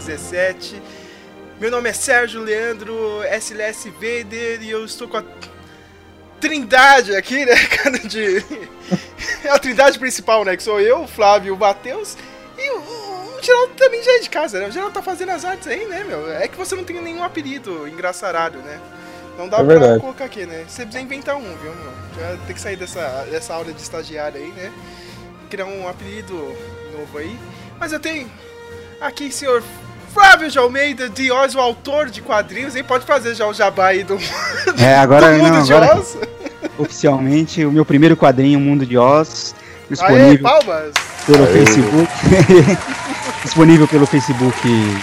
2017. Meu nome é Sérgio Leandro SLS Vader e eu estou com a trindade aqui, né, cara, é a trindade principal, né, que sou eu, o Flávio, o Matheus e o Geraldo também já é de casa, né, o Geraldo tá fazendo as artes aí, né, meu, é que você não tem nenhum apelido engraçarado, né, não dá pra colocar aqui, né, você precisa inventar um, viu, meu, já tem que sair dessa aula de estagiário aí, né, criar um apelido novo aí, mas eu tenho aqui, senhor Flávio de Almeida, de Oz, o autor de quadrinhos, hein? Pode fazer já o jabá aí do, agora, do Mundo de Oz. Oficialmente, o meu primeiro quadrinho, Mundo de Oz, disponível pelo Facebook. Disponível pelo Facebook,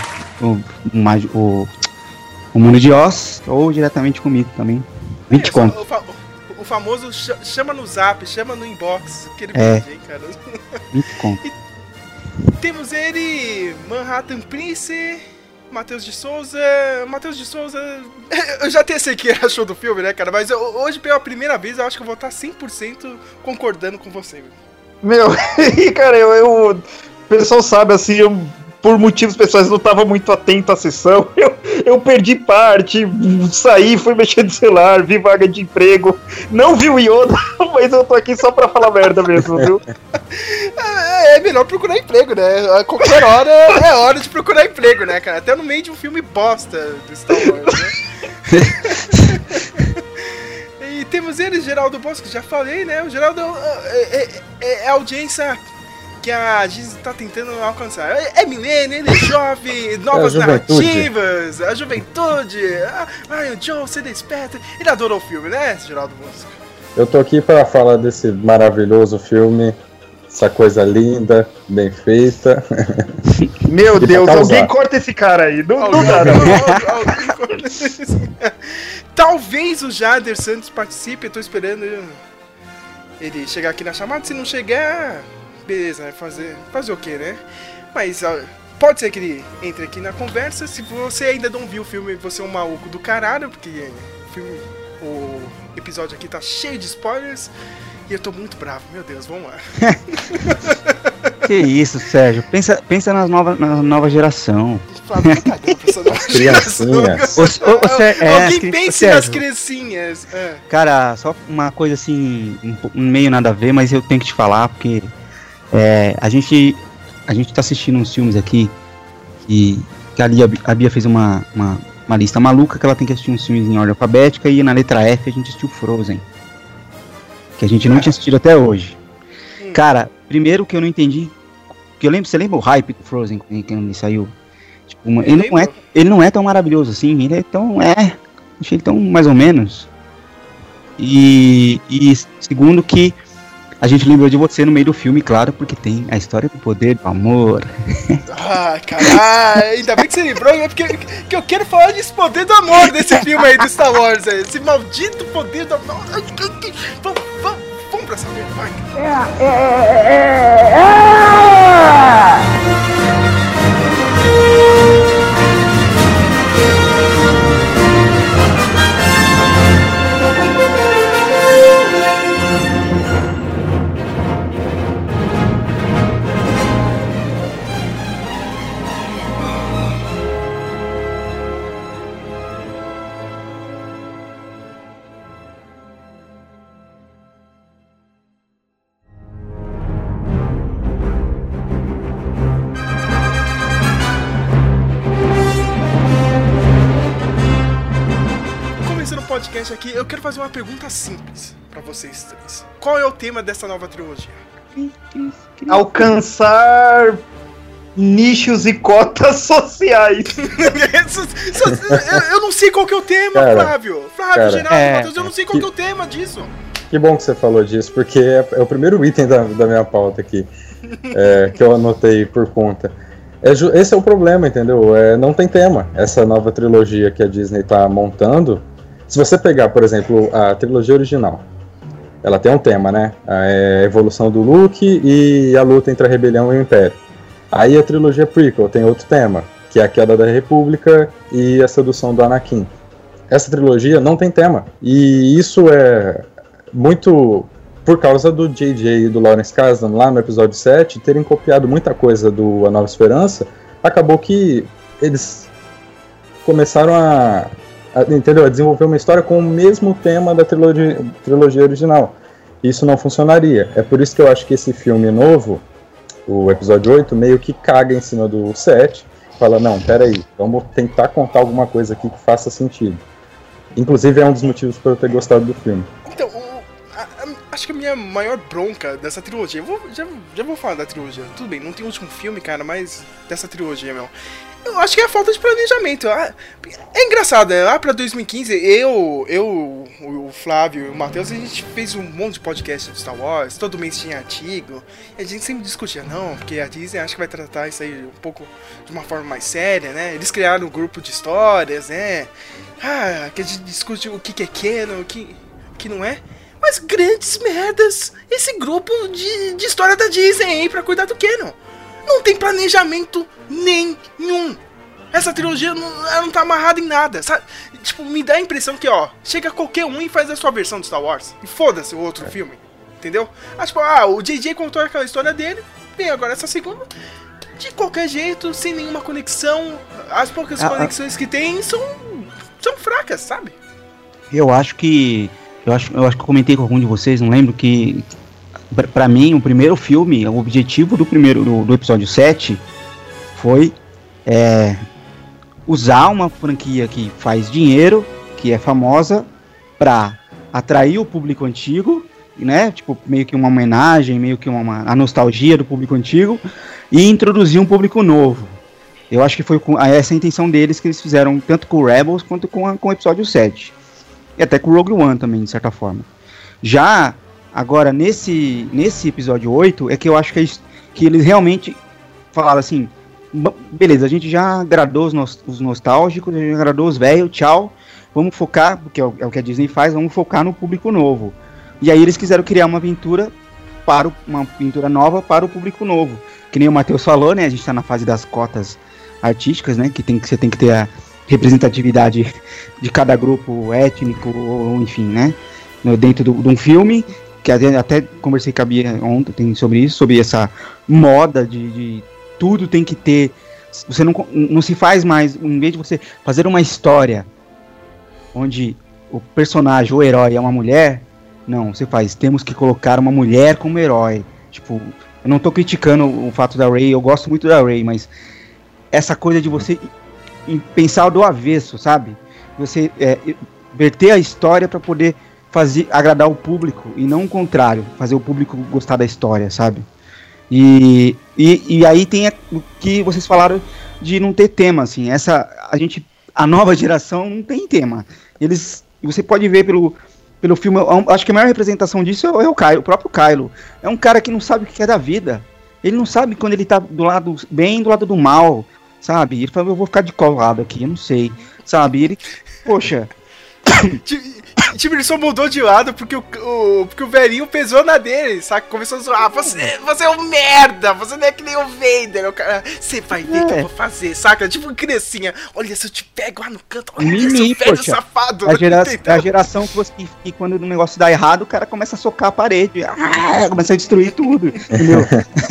o Mundo de Oz, ou diretamente comigo também. 20 conto. O famoso chama no zap, chama no inbox, que ele pede, hein, cara. 20 conto. Temos ele, Manhattan Prince, Matheus de Souza. Matheus de Souza, eu já até sei que achou do filme, né, cara? Mas hoje, pela primeira vez, eu acho que eu vou estar 100% concordando com você. Meu, cara, o pessoal sabe, assim, por motivos pessoais, não estava muito atento à sessão. Eu perdi parte, saí, fui mexer no celular, vi vaga de emprego, não vi o Yoda, mas eu tô aqui só pra falar merda mesmo, viu? É melhor procurar emprego, né? A qualquer hora é hora de procurar emprego, né, cara? Até no meio de um filme bosta do Star Wars, né? E temos ele, Geraldo Bosco, já falei, né? O Geraldo é a audiência que a Disney tá tentando alcançar. É milênio, ele é jovem, novas narrativas, a juventude, Ryan Jones, você desperta. Ele adorou o filme, né, Geraldo Bosco? Eu tô aqui pra falar desse maravilhoso filme, essa coisa linda, bem feita. Meu Deus, alguém corta esse cara aí, não dá, alguém corta esse cara. Talvez o Jader Santos participe, eu tô esperando ele chegar aqui na chamada, se não chegar... Beleza, fazer o que, né? Mas pode ser que ele entre aqui na conversa. Se você ainda não viu o filme, você é um maluco do caralho, porque o episódio aqui tá cheio de spoilers. E eu tô muito bravo, meu Deus, vamos lá. Que isso, Sérgio? Pensa na nova geração. Criancinhas. Alguém pense nas criancinhas. Cara, só uma coisa assim, meio nada a ver, mas eu tenho que te falar, porque... a gente tá assistindo uns filmes aqui que a Bia fez uma lista maluca que ela tem que assistir uns filmes em ordem alfabética e na letra F a gente assistiu Frozen, que a gente não tinha assistido até hoje. Cara, primeiro que eu não entendi, que você lembra o hype do Frozen quando ele saiu? Tipo, ele não é tão maravilhoso assim, ele é tão, achei ele tão mais ou menos. E segundo que a gente lembrou de você no meio do filme, claro, porque tem a história do poder do amor. Caralho, ainda bem que você lembrou, porque eu quero falar desse poder do amor desse filme aí do Star Wars, esse maldito poder do amor. Vamos pra essa merda, vai. Podcast aqui, eu quero fazer uma pergunta simples pra vocês três. Qual é o tema dessa nova trilogia? Alcançar nichos e cotas sociais. eu não sei qual que é o tema, cara, Flávio, Geraldo, Matheus, eu não sei qual que é o tema disso. Que bom que você falou disso, porque é o primeiro item da minha pauta aqui, que eu anotei por conta. Esse é o problema, entendeu? Não tem tema. Essa nova trilogia que a Disney tá montando. Se você pegar, por exemplo, a trilogia original, ela tem um tema, né? A evolução do Luke e a luta entre a rebelião e o Império. Aí a trilogia prequel tem outro tema, que é a queda da República e a sedução do Anakin. Essa trilogia não tem tema. E isso é muito por causa do J.J. e do Lawrence Kasdan, lá no episódio 7, terem copiado muita coisa do A Nova Esperança. Acabou que eles começaram a desenvolver uma história com o mesmo tema da trilogia original. Isso não funcionaria. É por isso que eu acho que esse filme novo, o episódio 8, meio que caga em cima do 7, fala, não, peraí, vamos tentar contar alguma coisa aqui que faça sentido. Inclusive é um dos motivos para eu ter gostado do filme. Então, acho que a minha maior bronca dessa trilogia, já vou falar da trilogia, tudo bem, não tem último filme, cara, mas dessa trilogia, meu, eu acho que é a falta de planejamento. É engraçado, lá pra 2015, o Flávio e o Matheus, a gente fez um monte de podcast de Star Wars, todo mês tinha artigo, e a gente sempre discutia, não, porque a Disney acho que vai tratar isso aí um pouco de uma forma mais séria, né? Eles criaram um grupo de histórias, né? Que a gente discute o que é canon, o que não é. Mas grandes merdas, esse grupo de história da Disney aí pra cuidar do canon. Não tem planejamento nenhum. Essa trilogia ela não tá amarrada em nada, sabe? Tipo, me dá a impressão que, chega qualquer um e faz a sua versão de Star Wars. E foda-se o outro filme, entendeu? Tipo, o JJ contou aquela história dele, vem agora essa segunda, de qualquer jeito, sem nenhuma conexão. As poucas conexões que tem são fracas, sabe? Eu acho que eu comentei com algum de vocês, não lembro, que pra mim o primeiro filme, o objetivo do episódio 7 foi usar uma franquia que faz dinheiro, que é famosa, pra atrair o público antigo, né? Tipo, meio que uma homenagem, meio que a nostalgia do público antigo, e introduzir um público novo. Eu acho que foi essa a intenção deles que eles fizeram, tanto com o Rebels quanto com o episódio 7. E até com o Rogue One também, de certa forma. Já agora, nesse episódio 8, é que eu acho que eles realmente falaram assim, beleza, a gente já agradou os nostálgicos, a gente já agradou os velhos, tchau, vamos focar, porque é o que a Disney faz, vamos focar no público novo. E aí eles quiseram criar uma aventura nova para o público novo. Que nem o Matheus falou, né, a gente tá na fase das cotas artísticas, né, que você tem que ter a representatividade de cada grupo étnico, ou enfim, né, dentro de um filme, que até conversei com a Bia ontem sobre isso, sobre essa moda de tudo tem que ter, você não se faz mais, em vez de você fazer uma história onde o personagem, o herói é uma mulher, não, você temos que colocar uma mulher como herói, tipo, eu não tô criticando o fato da Rey, eu gosto muito da Rey, mas essa coisa de você pensar do avesso, sabe? Você verter a história para poder agradar o público e não o contrário, fazer o público gostar da história, sabe? E aí tem o que vocês falaram de não ter tema, assim, a nova geração não tem tema. Você pode ver pelo filme, acho que a maior representação disso é o próprio Kylo. É um cara que não sabe o que é da vida. Ele não sabe quando ele tá do lado bem, do lado do mal, sabe? Ele fala, eu vou ficar de qual lado aqui, eu não sei, sabe? Ele, poxa... Tipo, ele só mudou de lado porque o velhinho pesou na dele, saca? Começou a zoar, você é um merda, você não é que nem o Vader, o cara, você vai ver o que eu vou fazer, saca? Tipo, criancinha, olha, se eu te pego lá no canto, olha esse velho safado. A geração que quando o negócio dá errado, o cara começa a socar a parede, começa a destruir tudo, entendeu?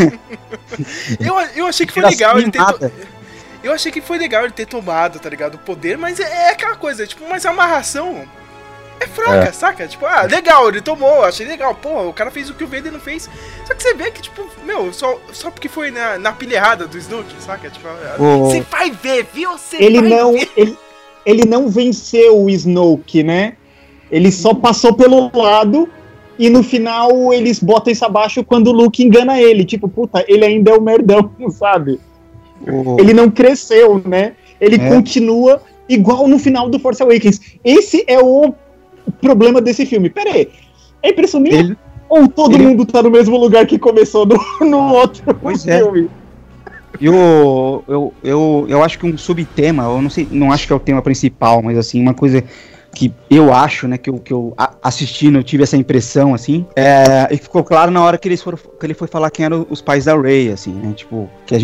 eu achei que foi legal ele ter... Eu achei que foi legal ele ter tomado, tá ligado, o poder, mas é aquela coisa, tipo, mas a amarração é fraca, saca? Tipo, legal, ele tomou, achei legal, pô, o cara fez o que o Vader não fez. Só que você vê que, tipo, meu, só porque foi na pilha errada do Snoke, saca? Tipo, você vai ver, viu? Ele não venceu o Snoke, né? Ele só passou pelo lado e no final eles botam isso abaixo quando o Luke engana ele. Tipo, puta, ele ainda é o merdão, sabe? Ele não cresceu, né? Ele continua igual no final do Force Awakens. Esse é o problema desse filme. Pera aí, é impressão minha? Ou todo mundo tá no mesmo lugar que começou no outro filme? Eu acho que um subtema, eu não acho que é o tema principal, mas assim, uma coisa que eu acho, né, que eu assistindo, eu tive essa impressão, assim, e ficou claro na hora que ele foi falar quem eram os pais da Rey, assim, né, tipo, que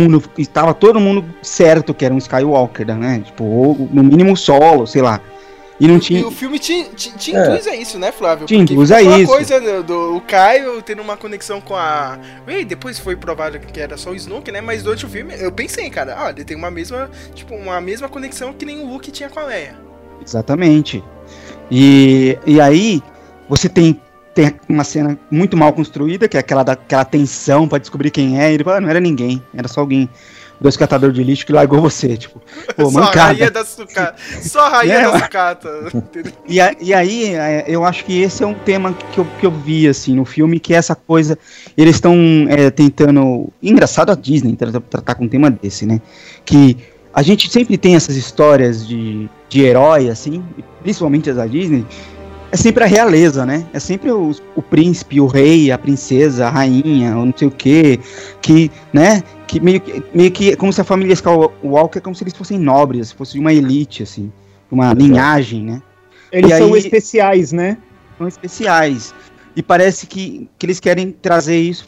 estava todo mundo certo que era um Skywalker, né, tipo, ou no mínimo Solo, sei lá, E não tinha. E o filme te induz a isso, né, Flávio? Te induz a isso. isso. Coisa do Caio tendo uma conexão com a Rey, depois foi provado que era só o Snoke, né? Mas durante o filme eu pensei, cara, ele tem uma mesma conexão que nem o Luke tinha com a Leia. Exatamente. E aí você tem uma cena muito mal construída, que é aquela tensão pra descobrir quem é. E ele fala, não era ninguém, era só alguém. 2 catadores de lixo que largou você, tipo, pô, só mancada. A rainha da sucata. Só a rainha da sucata. E aí, eu acho que esse é um tema que eu vi, assim, no filme, que é essa coisa, eles estão tentando, engraçado a Disney tratar com um tema desse, né, que a gente sempre tem essas histórias de herói, assim, principalmente as da Disney, é sempre a realeza, né? É sempre o príncipe, o rei, a princesa, a rainha, ou não sei o quê, que, né? Que meio que é como se a família Skywalker é como se eles fossem nobres, fosse uma elite, assim, uma linhagem, né? Eles e são aí, especiais, né? São especiais. E parece que eles querem trazer isso,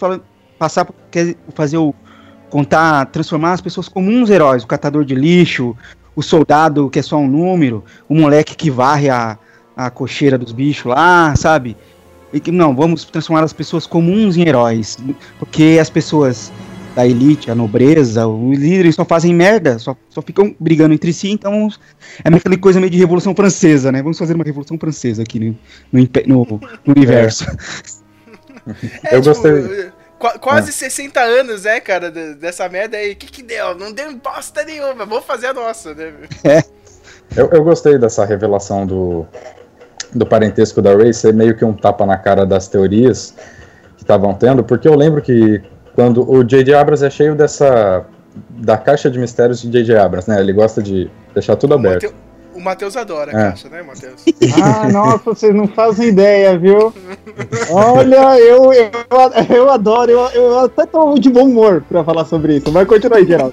transformar as pessoas como uns heróis, o catador de lixo, o soldado que é só um número, o moleque que varre a cocheira dos bichos lá, sabe? E que não, vamos transformar as pessoas comuns em heróis, porque as pessoas da elite, a nobreza, os líderes só fazem merda, só ficam brigando entre si, então é aquela coisa meio de Revolução Francesa, né? Vamos fazer uma Revolução Francesa aqui no universo. Eu gostei. Quase 60 anos, né, cara, dessa merda aí. O que deu? Não deu bosta nenhuma, vamos fazer a nossa, né? Eu gostei dessa revelação do parentesco da Rey ser meio que um tapa na cara das teorias que estavam tendo, porque eu lembro que quando o J.J. Abrams é cheio da caixa de mistérios de J.J. Abrams, né? Ele gosta de deixar tudo aberto. O Matheus adora a caixa, né, Matheus? Nossa, vocês não fazem ideia, viu? Olha, eu adoro, eu até tô de bom humor pra falar sobre isso. Vai continuar aí, Geraldo.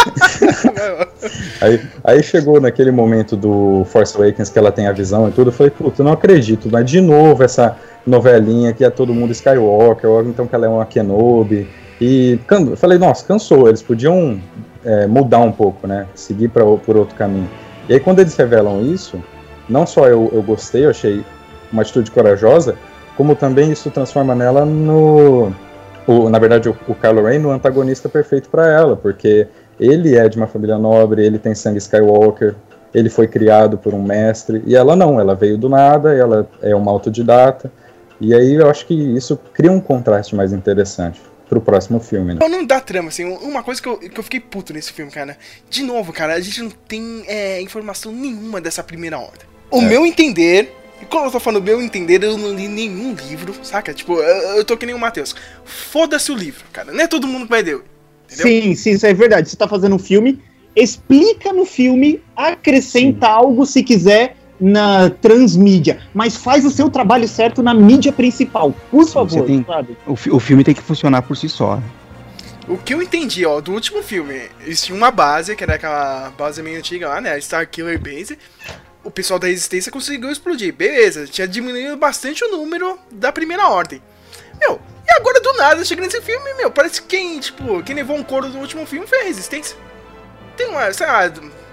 Aí chegou naquele momento do Force Awakens que ela tem a visão e tudo, eu falei, puta, eu não acredito, mas de novo essa novelinha que é todo mundo Skywalker, ou então que ela é uma Kenobi, e eu falei, nossa, cansou, eles podiam mudar um pouco, né, seguir por outro caminho. E aí quando eles revelam isso, não só eu gostei, eu achei uma atitude corajosa, como também isso transforma nela na verdade o Kylo Ren no antagonista perfeito para ela, porque ele é de uma família nobre, ele tem sangue Skywalker, ele foi criado por um mestre, e ela não, ela veio do nada, ela é uma autodidata, e aí eu acho que isso cria um contraste mais interessante pro próximo filme, né? Não dá trama, assim, uma coisa que eu fiquei puto nesse filme, cara, de novo, cara, a gente não tem informação nenhuma dessa primeira ordem. O meu entender, e quando eu tô falando meu entender, eu não li nenhum livro, saca? Tipo, eu tô que nem o Matheus, foda-se o livro, cara, não é todo mundo que vai ler. Sim, isso é verdade. Você tá fazendo um filme, explica no filme, acrescenta algo se quiser na transmídia, mas faz o seu trabalho certo na mídia principal, por favor, sabe? O filme tem que funcionar por si só. O que eu entendi, do último filme, eles tinham uma base, que era aquela base meio antiga lá, né, a Starkiller Base, o pessoal da Resistência conseguiu explodir, beleza, tinha diminuído bastante o número da Primeira Ordem. E agora do nada, chega nesse filme, parece que quem levou um couro do último filme foi a Resistência. Tem uma, sei lá,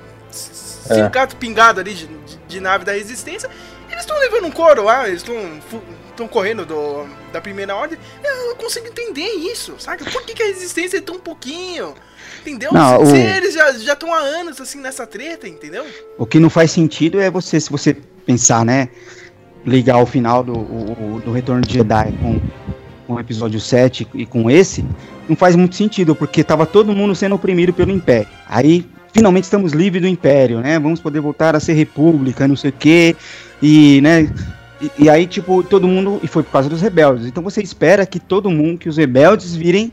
5 gatos pingados ali de nave da Resistência, eles estão levando um couro lá, eles estão correndo da Primeira Ordem. Eu não consigo entender isso, sabe? Por que a Resistência é tão pouquinho? Entendeu? Não, se eles já estão há anos assim nessa treta, entendeu? O que não faz sentido é se você pensar, né, ligar o final do Retorno de Jedi com o episódio 7 e com esse, não faz muito sentido, porque tava todo mundo sendo oprimido pelo Império. Aí, finalmente estamos livres do Império, né? Vamos poder voltar a ser república, não sei o quê, e, né? E aí, tipo, todo mundo... E foi por causa dos rebeldes. Então você espera que que os rebeldes virem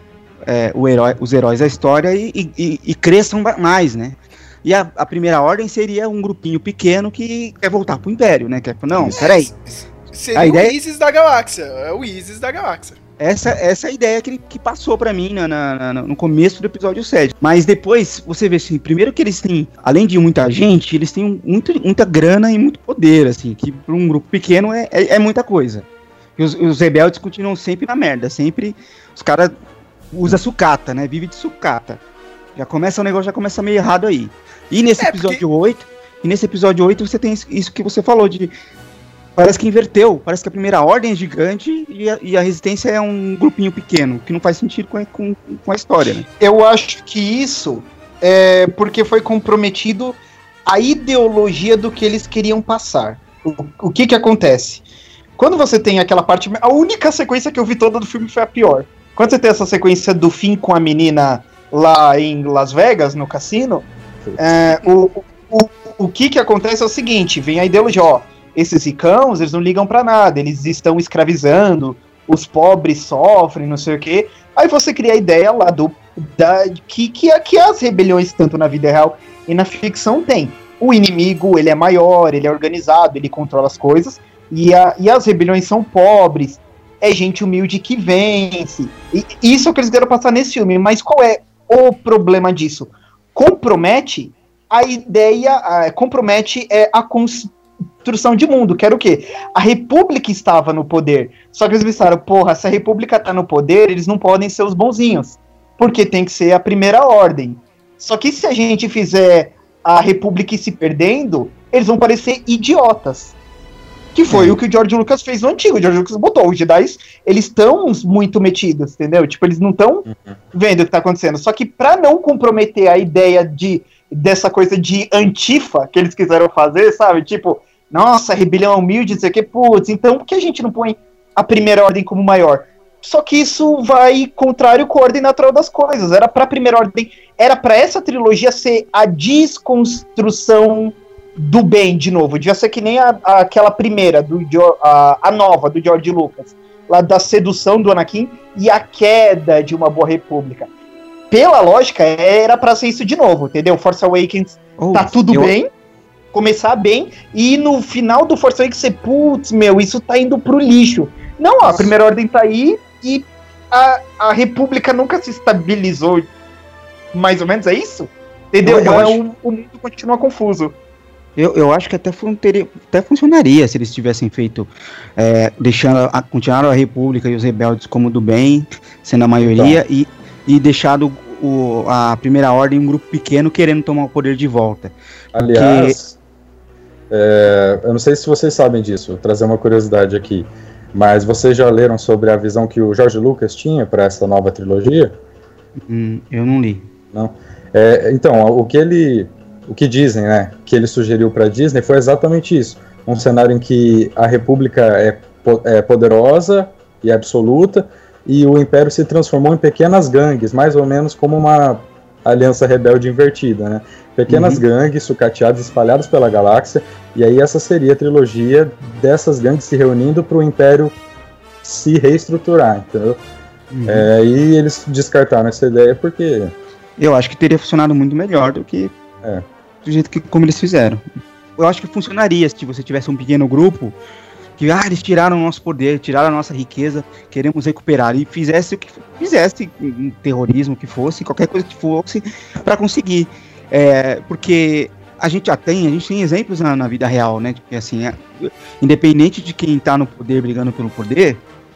os heróis da história e cresçam mais, né? E a Primeira Ordem seria um grupinho pequeno que quer voltar pro Império, né? Não, peraí. Seria a ideia... o ISIS da galáxia. É o ISIS da galáxia. Essa é a ideia que passou pra mim no começo do episódio 7. Mas depois, você vê assim, primeiro que eles têm, além de muita gente, eles têm muita grana e muito poder, assim, que pra um grupo pequeno é muita coisa. E os rebeldes continuam sempre na merda, sempre os caras usam sucata, né? Vive de sucata. O negócio já começa meio errado aí. E nesse episódio 8, E nesse episódio 8 você tem isso que você falou de... Parece que inverteu, parece que a primeira ordem é gigante e a resistência é um grupinho pequeno, que não faz sentido com a história, né? Eu acho que isso é porque foi comprometido a ideologia do que eles queriam passar. O que acontece? Quando você tem aquela parte... A única sequência que eu vi toda do filme foi a pior. Quando você tem essa sequência do fim com a menina lá em Las Vegas, no cassino, o que acontece é o seguinte, vem a ideologia, ó, esses ricãos, eles não ligam pra nada, eles estão escravizando, os pobres sofrem, não sei o quê. Aí você cria a ideia lá que as rebeliões, tanto na vida real e na ficção, tem. O inimigo, ele é maior, ele é organizado, ele controla as coisas, e as rebeliões são pobres, é gente humilde que vence. E isso é o que eles querem passar nesse filme, mas qual é o problema disso? Compromete a ideia, compromete a construção de mundo, que era o quê? A República estava no poder, só que eles pensaram, porra, se a República tá no poder, eles não podem ser os bonzinhos, porque tem que ser a primeira ordem. Só que se a gente fizer a República ir se perdendo, eles vão parecer idiotas. Que foi o que o George Lucas fez no antigo. O George Lucas botou, os Jedi, eles estão muito metidos, entendeu? Tipo, eles não estão vendo o que tá acontecendo. Só que pra não comprometer a ideia dessa coisa de antifa que eles quiseram fazer, sabe? Tipo, nossa, rebelião humilde, não sei o que, putz, então por que a gente não põe a primeira ordem como maior? Só que isso vai contrário com a ordem natural das coisas. Era pra primeira ordem, era pra essa trilogia ser a desconstrução do bem, de novo. Devia ser que nem aquela primeira, a nova, do George Lucas, lá da sedução do Anakin e a queda de uma boa república. Pela lógica, era pra ser isso de novo, entendeu? Force Awakens tá tudo bem, começar bem, e no final do Force Awakens você, putz, meu, isso tá indo pro lixo. Não, a primeira ordem tá aí e a república nunca se estabilizou, mais ou menos, é isso? Entendeu? O mundo continua confuso. Eu acho que até funcionaria se eles tivessem feito, continuaram a República e os rebeldes como do bem, sendo a maioria, então. e deixado a Primeira Ordem um grupo pequeno querendo tomar o poder de volta. Aliás, eu não sei se vocês sabem disso, vou trazer uma curiosidade aqui, mas vocês já leram sobre a visão que o George Lucas tinha para essa nova trilogia? Eu não li. Não? Então, o que dizem, né, que ele sugeriu para a Disney foi exatamente isso. Um cenário em que a República é poderosa e absoluta, e o Império se transformou em pequenas gangues, mais ou menos como uma aliança rebelde invertida, né? Pequenas gangues sucateadas, espalhadas pela galáxia, e aí essa seria a trilogia dessas gangues se reunindo para o Império se reestruturar, entendeu? E eles descartaram essa ideia porque... Eu acho que teria funcionado muito melhor do que do jeito como eles fizeram. Eu acho que funcionaria se você tivesse um pequeno grupo que, eles tiraram o nosso poder, tiraram a nossa riqueza, queremos recuperar, e fizesse o que fizesse, um terrorismo que fosse, qualquer coisa que fosse, para conseguir. Porque a gente tem exemplos na vida real, né? Que, assim, independente de quem tá no poder, brigando pelo poder,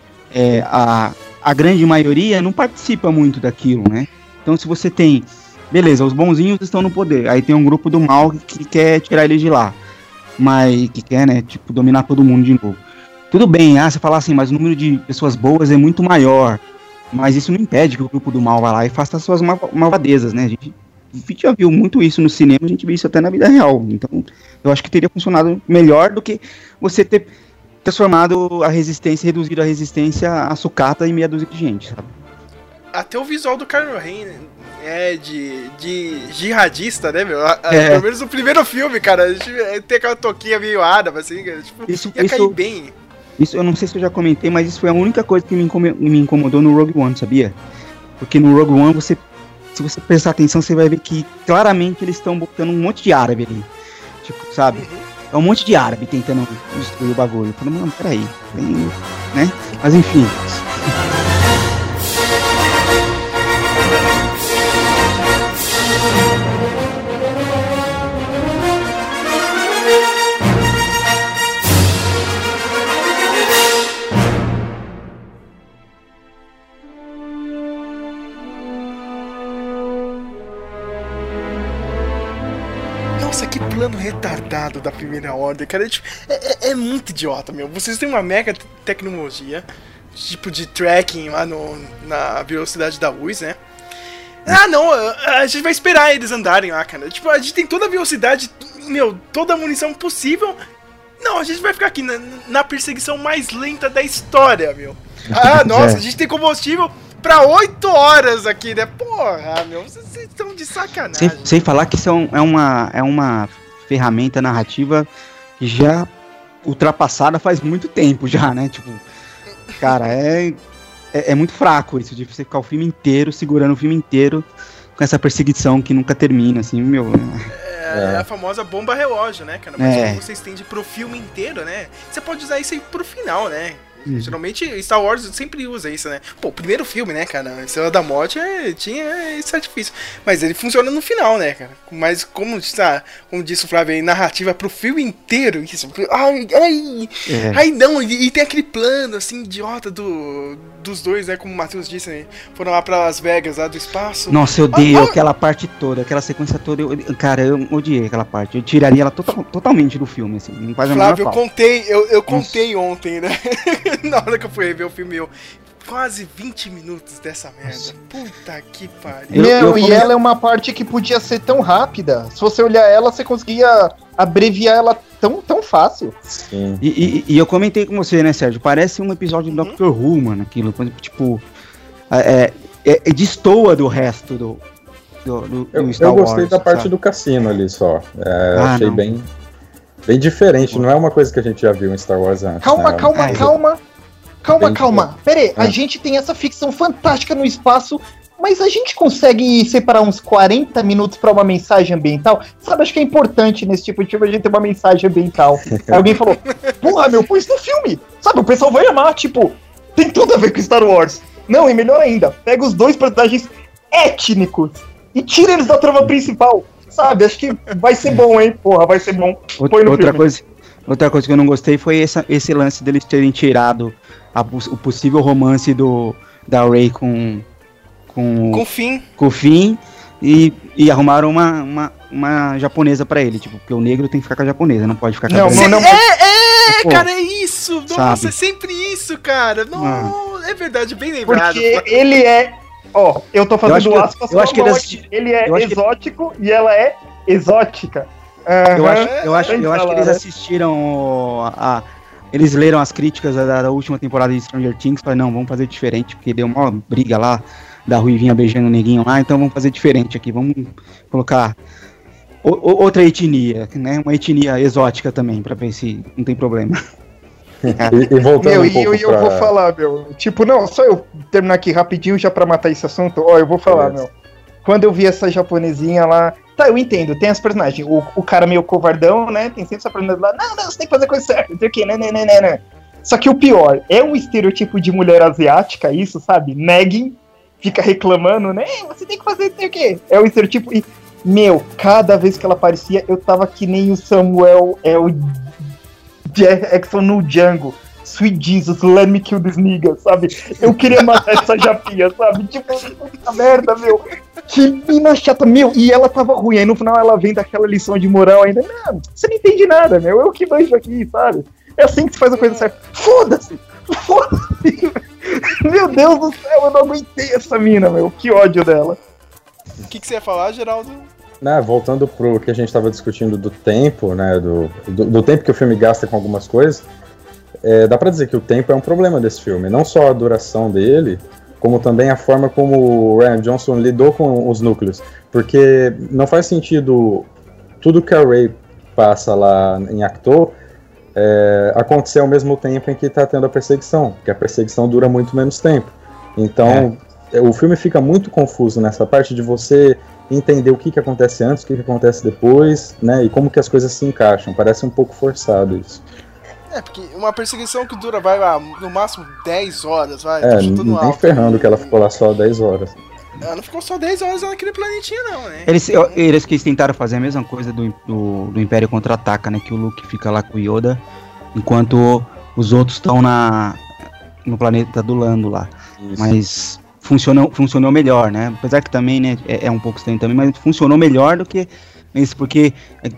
a grande maioria não participa muito daquilo, né? Então, se você tem, beleza, os bonzinhos estão no poder, aí tem um grupo do mal que quer tirar eles de lá, mas que quer, né, tipo, dominar todo mundo de novo. Tudo bem, você fala assim, mas o número de pessoas boas é muito maior, mas isso não impede que o grupo do mal vá lá e faça as suas malvadezas, né? A gente já viu muito isso no cinema, a gente viu isso até na vida real. Então, eu acho que teria funcionado melhor do que você ter transformado a resistência, reduzido a resistência a sucata e meia dúzia de gente, sabe? Até o visual do Kylo Ren de jihadista, né, meu? Pelo menos no primeiro filme, cara, tem aquela toquinha meio árabe, assim, tipo, ia cair bem. Isso eu não sei se eu já comentei, mas isso foi a única coisa que me incomodou no Rogue One, sabia? Porque no Rogue One, se você prestar atenção, você vai ver que claramente eles estão botando um monte de árabe ali. Tipo, sabe? É um monte de árabe tentando destruir o bagulho. Eu falei, mano, peraí. Né? Mas enfim. retardado da Primeira Ordem, cara. Tipo, é muito idiota, meu. Vocês têm uma mega tecnologia, tipo de tracking lá na velocidade da luz, né? Ah, não, a gente vai esperar eles andarem lá, cara. Tipo, a gente tem toda a velocidade, meu, toda a munição possível. Não, a gente vai ficar aqui na perseguição mais lenta da história, meu. Ah, nossa, a gente tem combustível pra 8 horas aqui, né? Porra, meu, vocês estão de sacanagem. Sem falar que isso é uma ferramenta narrativa que já ultrapassada faz muito tempo já, né? Tipo, cara, é muito fraco isso de você ficar o filme inteiro, segurando o filme inteiro com essa perseguição que nunca termina, assim, meu. É a famosa bomba relógio, né, cara? Mas quando você estende pro filme inteiro, né? Você pode usar isso aí pro final, né? Geralmente Star Wars sempre usa isso, né? Pô, o primeiro filme, né, cara? Estrela da Morte tinha esse artifício. Mas ele funciona no final, né, cara? Mas como disse o Flávio aí, narrativa pro filme inteiro. Isso. Ai, não, e tem aquele plano, assim, idiota dos dois, né? Como o Matheus disse, né? Foram lá pra Las Vegas, lá do espaço. Nossa, eu odeio aquela parte toda, aquela sequência toda. Cara, eu odiei aquela parte. Eu tiraria ela totalmente do filme, assim. Não faz a menor falta. Eu contei ontem, né? Na hora que eu fui rever o filme, quase 20 minutos dessa merda. Puta que pariu. E ela é uma parte que podia ser tão rápida. Se você olhar ela, você conseguia abreviar ela tão fácil. Sim. E eu comentei com você, né, Sérgio? Parece um episódio do Doctor Who, mano, aquilo. Tipo, destoa do resto do Star Wars. Eu gostei da parte do cassino ali só. Achei bem diferente. Não é uma coisa que a gente já viu em Star Wars antes. Calma. Pera aí, a gente tem essa ficção fantástica no espaço, mas a gente consegue separar uns 40 minutos pra uma mensagem ambiental? Sabe, acho que é importante nesse tipo de filme a gente ter uma mensagem ambiental. Aí alguém falou, porra, meu, põe isso no filme. Sabe, o pessoal vai amar, tipo, tem tudo a ver com Star Wars. Não, e melhor ainda, pega os dois personagens étnicos e tira eles da trama principal. Sabe, acho que vai ser bom, hein, porra, vai ser bom. Põe no filme. Outra coisa que eu não gostei foi esse lance deles terem tirado o possível romance da Rey com o Finn e arrumaram uma japonesa pra ele, tipo, porque o negro tem que ficar com a japonesa, não pode ficar com a não. Cara, é isso! Nossa, sabe? É sempre isso, cara! Não, é verdade, bem lembrado. Porque ele é... Ó, eu tô fazendo aspas, ele é exótico e ela é exótica. Eu acho que eles assistiram eles leram as críticas da última temporada de Stranger Things e falaram, não, vamos fazer diferente, porque deu uma briga lá da Ruivinha beijando o neguinho lá, então vamos fazer diferente aqui, vamos colocar outra etnia, né, uma etnia exótica também, pra ver se não tem problema. E voltando eu vou falar, meu, tipo, não, só eu terminar aqui rapidinho já pra matar esse assunto, eu vou falar, meu, quando eu vi essa japonesinha lá, tá, eu entendo, tem as personagens, o cara meio covardão, né, tem sempre essa personagem lá, não, você tem que fazer a coisa certa, não sei o que, né. Só que o pior, é um estereotipo de mulher asiática, isso, sabe, nagging, fica reclamando, né, você tem que fazer, não sei o que, é o estereotipo, e, meu, cada vez que ela aparecia, eu tava que nem o Samuel, o Jackson no Django, Sweet Jesus, let me kill this nigga, sabe? Eu queria matar essa japinha, sabe? Tipo, puta merda, meu. Que mina chata, meu. E ela tava ruim. Aí no final ela vem daquela lição de moral ainda. Não, você não entende nada, meu. Eu que manjo aqui, sabe? É assim que se faz a coisa certa. Foda-se! Meu Deus do céu, eu não aguentei essa mina, meu. Que ódio dela. O que você ia falar, Geraldo? Voltando pro que a gente tava discutindo do tempo, né? Do tempo que o filme gasta com algumas coisas. Dá pra dizer que o tempo é um problema desse filme, não só a duração dele, como também a forma como o Rian Johnson lidou com os núcleos, porque não faz sentido tudo que a Rey passa lá em Acto acontecer ao mesmo tempo em que tá tendo a perseguição, porque a perseguição dura muito menos tempo, então o filme fica muito confuso nessa parte de você entender o que acontece antes, o que acontece depois, né, e como que as coisas se encaixam, parece um pouco forçado isso. Porque uma perseguição que dura, vai lá, no máximo 10 horas, vai. Não tem ferrando que ela ficou lá só 10 horas. Ela não ficou só 10 horas naquele planetinha, não, né? Eles tentaram fazer a mesma coisa do Império Contra-Ataca, né? Que o Luke fica lá com o Yoda, enquanto os outros estão no planeta do Lando lá. Isso. Mas funcionou melhor, né? Apesar que também, né, é um pouco estranho também, mas funcionou melhor do que Isso porque,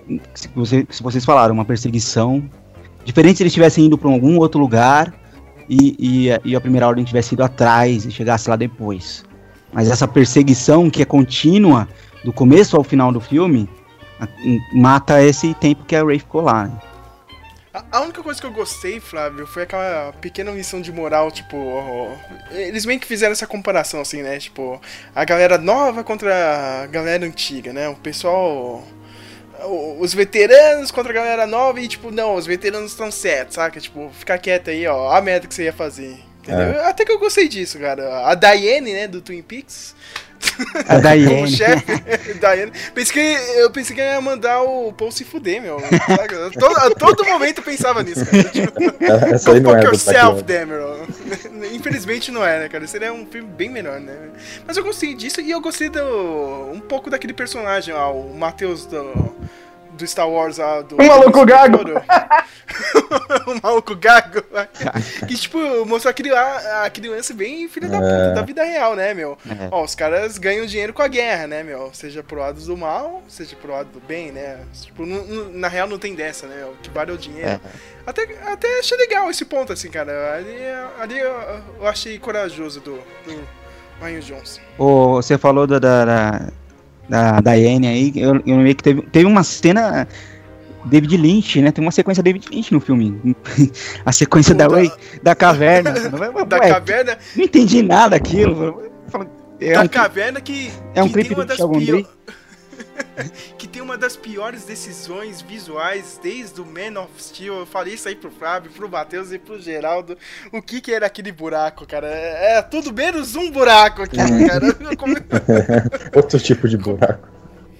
se vocês falaram, uma perseguição. Diferente se eles tivessem ido pra algum outro lugar e a Primeira Ordem tivesse ido atrás e chegasse lá depois. Mas essa perseguição que é contínua, do começo ao final do filme, mata esse tempo que a Rey ficou lá. Né? A única coisa que eu gostei, Flávio, foi aquela pequena lição de moral, tipo... Eles meio que fizeram essa comparação, assim, né? Tipo, a galera nova contra a galera antiga, né? O pessoal... Os veteranos contra a galera nova e, tipo, não, os veteranos estão certos, saca? Tipo, ficar quieto aí, ó, a merda que você ia fazer, entendeu? Até que eu gostei disso, cara. A Diane, né, do Twin Peaks... A Diane. Como chefe, Diane. Eu pensei que ia mandar o Paul se fuder, meu. A todo momento eu pensava nisso, cara. Tipo, essa aí não é yourself, Dameron. Infelizmente não é, né, cara? Seria um filme bem melhor, né? Mas eu gostei disso e eu gostei um pouco daquele personagem, ó, o Matheus do Star Wars, o maluco gago. O maluco gago. Que, tipo, mostrou a criança bem filha da puta da vida real, né, meu? Ó, os caras ganham dinheiro com a guerra, né, meu? Seja pro lado do mal, seja pro lado do bem, né? Tipo, na real não tem dessa, né? O que vale é o dinheiro. Até achei legal esse ponto, assim, cara. Ali eu achei corajoso do Ryan Johnson. Você falou da Diane aí, eu lembrei que teve uma cena David Lynch, né? Tem uma sequência David Lynch no filme. A sequência da caverna. Da caverna? Não entendi nada daquilo. Caverna que é um que clipe tem uma do das Thiago que tem uma das piores decisões visuais desde o Man of Steel. Eu falei isso aí pro Flávio, pro Matheus e pro Geraldo. O que era aquele buraco, cara? É tudo menos um buraco aqui, cara. Outro tipo de buraco.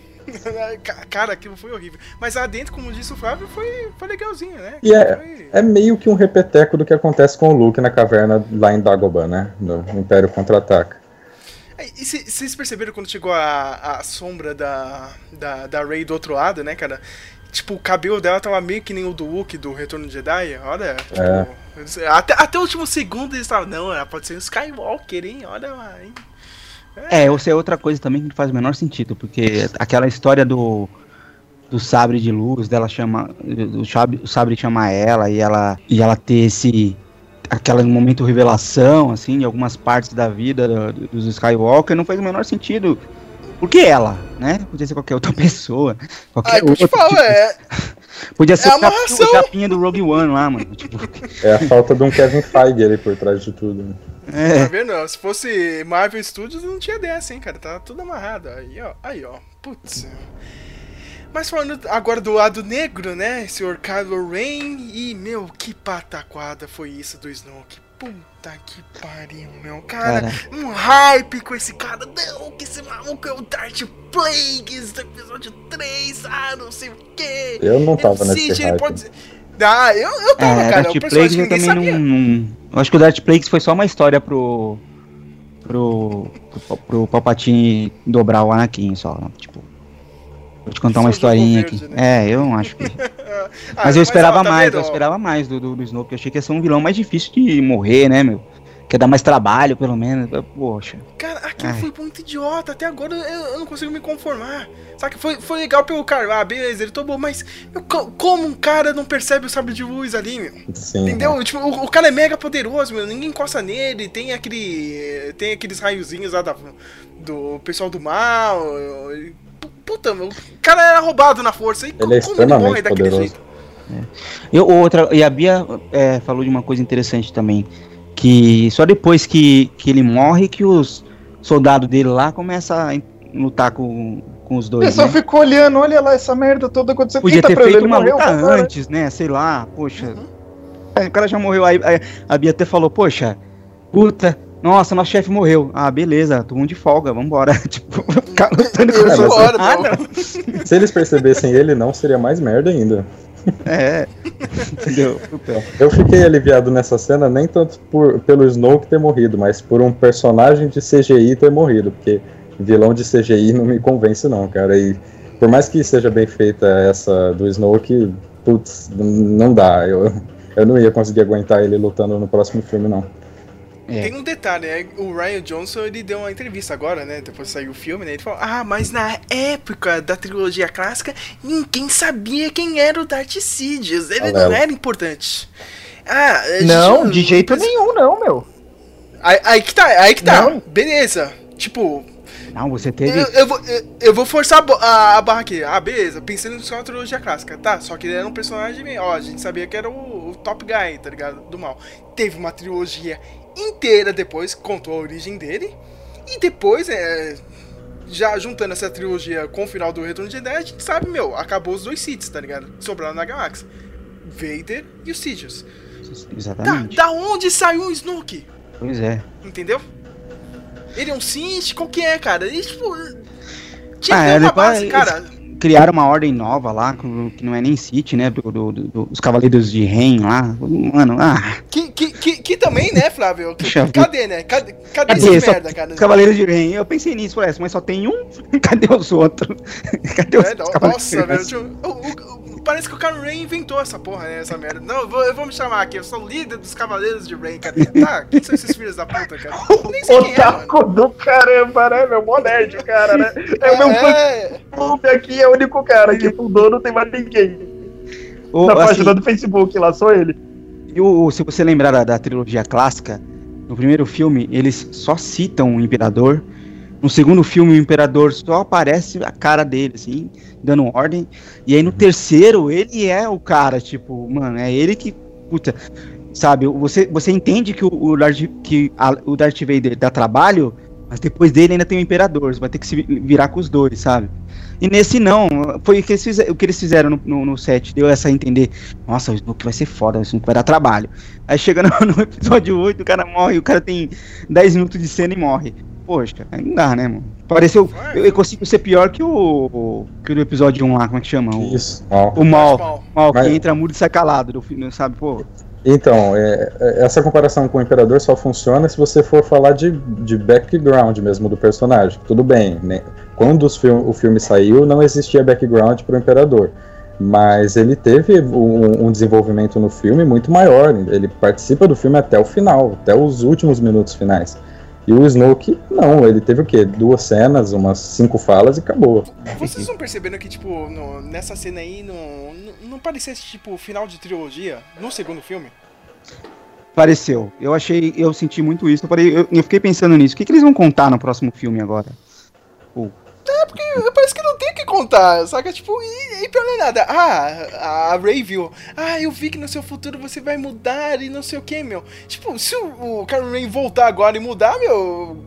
Cara, aquilo foi horrível. Mas lá dentro, como disse o Flávio, foi legalzinho, né? E é meio que um repeteco do que acontece com o Luke na caverna lá em Dagobah, né? No Império Contra-Ataca. E vocês perceberam quando chegou a sombra da Rey do outro lado, né, cara? Tipo, o cabelo dela tava meio que nem o do Luke do Retorno de Jedi. Olha, tipo, até o último segundo eles estavam, não, ela pode ser um Skywalker, hein? Olha lá, hein? Ou é outra coisa também que não faz o menor sentido, porque aquela história do sabre de luz, dela chama. O sabre chama ela e ela ter aquele momento revelação, assim, de algumas partes da vida dos Skywalker, não faz o menor sentido. Por que ela, né? Podia ser qualquer outra pessoa. Qualquer outra. Podia ser o capinha do Rogue One lá, mano. Tipo... É a falta de um Kevin Feige ali por trás de tudo. Né? Tá vendo? Se fosse Marvel Studios, não tinha dessa, hein, cara. Tá tudo amarrado. Aí, ó. Putz. Mas falando agora do lado negro, né? Senhor Kylo Ren. E, meu, que pataquada foi isso do Snoke. Puta que pariu, meu. Cara, um hype com esse cara. Não, que esse maluco é o Darth Plagueis do episódio 3. Não sei o quê. Eu não tava nesse hype. Eu tava, cara. Darth Plagueis eu também não... Eu acho que o Darth Plagueis foi só uma história pro Palpatine dobrar o Anakin só, tipo... Vou te contar uma historinha aqui. Né? Eu não acho que... Mas eu esperava mais, eu esperava mais do Snoke. Eu achei que ia ser um vilão mais difícil de morrer, né, meu? Quer dar mais trabalho, pelo menos. Poxa. Cara, aquilo foi muito idiota. Até agora eu não consigo me conformar. Sabe que foi legal pelo cara. Beleza, ele tomou, mas como um cara não percebe o sabre de luz ali, meu? Sim, entendeu? Né? Tipo, o cara é mega poderoso, meu. Ninguém encosta nele. Tem aqueles raiozinhos lá do pessoal do mal. Puta, meu, o cara era roubado na força. E ele é extremamente ele morre daquele poderoso. Jeito? E a Bia falou de uma coisa interessante também. Que só depois que ele morre que os soldados dele lá começam a lutar com os dois. O pessoal ficou olhando, olha lá essa merda toda acontecendo. Podia ter feito uma luta antes, né? Sei lá, poxa. O cara já morreu. Aí a Bia até falou, poxa, puta. Nossa, nosso chefe morreu. Beleza, tô de folga, vambora. Tipo, ficar lutando com se eles percebessem ele, não seria mais merda ainda. Entendeu? Eu fiquei aliviado nessa cena, nem tanto pelo Snoke ter morrido, mas por um personagem de CGI ter morrido, porque vilão de CGI não me convence não, cara. E por mais que seja bem feita essa do Snoke, putz, não dá. Eu não ia conseguir aguentar ele lutando no próximo filme, não. Tem um detalhe, né? O Rian Johnson, ele deu uma entrevista agora, né? Depois saiu o filme, né? Ele falou, mas na época da trilogia clássica, ninguém sabia quem era o Darth Sidious. Ele não era importante. Não, de jeito nenhum, não, meu. Aí que tá. Não. Beleza. Tipo... Não, você teve... Eu vou forçar a barra aqui. Beleza. Pensando em uma trilogia clássica. Tá, só que ele era um personagem... a gente sabia que era o top guy, tá ligado? Do mal. Teve uma trilogia inteira depois, contou a origem dele. E depois, já juntando essa trilogia com o final do Retorno de Jedi, a gente sabe, acabou os 2 Siths, tá ligado? Sobraram na galáxia. Vader e o Sidious. Exatamente. Da onde saiu o Snoke? Pois é. Entendeu? Ele é um Sith? Qual que é, cara? Ele, tipo... Tinha que ter uma base, cara. Criaram uma ordem nova lá, que não é nem Sith, né? Dos Cavaleiros de Ren lá. Mano, Que também, né, Flávio? Cadê, né? Cadê essa merda, cara? Os Cavaleiros de Ren. Eu pensei nisso, falei, mas só tem um? Cadê os outros? Cadê os Nossa, velho. Parece que o Kylo Ren inventou essa porra, né? Essa merda. Não, eu vou me chamar aqui. Eu sou o líder dos Cavaleiros de Ren. Cadê? Tá, quem são esses filhos da puta, cara? Nem sei quem é, mano. Do caramba, né, meu? Mó nerd, o cara, né? É o meu clube aqui, é o único cara que fundou, não tem mais ninguém. Na página do Facebook, lá, só ele. E se você lembrar da trilogia clássica, no primeiro filme, eles só citam o Imperador. No segundo filme, o Imperador só aparece a cara dele, assim, dando ordem. E aí no terceiro, ele é o cara, tipo, mano, é ele que, puta, sabe, você entende que o Darth Vader dá trabalho, mas depois dele ainda tem o Imperador, você vai ter que se virar com os dois, sabe? E nesse não, foi o que eles fizeram no set, deu essa a entender, nossa, o Snoke vai ser foda, o Snoke vai dar trabalho. Aí chega no episódio 8, o cara morre, o cara tem 10 minutos de cena e morre. Poxa, aí não dá, né, mano? Pareceu. Eu consigo ser pior que o do episódio 1 lá, como é que chama? Isso. O Mal, que entra mudo e sai calado do filme, sabe? Pô. Então, essa comparação com o Imperador só funciona se você for falar de background mesmo do personagem. Tudo bem, né? Quando o filme saiu, não existia background pro Imperador. Mas ele teve um desenvolvimento no filme muito maior. Ele participa do filme até o final, até os últimos minutos finais. E o Snoke, não, ele teve o quê? 2 cenas, umas 5 falas e acabou. Vocês não perceberam que, tipo, nessa cena aí, não parecia, tipo, final de trilogia no segundo filme? Pareceu. Eu senti muito isso. Eu fiquei pensando nisso. O que eles vão contar no próximo filme agora? Porque parece que não tem o que contar, saca? Tipo, e pior não é nada. A Rey viu. Eu vi que no seu futuro você vai mudar e não sei o que, meu. Tipo, se o Kylo Ren voltar agora e mudar, meu...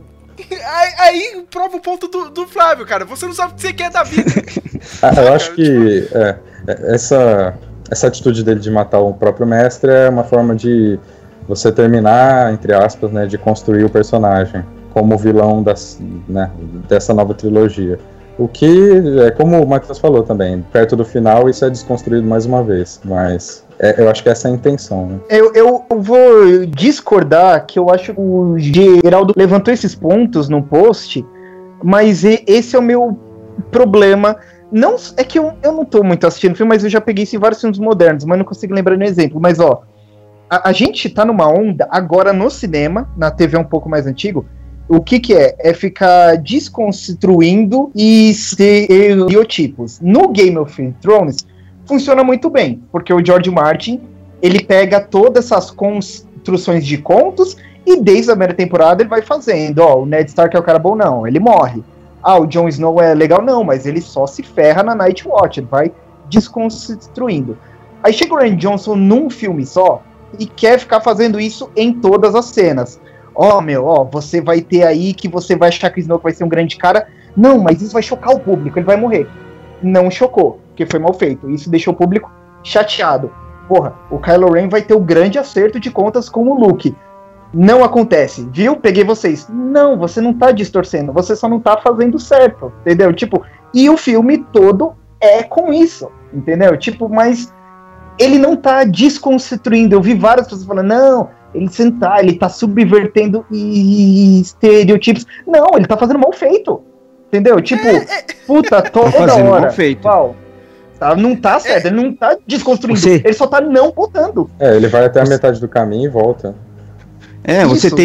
Aí prova o ponto do Flávio, cara. Você não sabe o que você quer da vida. Eu acho que essa atitude dele de matar o próprio mestre é uma forma de você terminar, entre aspas, né, de construir o personagem como vilão dessa nova trilogia. O que, como o Matheus falou também, perto do final isso é desconstruído mais uma vez, mas eu acho que essa é a intenção, né? Eu vou discordar, que eu acho que o Geraldo levantou esses pontos no post, mas esse é o meu problema. Não, é que eu não tô muito assistindo filme, mas eu já peguei isso em vários filmes modernos, mas não consigo lembrar de um exemplo. Mas a gente tá numa onda agora no cinema, na TV um pouco mais antigo. O que é? É ficar desconstruindo estereotipos. No Game of Thrones, funciona muito bem, porque o George Martin, ele pega todas essas construções de contos e desde a primeira temporada ele vai fazendo. O Ned Stark é o cara bom? Não, ele morre. O Jon Snow é legal? Não, mas ele só se ferra na Night Watch, ele vai desconstruindo. Aí chega o Rian Johnson num filme só e quer ficar fazendo isso em todas as cenas. Você vai ter aí que você vai achar que o Snoke vai ser um grande cara. Não, mas isso vai chocar o público, ele vai morrer. Não chocou, porque foi mal feito. Isso deixou o público chateado. Porra, o Kylo Ren vai ter o grande acerto de contas com o Luke. Não acontece, viu? Peguei vocês. Não, você não tá distorcendo, você só não tá fazendo certo, entendeu? Tipo, e o filme todo é com isso, entendeu? Tipo, mas ele não tá desconstruindo. Eu vi várias pessoas falando, não, ele tá subvertendo estereotipos. Não, ele tá fazendo mal feito. Entendeu? Tipo, puta, toda hora. Mal feito. Não tá certo, ele não tá desconstruindo. Ele só tá não botando. Ele vai até a metade do caminho e volta. Você tem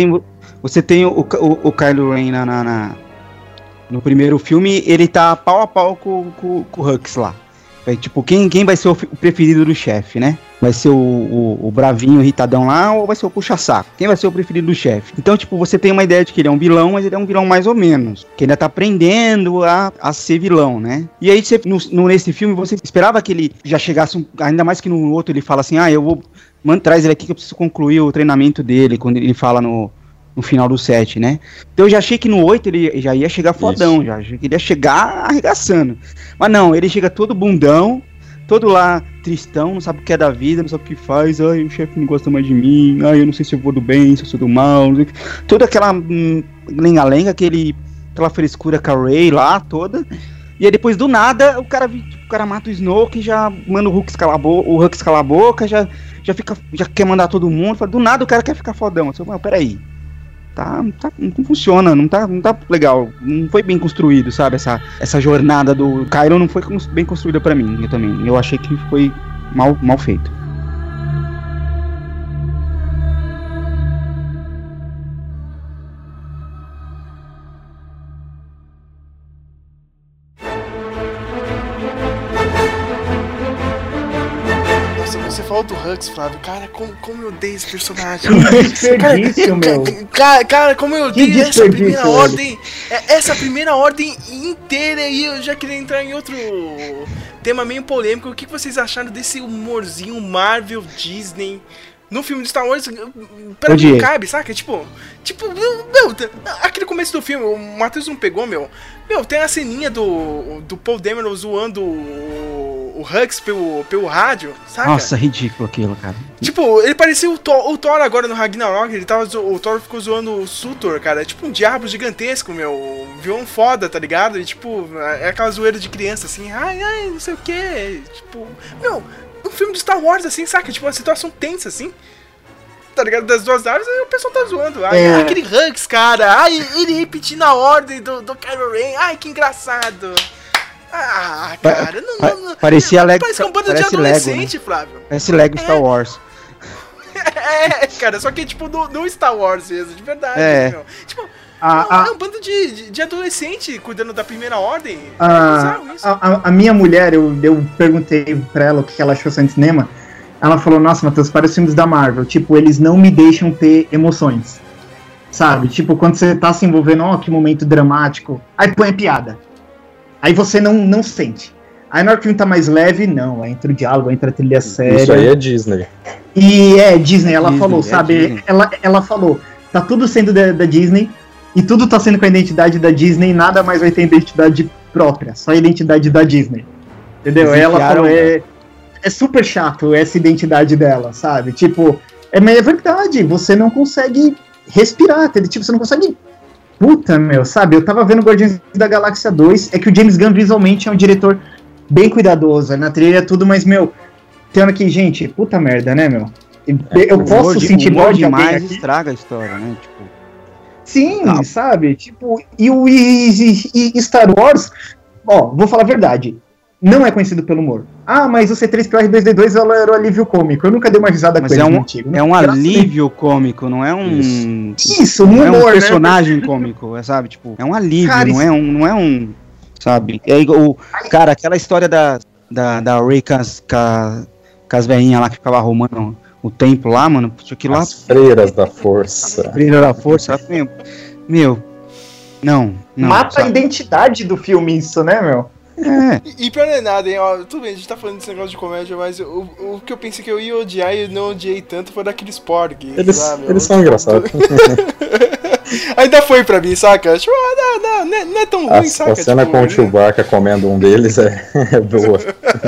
você tem o Kylo Ren no primeiro filme, ele tá pau a pau com o Hux lá. É, tipo, quem vai ser o preferido do chefe, né? Vai ser o bravinho irritadão lá ou vai ser o puxa-saco? Quem vai ser o preferido do chefe? Então, tipo, você tem uma ideia de que ele é um vilão, mas ele é um vilão mais ou menos. Que ainda tá aprendendo a ser vilão, né? E aí, nesse filme, você esperava que ele já chegasse, ainda mais que no outro ele fala assim, eu vou... Mano, traz ele aqui que eu preciso concluir o treinamento dele, quando ele fala no final do 7, né? Então eu já achei que no 8 ele já ia chegar fodão, já achei que ele ia chegar arregaçando. Mas não, ele chega todo bundão, todo lá tristão, não sabe o que é da vida, não sabe o que faz, o chefe não gosta mais de mim, eu não sei se eu vou do bem, se eu sou do mal, não sei o que. Toda aquela lenga-lenga, aquela frescura com a Rey lá, toda. E aí depois do nada, o cara mata o Snoke, já manda o Hux calar a boca, já quer mandar todo mundo, do nada o cara quer ficar fodão. Eu falei, peraí. Não funciona, não tá legal, não foi bem construído, sabe, essa jornada do Kylo não foi bem construída pra mim, eu achei que foi mal feito. Você falou do Hux, Flávio. Cara, como eu odeio esse personagem. Desperdício, meu. Cara, como eu odeio essa primeira ordem. Essa primeira ordem inteira. E eu já queria entrar em outro tema meio polêmico. O que vocês acharam desse humorzinho Marvel, Disney no filme de Star Wars? Pra mim não cabe, saca? Tipo, meu, aquele começo do filme, o Matheus não pegou, meu. Meu, tem a ceninha do Paul Dameron zoando o Hux pelo rádio, saca? Nossa, ridículo aquilo, cara. Tipo, ele parecia o Thor agora no Ragnarok, o Thor ficou zoando o Sutor, cara. É tipo um diabo gigantesco, meu. Vilão foda, tá ligado? E tipo, é aquela zoeira de criança, assim, ai, não sei o que. Tipo, meu, um filme de Star Wars, assim, saca? Tipo, uma situação tensa, assim. Tá ligado? Das duas áreas, aí o pessoal tá zoando. Aquele Hux, cara. Ele repetindo a ordem do Kylo Ren. Ai, que engraçado. Cara, não. Parecia Lego. Parece uma banda de adolescente, Lego, né? Flávio. Parece Lego Star Wars. Cara, só que tipo no Star Wars mesmo, de verdade. Meu. Tipo, é um bando de adolescente cuidando da primeira ordem. A minha mulher, eu perguntei pra ela o que ela achou do cinema. Ela falou, nossa, Matheus, parece filmes da Marvel. Tipo, eles não me deixam ter emoções. Sabe? Tipo, quando você tá se envolvendo, que momento dramático. Aí põe a piada. Aí você não sente. Aí na hora que o filme tá mais leve, não. Aí entra o diálogo, entra a trilha séria. Isso aí é Disney. E Disney, ela falou, sabe? Disney. Ela falou, tá tudo sendo da Disney. E tudo tá sendo com a identidade da Disney. Nada mais vai ter identidade própria. Só a identidade da Disney. Entendeu? Aí ela falou, é super chato essa identidade dela, sabe? Tipo, mas é verdade, você não consegue respirar, tipo, você não consegue... Puta, meu, sabe? Eu tava vendo Guardiões da Galáxia 2, é que o James Gunn visualmente é um diretor bem cuidadoso, na trilha tudo, mas, meu, tem hora que, gente, puta merda, né, meu? Eu posso sentir dó de alguém aqui. Estraga a história, né? Tipo... Sim, sabe? Tipo, e Star Wars, vou falar a verdade, não é conhecido pelo humor. Mas o C3PO R2D2 era o alívio cômico. Eu nunca dei uma risada com ele antigo. É um alívio cômico, não é um... Isso, um humor, não é um personagem cômico, sabe? Tipo, é um alívio, cara, não é um... Sabe? Cara, aquela história da Rey com as velhinhas lá que ficava arrumando o templo lá, mano. Lá, as freiras da força. Freiras da força. Meu, não. Mata sabe? A identidade do filme isso, né, meu? E pior não é nada, hein? Tudo bem, a gente tá falando desse negócio de comédia, mas o que eu pensei que eu ia odiar e não odiei tanto foi daqueles porg. Eles são engraçados. Ainda foi pra mim, saca? Tipo, não é tão ruim, saca? A cena tipo, com o Chewbacca comendo um deles é boa.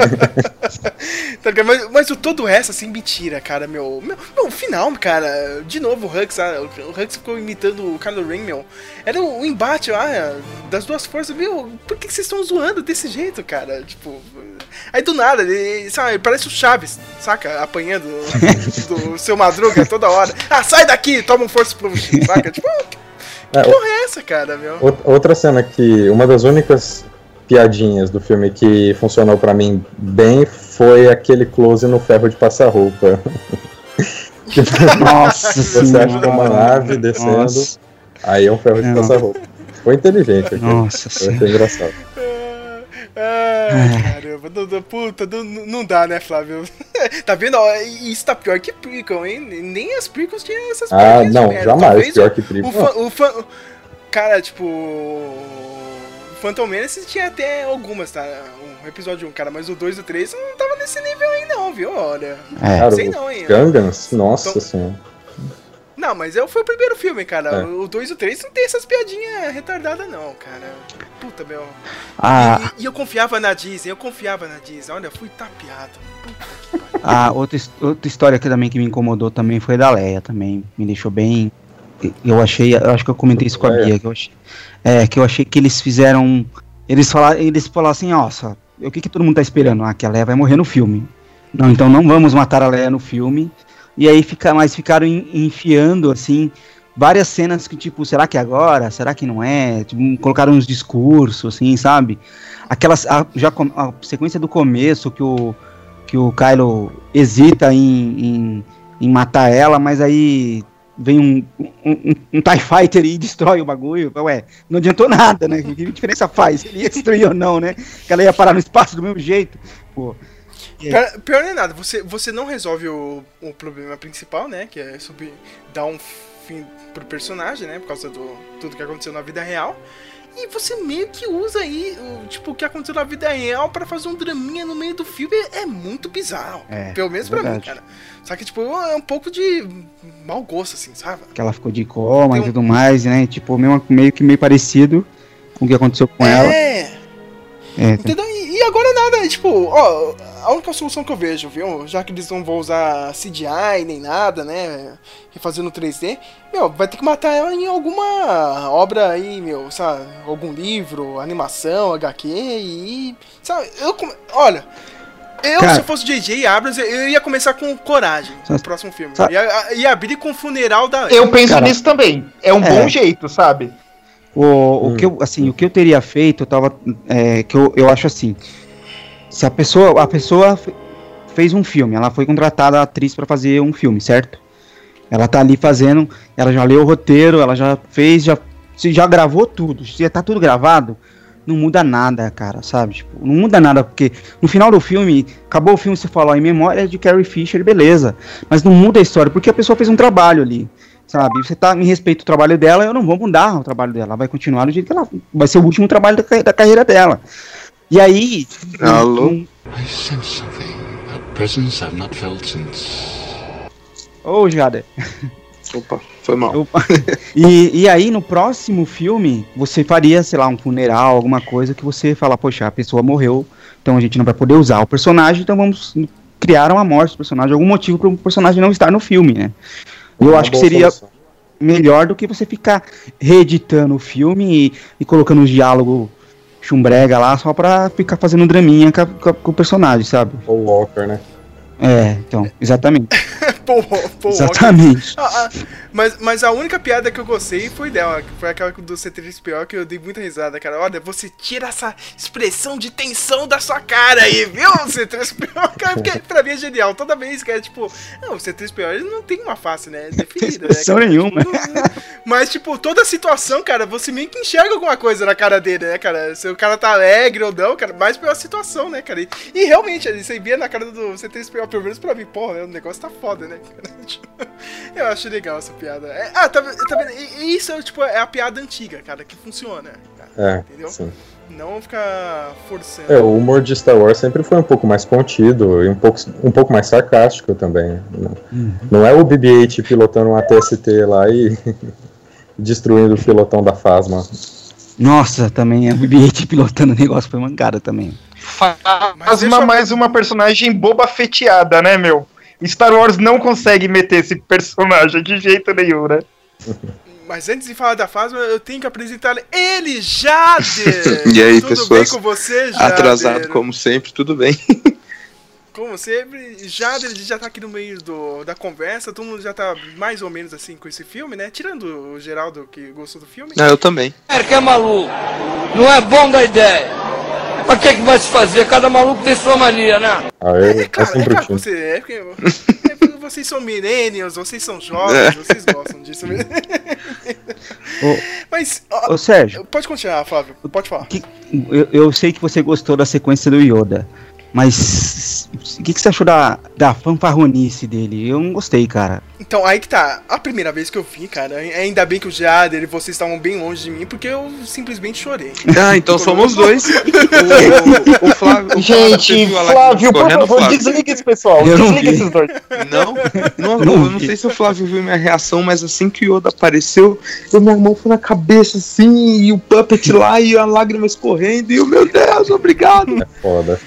Mas o todo o resto, assim, mentira, cara, meu. O final, cara, de novo o Hux ficou imitando o Kylo Ren, meu. Era o embate lá das duas forças, meu. Por que vocês estão zoando desse jeito, cara? Tipo. Aí do nada, ele, sabe, parece o Chaves, saca? Apanhando do seu Madruga toda hora. Sai daqui, toma um força pro saca? Tipo, que porra é essa, cara, meu? Outra cena que, uma das únicas piadinhas do filme que funcionou pra mim bem foi aquele close no ferro de passar roupa. Nossa Você acha que é uma nave descendo, Nossa. aí é um ferro de passar roupa. Foi inteligente aqui. Nossa Foi senhora. engraçado. Caramba, puta, não dá, né, Flávio? Tá vendo? Ó, isso tá pior que prequel, hein? Nem as prequels tinham essas piadinhas de Não, merda. jamais. Talvez Pior que prequel. Cara, tipo... Phantom Menace tinha até algumas, tá? Um episódio 1, cara, mas o 2 e o 3 não tava nesse nível aí não, viu? Olha, Cara, sei não, hein? Gangans, nossa Então- senhora. Não, mas foi o primeiro filme, cara. É. O 2 e o 3 não tem essas piadinhas retardadas não, cara. Puta, meu. Ah, E eu confiava na Disney, Olha, fui tapeado. Puta que pariu. outra história que também que me incomodou também foi da Leia também. Me deixou bem. Eu acho que eu comentei isso com a Bia, que eu achei que eles fizeram. Eles falaram assim, nossa, o que todo mundo tá esperando? Ah, que a Leia vai morrer no filme. Não, então não vamos matar a Leia no filme. E aí ficaram enfiando, assim, várias cenas que, tipo, será que é agora? Será que não é? Tipo, colocaram uns discursos, assim, sabe? A sequência do começo que o Kylo hesita em matar ela, mas aí vem um TIE Fighter e destrói o bagulho. Ué, não adiantou nada, né? Que diferença faz? Ele ia destruir ou não, né? Que ela ia parar no espaço do mesmo jeito. Pô. Pior não é nada, você não resolve o problema principal, né? Que é dar um fim pro personagem, né? Por causa do tudo que aconteceu na vida real. E você meio que usa aí, o que aconteceu na vida real pra fazer um draminha no meio do filme. É muito bizarro. Pelo menos pra mim, cara. Só que, tipo, é um pouco de mau gosto, assim, sabe? Que ela ficou de coma e tudo mais, né? Tipo, meio parecido com o que aconteceu com ela. Entendeu? E agora nada, tipo, ó, a única solução que eu vejo, viu? Já que eles não vão usar CGI nem nada, né? Refazer no 3D, vai ter que matar ela em alguma obra aí, sabe? Algum livro, animação, HQ e. Sabe? Olha. Cara, se eu fosse J.J. Abrams, eu ia começar com coragem no próximo filme. Ia abrir com o funeral da. Eu penso nisso também. É um bom jeito, sabe? O que eu teria feito, eu acho assim, se a pessoa fez um filme, ela foi contratada a atriz pra fazer um filme, certo? Ela tá ali fazendo, ela já leu o roteiro, ela já fez, já gravou tudo, já tá tudo gravado, não muda nada, cara, sabe? Tipo, não muda nada, porque no final do filme, acabou o filme, você fala, em memória de Carrie Fisher, beleza, mas não muda a história, porque a pessoa fez um trabalho ali. Sabe, você me respeita o trabalho dela, eu não vou mudar o trabalho dela, ela vai continuar do jeito que ela vai ser o último trabalho da carreira dela. E aí. Alô? I sense something, a presence I've not felt since. Ô, Jader. Opa, foi mal. E aí, no próximo filme, você faria, sei lá, um funeral, alguma coisa que você fala, poxa, a pessoa morreu, então a gente não vai poder usar o personagem, então vamos criar uma morte do personagem, algum motivo para o personagem não estar no filme, né? Eu acho que seria melhor do que você ficar reeditando o filme e colocando um diálogo chumbrega lá só pra ficar fazendo draminha com o personagem, sabe? Paul Walker, né? Então, exatamente. Exatamente. Mas a única piada que eu gostei foi dela, que foi aquela do C3PO, que eu dei muita risada, cara. Olha, você tira essa expressão de tensão da sua cara aí, viu, C3PO? Cara, porque pra mim é genial. Toda vez que é tipo, o C3PO ele não tem uma face, né? Definida, expressão né? Nenhuma. Mas, tipo, toda situação, cara, você meio que enxerga alguma coisa na cara dele, né, cara? Se o cara tá alegre ou não, cara, mais pela situação, né, cara? E realmente, você via na cara do C3PO, pelo menos pra mim, porra, o negócio tá foda, né? Eu acho legal essa piada. Tá vendo? E isso, tipo, é a piada antiga, cara, que funciona. Cara, entendeu? Sim. Não ficar forçando. O humor de Star Wars sempre foi um pouco mais contido e um pouco mais sarcástico também. Não é o BB-8 pilotando um AT-ST lá e destruindo o pilotão da Phasma. Nossa, também o BB-8 pilotando o negócio foi mancada também. Phasma mais uma personagem boba feteada, né, meu? Star Wars não consegue meter esse personagem de jeito nenhum, né? Mas antes de falar da Phasma, eu tenho que apresentar ele, Jader! E aí, tudo pessoas? Bem com você, Jader? Atrasado como sempre, tudo bem. Como sempre, Jader já tá aqui no meio da conversa, todo mundo já tá mais ou menos assim com esse filme, né? Tirando o Geraldo que gostou do filme. Eu também. Que é maluco, não é bom da ideia. Pra que vai se fazer? Cada maluco tem sua mania, né? Claro que você vocês são millennials, vocês são jovens, vocês gostam disso mesmo. Mas, Ô Sérgio, pode continuar, Flávio, pode falar. eu sei que você gostou da sequência do Yoda, mas o que você achou da fanfarronice dele? Eu não gostei, cara. Então, aí que tá. A primeira vez que eu vi, cara, ainda bem que o Jader e vocês estavam bem longe de mim, porque eu simplesmente chorei. Ah, então somos dois. O Flávio. Gente, Flávio, por favor, desliga esse pessoal. Desliga esses dois. Eu não sei se o Flávio viu minha reação, mas assim que o Yoda apareceu, minha mão foi na cabeça assim, e o Puppet lá, e a lágrima escorrendo, e eu, meu Deus, obrigado. É foda.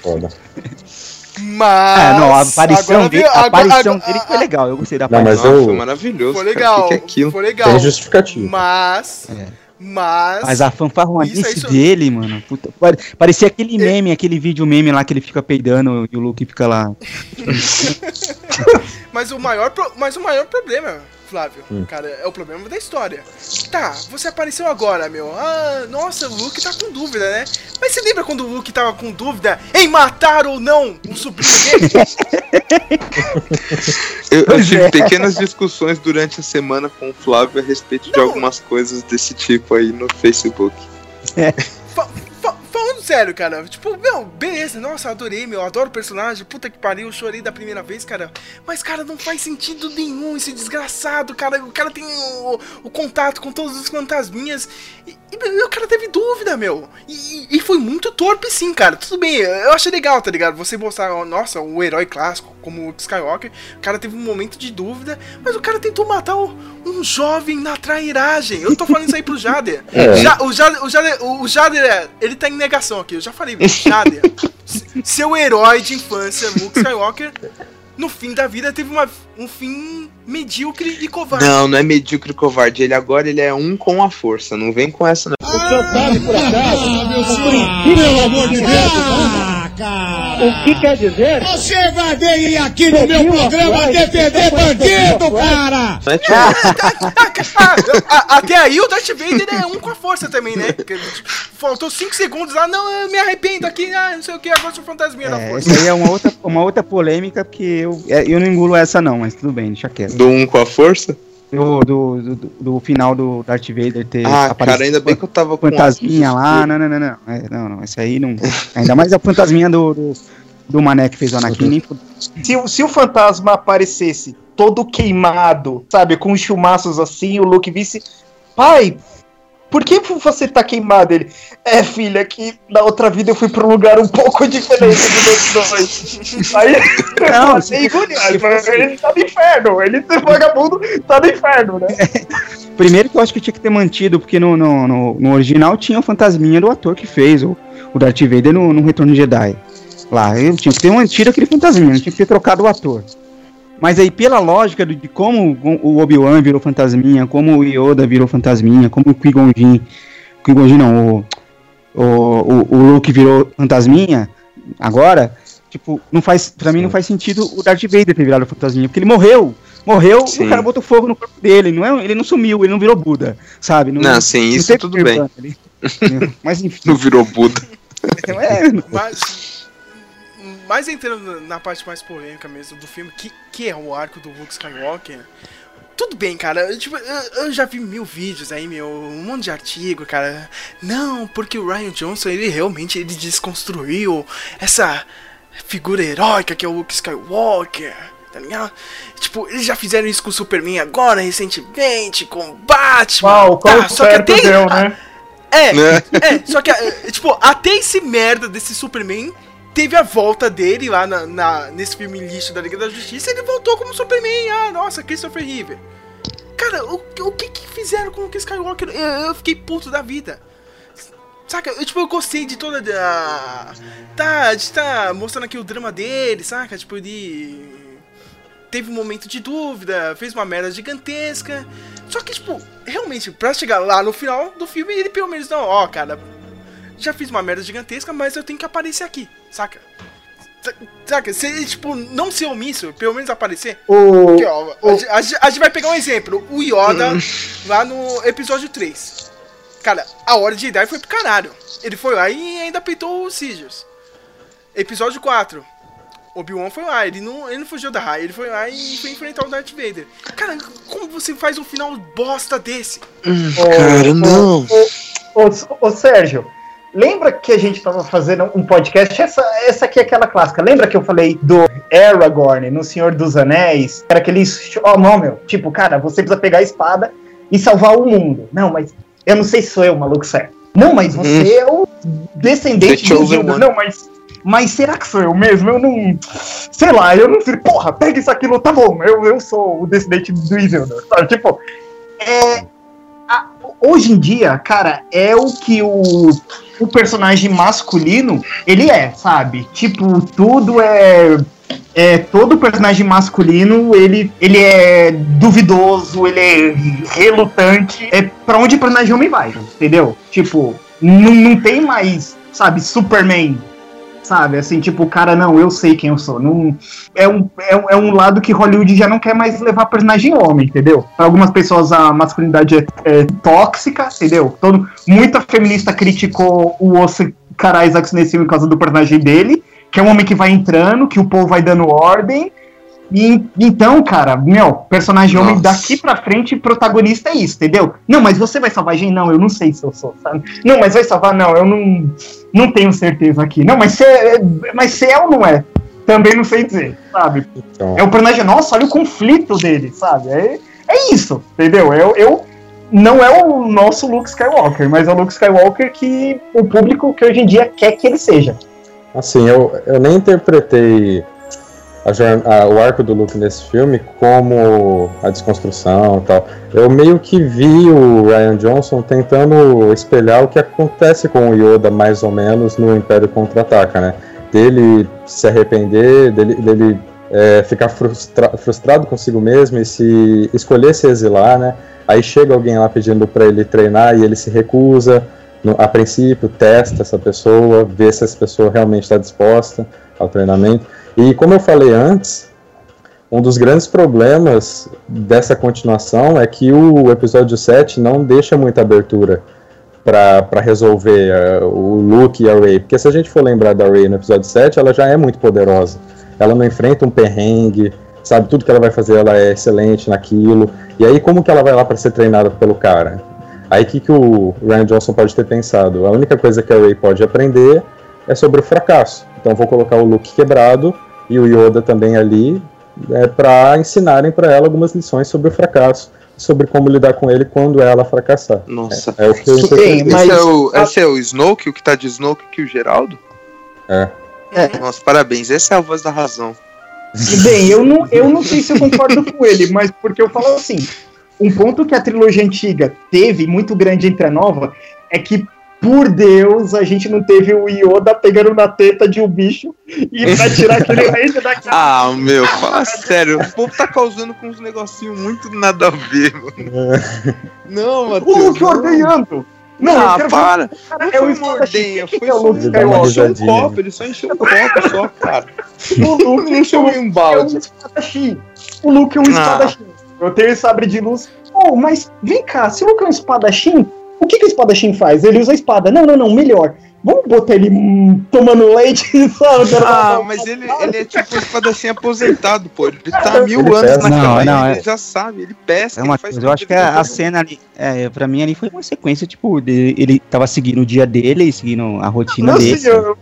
Mas. Não, a aparição dele foi legal, eu gostei da aparição. Foi maravilhoso. Foi legal. Que é aquilo? Foi legal. Tem justificativo. Mas a fanfarronice dele, mano, puta, parecia aquele meme, aquele vídeo meme lá que ele fica peidando e o Luke fica lá. Mas o maior problema, Flávio, cara, é o problema da história. Tá, você apareceu agora, meu. Ah, nossa, o Luke tá com dúvida, né? Mas você lembra quando o Luke tava com dúvida em matar ou não o sobrinho dele? Eu tive pequenas discussões durante a semana com o Flávio a respeito de algumas coisas desse tipo aí no Facebook. Falando sério, cara, tipo, meu, beleza, nossa, adorei, meu, adoro o personagem, puta que pariu, eu chorei da primeira vez, cara, mas, cara, não faz sentido nenhum esse desgraçado, cara, o cara tem o contato com todos os fantasminhas, e o cara teve dúvida, meu, e foi muito torpe, sim, cara, tudo bem, eu achei legal, tá ligado, você mostrar, nossa, o herói clássico, como o Skywalker, o cara teve um momento de dúvida, mas o cara tentou matar um jovem na trairagem, eu tô falando isso aí pro Jader, o Jader, ele tá em negação aqui, eu já falei, Jader, seu herói de infância, Luke Skywalker, no fim da vida teve um fim medíocre e covarde. Não é medíocre e covarde, ele é um com a força, não vem com essa não. O senhor sabe por acaso? Pelo amor de Deus! Cara. O que quer dizer? Você vai vir aqui no meu programa defender bandido, cara! Até aí o Darth Vader é um com a força também, né? Faltou 5 segundos lá, não, eu me arrependo aqui, não sei o que, agora sou fantasminha da força. Isso aí é uma outra polêmica, porque eu não engulo essa não, mas tudo bem, deixa quieto. Do um com a força? Do final do Darth Vader ter aparecido. Cara, ainda bem que eu tava com fantasminha lá, não, esse aí não, ainda mais a fantasminha do mané que fez o Anakin. Se o fantasma aparecesse todo queimado, sabe, com chumaços assim, o Luke visse, pai, por que você tá queimado? Ele, filha, que na outra vida eu fui pra um lugar um pouco diferente dos dois. Aí, ele tá no inferno, ele é vagabundo, tá no inferno, né? Primeiro que eu acho que tinha que ter mantido, porque no original tinha o fantasminha do ator que fez o Darth Vader no Retorno de Jedi. Lá, eu tinha que ter mantido aquele fantasminha, não tinha que ter trocado o ator. Mas aí, pela lógica de como o Obi-Wan virou fantasminha, como o Yoda virou fantasminha, como o Qui-Gon Jinn não, o Luke virou fantasminha, agora, tipo, pra mim não faz sentido o Darth Vader ter virado fantasminha, porque ele morreu, sim. E o cara botou fogo no corpo dele, ele não sumiu, ele não virou Buda, sabe? Não, sim, isso tudo bem. Mas enfim. Não virou Buda. Mas entrando na parte mais polêmica mesmo do filme, que é o arco do Luke Skywalker, tudo bem, cara, tipo, eu já vi 1000 vídeos aí, um monte de artigo, cara, não, porque o Rian Johnson, ele realmente desconstruiu essa figura heróica que é o Luke Skywalker, tá ligado? Tipo, eles já fizeram isso com o Superman agora, recentemente, com Batman, Uau, só que até... deu, né? Só que, tipo, até esse merda desse Superman teve a volta dele lá nesse filme lixo da Liga da Justiça, ele voltou como Superman. Nossa, Christopher Reeve. Cara, o que fizeram com o Luke Skywalker? Eu fiquei puto da vida. Saca? Eu gostei de toda de tá mostrando aqui o drama dele, saca? Tipo, ele teve um momento de dúvida, fez uma merda gigantesca. Só que, tipo, realmente, pra chegar lá no final do filme, ele pelo menos não, cara, já fiz uma merda gigantesca, mas eu tenho que aparecer aqui, saca? Saca? Se, tipo, não ser omisso, pelo menos aparecer. Aqui, ó, a gente vai pegar um exemplo. O Yoda, lá no episódio 3. Cara, a Hora de Jedi foi pro caralho. Ele foi lá e ainda peitou o Sidious. Episódio 4. Obi-Wan foi lá, ele não fugiu da raia, ele foi lá e foi enfrentar o Darth Vader. Cara, como você faz um final bosta desse? Cara, não. Ô, Sérgio, lembra que a gente tava fazendo um podcast? Essa aqui é aquela clássica. Lembra que eu falei do Aragorn no Senhor dos Anéis? Era aqueles... não, meu. Tipo, cara, você precisa pegar a espada e salvar o mundo. Não, mas eu não sei se sou eu, maluco, sério. Não, mas você é o descendente do Isildur. Não, mas será que sou eu mesmo? Eu não... Sei lá, eu não sei. Porra, pega isso aqui, tá bom. Eu sou o descendente do Isildur. Sabe? Tipo, hoje em dia, cara, é o que o personagem masculino, ele sabe? Tipo, tudo todo personagem masculino, ele é duvidoso, ele é relutante, pra onde o personagem homem vai, entendeu? Tipo, não tem mais, sabe, Superman, sabe? Assim, tipo, o cara, não, eu sei quem eu sou. Não, é um lado que Hollywood já não quer mais levar personagem homem, entendeu? Para algumas pessoas a masculinidade é tóxica, entendeu? Muita feminista criticou o Oscar Isaac nesse filme por causa do personagem dele, que é um homem que vai entrando, que o povo vai dando ordem. E, então, cara, personagem homem daqui pra frente, protagonista é isso, entendeu? Não, mas você vai salvar a gente? Não, eu não sei se eu sou, sabe? Não, mas vai salvar? Não, eu não tenho certeza aqui. Não, mas você é ou não é? Também não sei dizer, sabe? Então. É o personagem, nossa, olha o conflito dele, sabe? É isso, entendeu? Não é o nosso Luke Skywalker, mas é o Luke Skywalker que o público que hoje em dia quer que ele seja. Assim, eu nem interpretei o arco do Luke nesse filme como a desconstrução e tal. Eu meio que vi o Rian Johnson tentando espelhar o que acontece com o Yoda, mais ou menos, no Império Contra-Ataca, né? Dele se arrepender, dele ficar frustrado consigo mesmo e se escolher se exilar, né? Aí chega alguém lá pedindo pra ele treinar e ele se recusa. A princípio, testa essa pessoa, vê se essa pessoa realmente está disposta ao treinamento. E como eu falei antes, um dos grandes problemas dessa continuação é que o episódio 7 não deixa muita abertura para resolver o Luke e a Rey. Porque se a gente for lembrar da Rey no episódio 7, ela já é muito poderosa. Ela não enfrenta um perrengue, sabe? Tudo que ela vai fazer, ela é excelente naquilo. E aí como que ela vai lá para ser treinada pelo cara? Aí o que o Rian Johnson pode ter pensado? A única coisa que a Rey pode aprender é sobre o fracasso. Então vou colocar o Luke quebrado e o Yoda também ali para ensinarem para ela algumas lições sobre o fracasso, sobre como lidar com ele quando ela fracassar. Nossa. É o que eu interpretei. Esse é o Snoke, o que tá de Snoke aqui, o Geraldo? Nossa, parabéns, essa é a voz da razão. Bem, eu não sei se eu concordo com ele, mas porque eu falo assim, um ponto que a trilogia antiga teve, muito grande entre a nova, é que, por Deus, a gente não teve o Yoda pegando na teta de um bicho e pra tirar aquele leite daqui. Fala sério, o povo tá causando com uns negocinhos muito nada a ver, mano. Não, Matheus. O Luke ordenhando. Não, para. Não foi uma ordenha, foi só um copo, ele só encheu um copo só, cara. O Luke não encheu um balde. O Luke é um espadachim. Eu tenho sabre de luz. Mas vem cá, se o Luke é um espadachim, o que o espadachim faz? Ele usa a espada. Não, melhor. Vamos botar ele tomando leite, sabe? Mas ele é tipo um espadachim aposentado, pô. Ele tá há 1000 anos naquela ele já sabe, ele pesca, ele faz tudo. Eu acho que a cena ali, pra mim ali foi uma sequência, tipo, ele tava seguindo o dia dele, seguindo a rotina dele.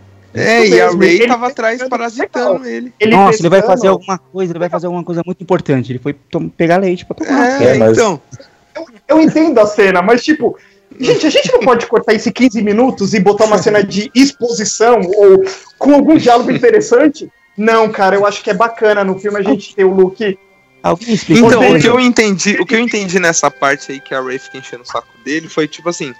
E a Rey tava atrás parasitando ele. Nossa, ele vai fazer alguma coisa muito importante. Ele foi pegar leite pra tomar. Então. Eu entendo a cena, mas tipo, gente, a gente não pode cortar esse 15 minutos e botar uma cena de exposição ou com algum diálogo interessante? Não, cara, eu acho que é bacana no filme a gente ter o Luke. Alguém explica. Então, o que eu entendi nessa parte aí que a Rey fica enchendo o saco dele foi tipo assim.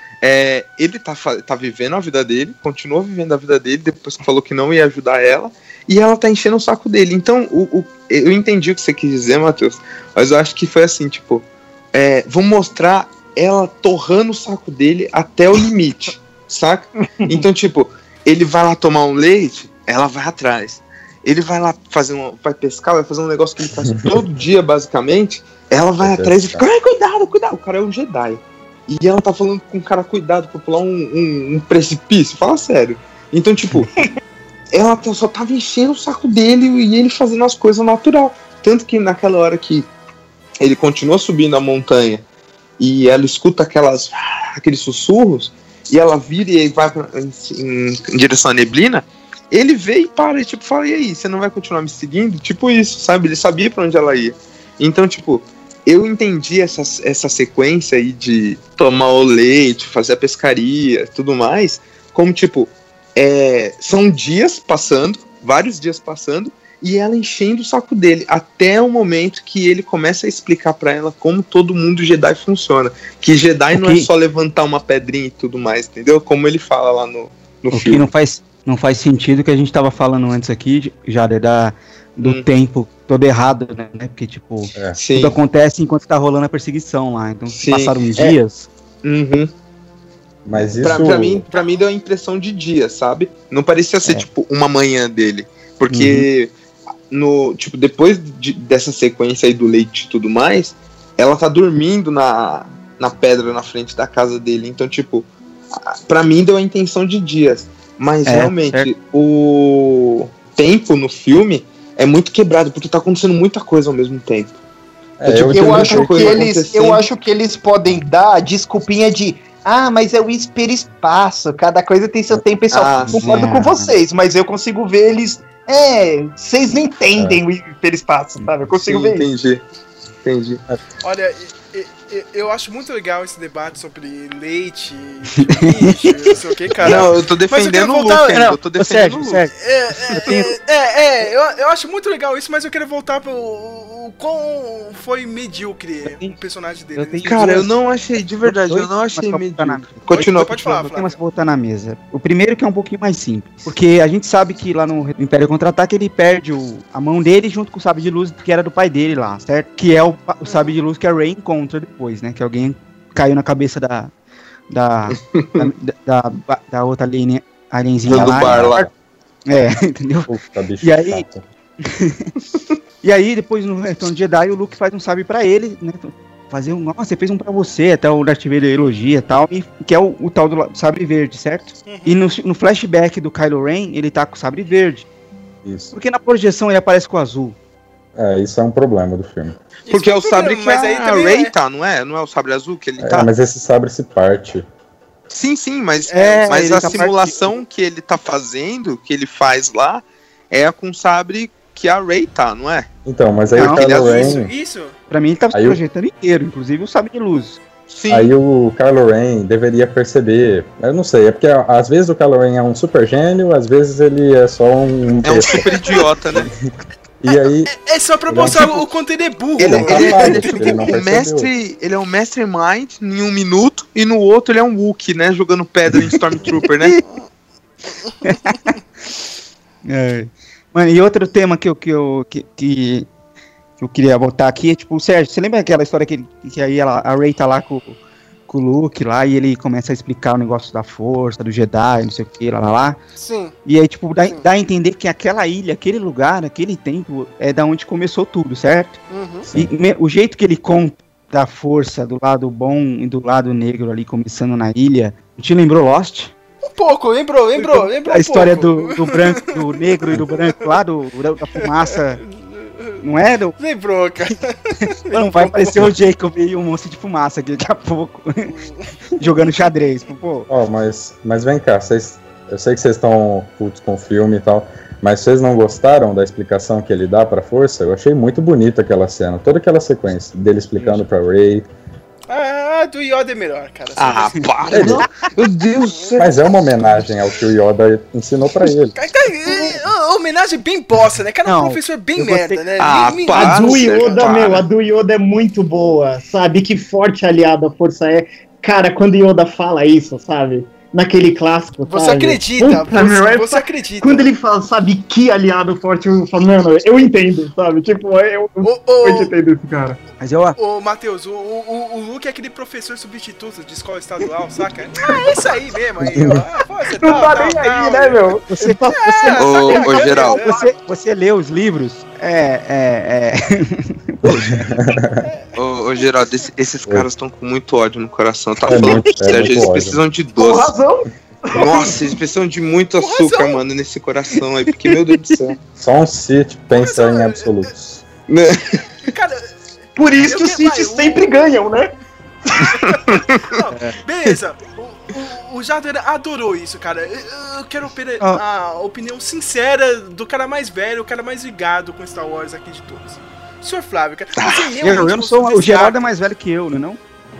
Ele tá vivendo a vida dele, continua vivendo a vida dele, depois que falou que não ia ajudar ela, e ela tá enchendo o saco dele. Então, eu entendi o que você quis dizer, Matheus, mas eu acho que foi assim, tipo, vamos mostrar ela torrando o saco dele até o limite, saca? Então, tipo, ele vai lá tomar um leite, ela vai atrás. Ele vai lá vai pescar, vai fazer um negócio que ele faz todo dia, basicamente, ela vai atrás e fica, cuidado, o cara é um Jedi. E ela tá falando com o cara, cuidado pra pular um precipício. Fala sério. Então, tipo, ela só tava enchendo o saco dele e ele fazendo as coisas natural. Tanto que naquela hora que ele continua subindo a montanha e ela escuta aqueles sussurros, e ela vira e vai em direção à neblina, ele vê e para, e tipo, fala, e aí, você não vai continuar me seguindo? Tipo isso, sabe? Ele sabia pra onde ela ia. Então, tipo, eu entendi essa sequência aí de tomar o leite, fazer a pescaria, tudo mais, como, tipo, são dias passando, vários dias passando, e ela enchendo o saco dele, até o momento que ele começa a explicar pra ela como todo mundo Jedi funciona. Que Jedi não é só levantar uma pedrinha e tudo mais, entendeu? Como ele fala lá no filme. O que não faz sentido que a gente tava falando antes aqui, já do tempo todo errado, né? Porque, tipo, tudo acontece enquanto tá rolando a perseguição lá. Então, passaram uns dias. Uhum. Mas isso... pra mim deu a impressão de dia, sabe? Não parecia ser, tipo, uma manhã dele. Porque... tipo, depois dessa sequência aí do leite e tudo mais, ela tá dormindo na pedra na frente da casa dele. Então, tipo, pra mim deu a intenção de dias. Mas realmente, o tempo no filme é muito quebrado, porque tá acontecendo muita coisa ao mesmo tempo. Eu acho que eles podem dar a desculpinha de mas é o hiperespaço, cada coisa tem seu tempo, pessoal. Concordo com vocês, mas eu consigo ver eles... vocês não entendem o hiperespaço, sabe? Eu consigo ver isso. Entendi. Olha, eu acho muito legal esse debate sobre leite, lixo, não sei o que, cara. Não, eu tô defendendo o Luke, eu tô defendendo o Luke. Eu acho muito legal isso, mas eu quero voltar pro quão foi medíocre o personagem dele. Cara, eu não achei, de verdade, eu não achei medíocre. Continua, pode falar. Tem mais pra botar na mesa. O primeiro que é um pouquinho mais simples, porque a gente sabe que lá no Império Contra-Ataque ele perde a mão dele junto com o sabre de luz que era do pai dele lá, certo? Que é o sabre de luz que a Rey encontra depois, né? Que alguém caiu na cabeça da outra alienzinha lá. Entendeu? Puta, bicho e aí e aí depois no Retorno de Jedi o Luke faz um sabre pra ele, né? Nossa, você fez um pra você, até o Darth Vader elogia e tal, que é o tal do sabre verde, certo? E no flashback do Kylo Ren ele tá com o sabre verde. Isso. Porque na projeção ele aparece com o azul. Isso é um problema do filme. Porque é o sabre que a Rey tá, não é? Não é o sabre azul que ele tá? Mas esse sabre se parte. Sim, mas a simulação que ele tá fazendo, que ele faz lá, é com o sabre que a Rey tá, não é? Então, mas aí o Kylo Ren... Isso. Pra mim ele tava se projetando inteiro, inclusive o sabre de luz. Sim. Aí o Kylo Ren deveria perceber, eu não sei, é porque às vezes o Kylo Ren é um super gênio, às vezes ele é só um um super idiota, né? E aí, é só pra mostrar o quanto ele é burro. Ele é um mestre mind em um minuto e no outro ele é um Wookiee, né? Jogando pedra em Stormtrooper, né? Mano, e outro tema que eu queria botar aqui é tipo, Sérgio, você lembra aquela história que aí a Rey tá lá com o Luke lá e ele começa a explicar o negócio da força, do Jedi, não sei o que, lá. Sim. E aí, tipo, dá a entender que aquela ilha, aquele lugar, aquele templo é da onde começou tudo, certo? E o jeito que ele conta da força do lado bom e do lado negro ali, começando na ilha, te lembrou Lost? Um pouco, lembrou a história do branco, do negro e do branco lá, da fumaça. Não é? Lembrou, cara. Não, vai aparecer o Jacob e um monstro de fumaça aqui daqui a pouco. Jogando xadrez. Pô. Mas vem cá, eu sei que vocês estão putos com o filme e tal, mas vocês não gostaram da explicação que ele dá pra força? Eu achei muito bonita aquela cena, toda aquela sequência dele explicando pra Rey. Do Yoda é melhor, cara. Para! Meu Deus! Mas é uma homenagem ao que o Yoda ensinou pra ele. Homenagem bem bosta, né? Cara, um professor bem merda, né? A do Yoda é muito boa, sabe? Que forte aliado a força é. Cara, quando Yoda fala isso, sabe? Naquele clássico, você sabe? acredita, você acredita. Quando ele fala, sabe, que aliado forte, eu falo, mano, eu entendo, sabe? Tipo, eu entendo esse cara. Mas Ô, Matheus, o Luke é aquele professor substituto de escola estadual, saca? É isso aí mesmo, aí, ó. Você não tá nem aí, né, meu? Ô, Geraldo. Você lê os livros? Ô, Geraldo, esses caras estão com muito ódio no coração. Tá falando sério, eles precisam de doce. Com razão. Nossa, eles precisam de muito açúcar, mano, nesse coração aí, porque, meu Deus do céu. Só um Sith pensa em absolutos. Cara, Por isso que os Sith sempre ganham, né? Não, beleza. O Jader adorou isso, cara. Eu quero a opinião sincera do cara mais velho, o cara mais ligado com Star Wars aqui de todos. Senhor Flávio, cara. Eu não sou. O Geraldo é mais velho que eu, não?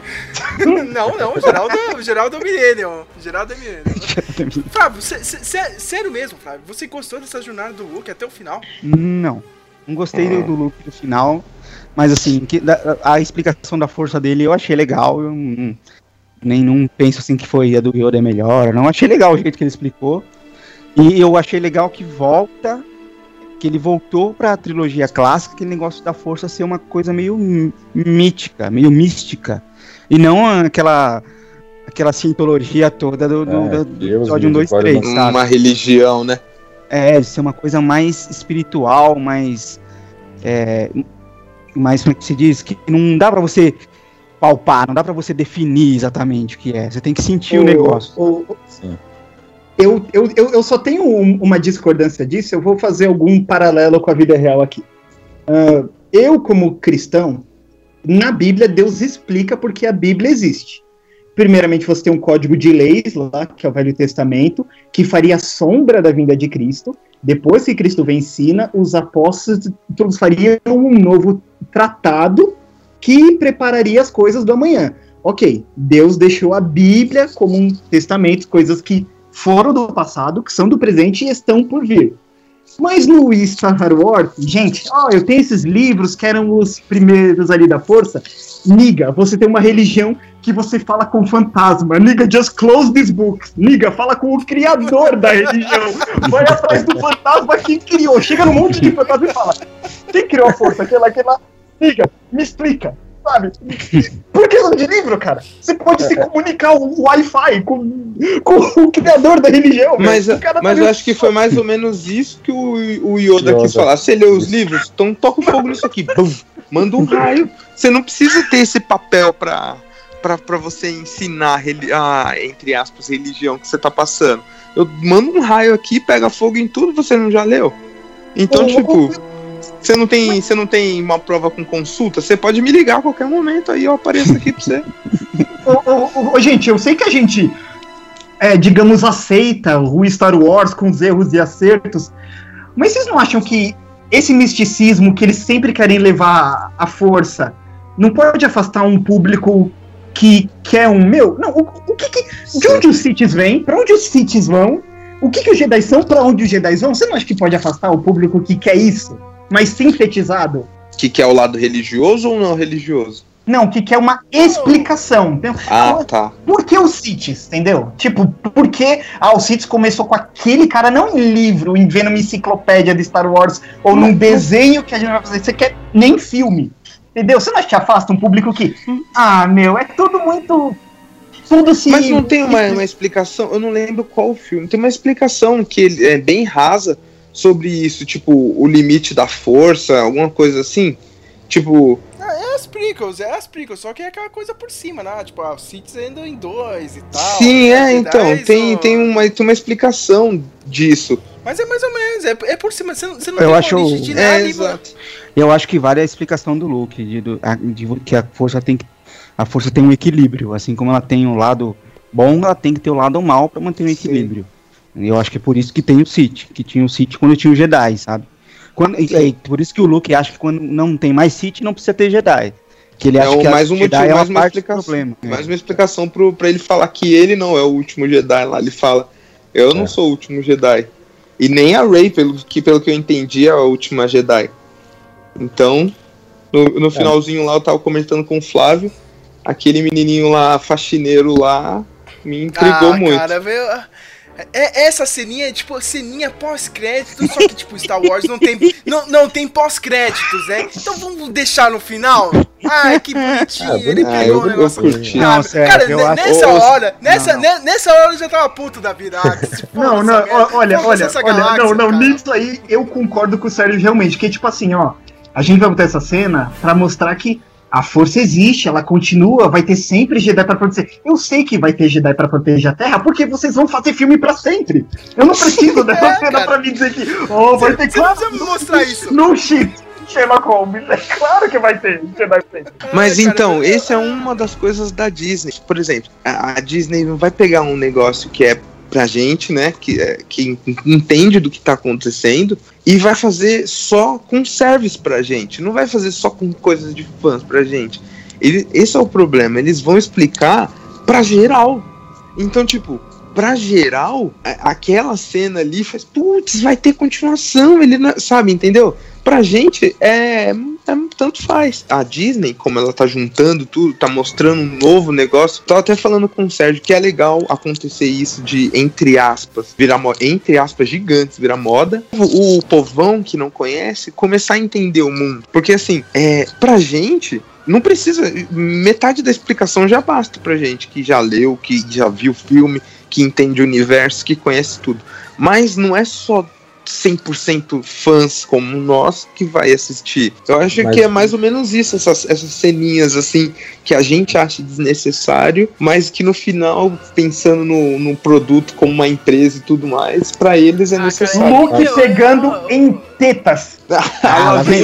Não, o Geraldo é o Millennium. Geraldo é Millennium. Flávio, sério mesmo, Flávio? Você gostou dessa jornada do Luke até o final? Não gostei do Luke no final. Mas assim, a explicação da força dele eu achei legal. Eu não penso assim que foi a do Yoda é melhor. Não achei legal o jeito que ele explicou. E eu achei legal que ele voltou pra trilogia clássica, aquele negócio da força ser uma coisa meio mítica, meio mística. E não aquela sintologia toda do episódio 1, 2, 3, sabe? Uma religião, né? De ser uma coisa mais espiritual, mais como é que se diz? Que não dá pra você palpar, não dá pra você definir exatamente o que é. Você tem que sentir o negócio. Sim. Eu só tenho uma discordância disso, eu vou fazer algum paralelo com a vida real aqui. Eu, como cristão, na Bíblia, Deus explica porque a Bíblia existe. Primeiramente, você tem um código de leis lá, que é o Velho Testamento, que faria sombra da vinda de Cristo. Depois que Cristo vem ensina, os apóstolos fariam um novo tratado que prepararia as coisas do amanhã. Ok, Deus deixou a Bíblia como um testamento, coisas que foram do passado, que são do presente e estão por vir. Mas no Star Wars, gente, eu tenho esses livros que eram os primeiros ali da força. Niga, você tem uma religião que você fala com fantasma. Niga, just close this book. Niga, fala com o criador da religião. Vai atrás do fantasma que criou. Chega num monte de fantasma e fala: quem criou a força? Aquela. Niga, me explica. Sabe? Por que de livro, cara? Você pode se comunicar o Wi-Fi com o criador da religião. Mas eu acho que foi mais ou menos isso que o Yoda quis falar. Você leu os livros? Então toca um fogo nisso aqui. Bum, manda um raio. Você não precisa ter esse papel pra você ensinar a, entre aspas, religião que você tá passando. Eu mando um raio aqui, pega fogo em tudo, você não já leu? Então, Você não tem uma prova com consulta? Você pode me ligar a qualquer momento, aí eu apareço aqui pra você. Gente, eu sei que a gente, digamos, aceita o Star Wars com os erros e acertos, mas vocês não acham que esse misticismo que eles sempre querem levar à força não pode afastar um público que quer Não, de onde os Siths vêm? Pra onde os Siths vão? O que os Jedi são? Pra onde os Jedi vão? Você não acha que pode afastar o público que quer isso? Mas sintetizado. Que quer o lado religioso ou não religioso? Não, que quer uma explicação. Tá. Por que os Siths, entendeu? Tipo, por que os Siths começou com aquele cara, não em livro, em vendo uma enciclopédia de Star Wars, ou num desenho que a gente vai fazer, você quer nem filme, entendeu? Você não acha que afasta um público que, é tudo muito... Tudo assim... Mas não tem uma explicação, eu não lembro qual filme, tem uma explicação que é bem rasa sobre isso, tipo, o limite da força, alguma coisa assim, tipo... É as prequels, só que é aquela coisa por cima, né? Tipo, os Siths andam em 2 e tal. Sim, então, tem uma explicação disso. Mas é mais ou menos, é por cima, você não tem origem de nada. Exato. Eu acho que vale a explicação do Luke, que a força tem um equilíbrio, assim como ela tem um lado bom, ela tem que ter o lado mal pra manter um equilíbrio. Eu acho que é por isso que tem o Sith, que tinha o Sith quando tinha o Jedi, sabe? Por isso que o Luke acha que quando não tem mais Sith, não precisa ter Jedi. Que ele acha que mais um Jedi motivo, é uma parte do problema. Mais uma explicação pra ele falar que ele não é o último Jedi lá. Ele fala, eu não sou o último Jedi. E nem a Rey, pelo que eu entendi, é a última Jedi. Então, no finalzinho lá, eu tava comentando com o Flávio, aquele menininho lá, faxineiro lá, me intrigou muito. Cara, essa ceninha é tipo ceninha pós-crédito, só que tipo Star Wars não tem pós-créditos, né? Então vamos deixar no final? Ai, que bonitinho, ele pegou o negócio. Curti. Não, sério, cara, nessa hora eu já tava puto da vida. Nisso aí eu concordo com o Sérgio realmente, que tipo assim, a gente vai botar essa cena pra mostrar que a força existe, ela continua, vai ter sempre Jedi pra proteger. Eu sei que vai ter Jedi pra proteger a Terra, porque vocês vão fazer filme pra sempre. Eu não preciso dessa cena pra me dizer que vai ter Você não precisa me mostrar isso. No shit, Sherlock Holmes. É claro que vai ter Jedi pra sempre. Mas então, essa é uma das coisas da Disney. Por exemplo, a Disney não vai pegar um negócio que é pra gente, né, que entende do que tá acontecendo, e vai fazer só com service pra gente, não vai fazer só com coisas de fãs pra gente. Esse é o problema, eles vão explicar pra geral. Então, tipo, pra geral, aquela cena ali faz, putz, vai ter continuação, ele não, sabe, entendeu? Pra gente, tanto faz. A Disney, como ela tá juntando tudo, tá mostrando um novo negócio, tava até falando com o Sérgio que é legal acontecer isso de, entre aspas, virar moda, entre aspas gigantes, virar moda. O povão que não conhece, começar a entender o mundo. Porque assim, pra gente, não precisa, metade da explicação já basta pra gente, que já leu, que já viu o filme, que entende o universo, que conhece tudo. Mas não é só 100% fãs como nós que vai assistir. Eu acho que é mais ou menos isso, essas ceninhas assim, que a gente acha desnecessário, mas que no final, pensando no produto como uma empresa e tudo mais, pra eles é necessário. Luke chegando em tetas. Lá vem.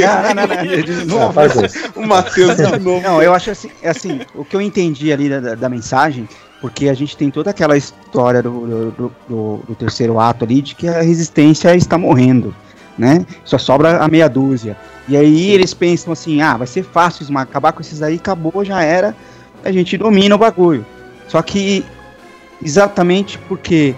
O Matheus de novo. Não, eu acho assim, o que eu entendi ali da mensagem, porque a gente tem toda aquela história do terceiro ato ali, de que a resistência está morrendo, né? Só sobra a meia dúzia. E aí eles pensam assim, vai ser fácil acabar com esses aí, acabou, já era, a gente domina o bagulho. Só que, exatamente porque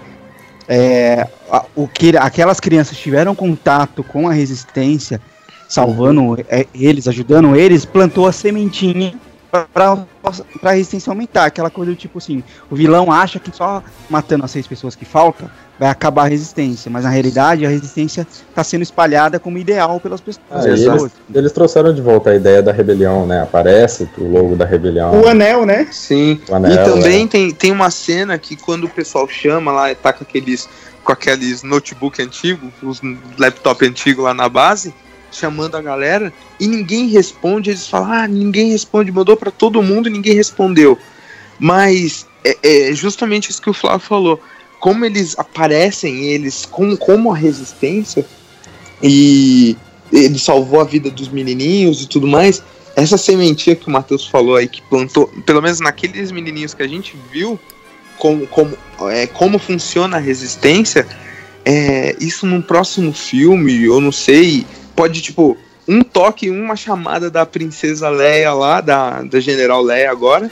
aquelas crianças tiveram contato com a resistência, salvando eles, ajudando eles, plantou a sementinha pra resistência aumentar, aquela coisa do tipo assim, o vilão acha que só matando as 6 pessoas que faltam vai acabar a resistência, mas na realidade a resistência está sendo espalhada como ideal pelas pessoas. Eles trouxeram de volta a ideia da rebelião, né? Aparece o logo da rebelião. O anel, né? Sim. O anel, e também tem uma cena que quando o pessoal chama lá, tá com aqueles notebook antigos, os laptop antigos lá na base, chamando a galera, e ninguém responde. Eles falam, ninguém responde, mandou pra todo mundo e ninguém respondeu. Mas é justamente isso que o Flávio falou, como eles aparecem, eles como a resistência, e ele salvou a vida dos menininhos e tudo mais. Essa sementinha que o Matheus falou aí, que plantou, pelo menos naqueles menininhos que a gente viu como funciona a resistência, isso num próximo filme, eu não sei, pode, tipo, um toque, uma chamada da princesa Leia lá, da General Leia agora,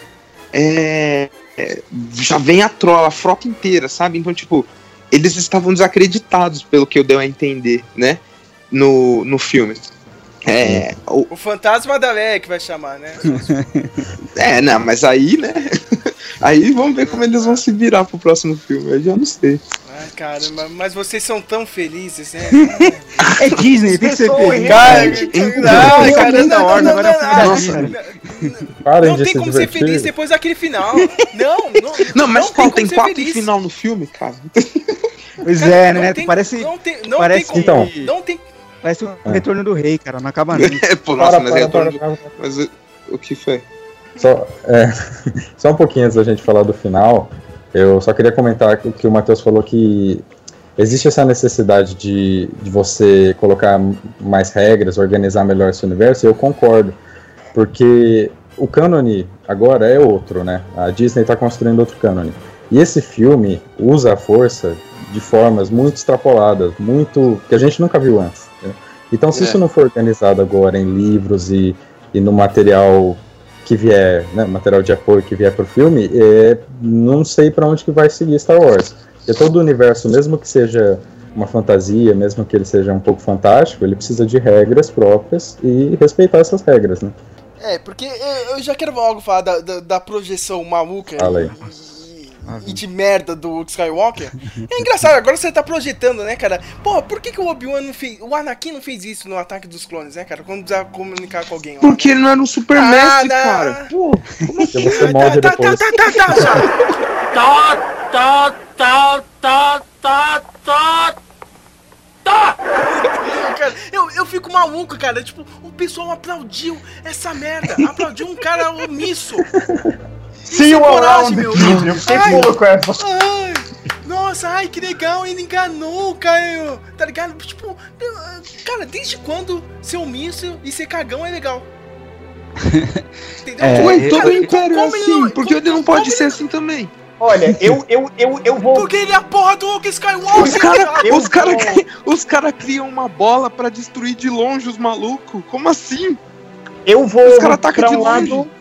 já vem a frota inteira, sabe? Então, tipo, eles estavam desacreditados, pelo que eu dei a entender, né? No filme. O fantasma da Leia que vai chamar, né? Não, mas aí, né? Aí vamos ver como eles vão se virar pro próximo filme, eu já não sei. Cara, mas vocês são tão felizes, né? É Disney, tem que ser feliz. Não tem como ser feliz depois daquele final. Não, mas tem 4 final no filme, cara. Pois é, né? Parece. Parece o Retorno do Rei, cara. Não acaba nunca. Mas o que foi? Só um pouquinho antes da gente falar do final, eu só queria comentar que o Matheus falou que existe essa necessidade de você colocar mais regras, organizar melhor esse universo, e eu concordo, porque o cânone agora é outro, né? A Disney está construindo outro cânone, e esse filme usa a força de formas muito extrapoladas, que a gente nunca viu antes, né? Então, se isso não for organizado agora em livros e no material que vier, né, material de apoio que vier pro filme, não sei para onde que vai seguir Star Wars. Porque todo o universo, mesmo que seja uma fantasia, mesmo que ele seja um pouco fantástico, ele precisa de regras próprias e respeitar essas regras, né? Porque eu já quero logo falar da projeção maluca e de merda do Luke Skywalker. É engraçado, agora você tá projetando, né, cara? Pô, por que o Obi-Wan não fez... O Anakin não fez isso no Ataque dos Clones, né, cara? Quando precisava comunicar com alguém lá, porque né? ele não era um super mestre, cara. Pô, como assim? Você morre depois. cara. Eu fico maluco, cara. Tipo, o pessoal aplaudiu essa merda. Aplaudiu um cara omisso. See you around the meu. kid. Eu fiquei maluco essa. Ai, nossa, ai, que legal, ele enganou, Caio. Tá ligado? Tipo, cara, desde quando ser omisso e ser cagão é legal? Entendeu? Ué, todo Cara, império é como ele assim, não- porque ele não pode como ser ele- assim também. Olha, eu vou. Porque ele é a porra do Luke Skywalker. Os cara criam uma bola pra destruir de longe os malucos. Como assim? Eu vou Os cara atacam pra de um longe. lado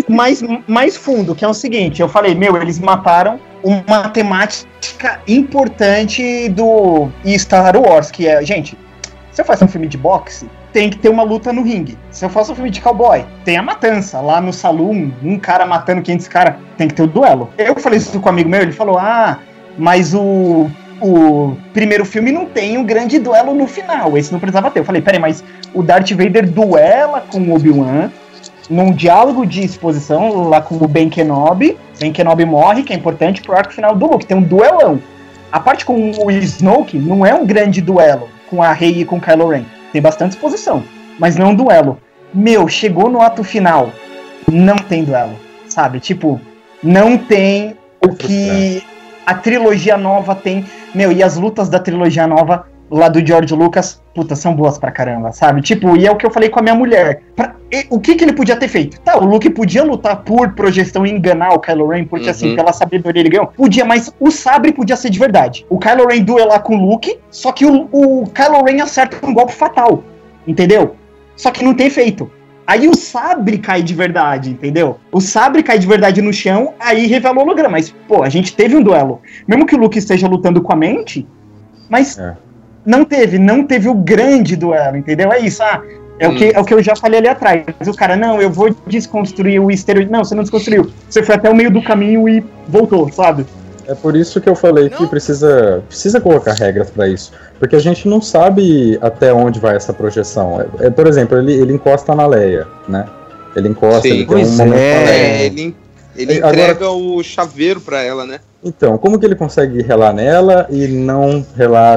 mais fundo, que é o seguinte, eu falei, eles mataram uma temática importante do Star Wars, que é, gente, se eu faço um filme de boxe, tem que ter uma luta no ringue. Se eu faço um filme de cowboy, tem a matança. Lá no saloon, um cara matando 500 caras, tem que ter o duelo. Eu falei isso com um amigo meu, ele falou, mas o primeiro filme não tem um grande duelo no final, esse não precisava ter. Eu falei, peraí, mas o Darth Vader duela com o Obi-Wan, num diálogo de exposição lá com o Ben Kenobi morre, que é importante pro arco final do Luke, tem um duelão. A parte com o Snoke não é um grande duelo com a Rey e com o Kylo Ren, tem bastante exposição, mas não é um duelo. Chegou no ato final, não tem duelo, sabe? Tipo, não tem o que a trilogia nova tem. E as lutas da trilogia nova lá do George Lucas, puta, são boas pra caramba, sabe? Tipo, e é o que eu falei com a minha mulher. O que ele podia ter feito? Tá, o Luke podia lutar por projeção e enganar o Kylo Ren, porque assim, pela sabedoria ele ganhou. Podia, mas o sabre podia ser de verdade. O Kylo Ren duelar com o Luke, só que o Kylo Ren acerta um golpe fatal, entendeu? Só que não tem efeito. Aí o sabre cai de verdade, entendeu? O sabre cai de verdade no chão, aí revela o holograma. Mas, pô, a gente teve um duelo. Mesmo que o Luke esteja lutando com a mente, mas não teve o grande duelo, entendeu? É isso, é o que eu já falei ali atrás. O cara, não, eu vou desconstruir o estereótipo. Não, você não desconstruiu. Você foi até o meio do caminho e voltou, sabe? É por isso que eu falei que precisa colocar regras pra isso. Porque a gente não sabe até onde vai essa projeção. Por exemplo, ele encosta na Leia, né? Ele encosta, ele tem um momento com a Leia. Ele entrega o chaveiro pra ela, né? Então, como que ele consegue relar nela e não relar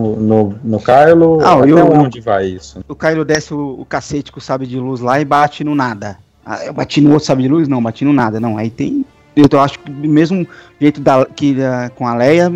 no Kylo? Até onde vai isso? O Kylo desce o cacete com o sabre de luz lá e bate no nada. Eu bati no outro sabre de luz? Não, bati no nada. Não, aí tem... Eu acho que do mesmo jeito com a Leia,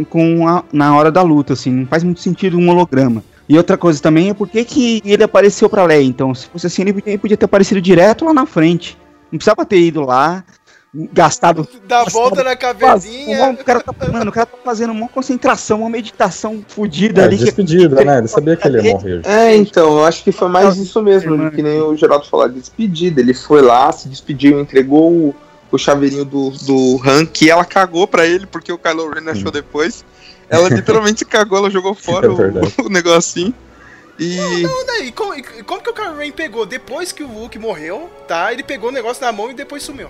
na hora da luta, assim, não faz muito sentido um holograma. E outra coisa também é porque que ele apareceu pra Leia. Então, se fosse assim, ele podia ter aparecido direto lá na frente. Não precisava ter ido lá, gastado... Dá volta na caverninha. O cara tá fazendo uma concentração, uma meditação fodida ali. Despedida, né? Ele sabia que ele ia morrer. Então, eu acho que foi mais isso mesmo, que nem o Geraldo falou, de despedida. Ele foi lá, se despediu, entregou o chaveirinho do Han, que ela cagou pra ele, porque o Kylo Ren achou depois. Ela literalmente cagou, ela jogou fora o negocinho. Não, daí, como que o Kylo Ren pegou? Depois que o Luke morreu, tá? Ele pegou o negócio na mão e depois sumiu.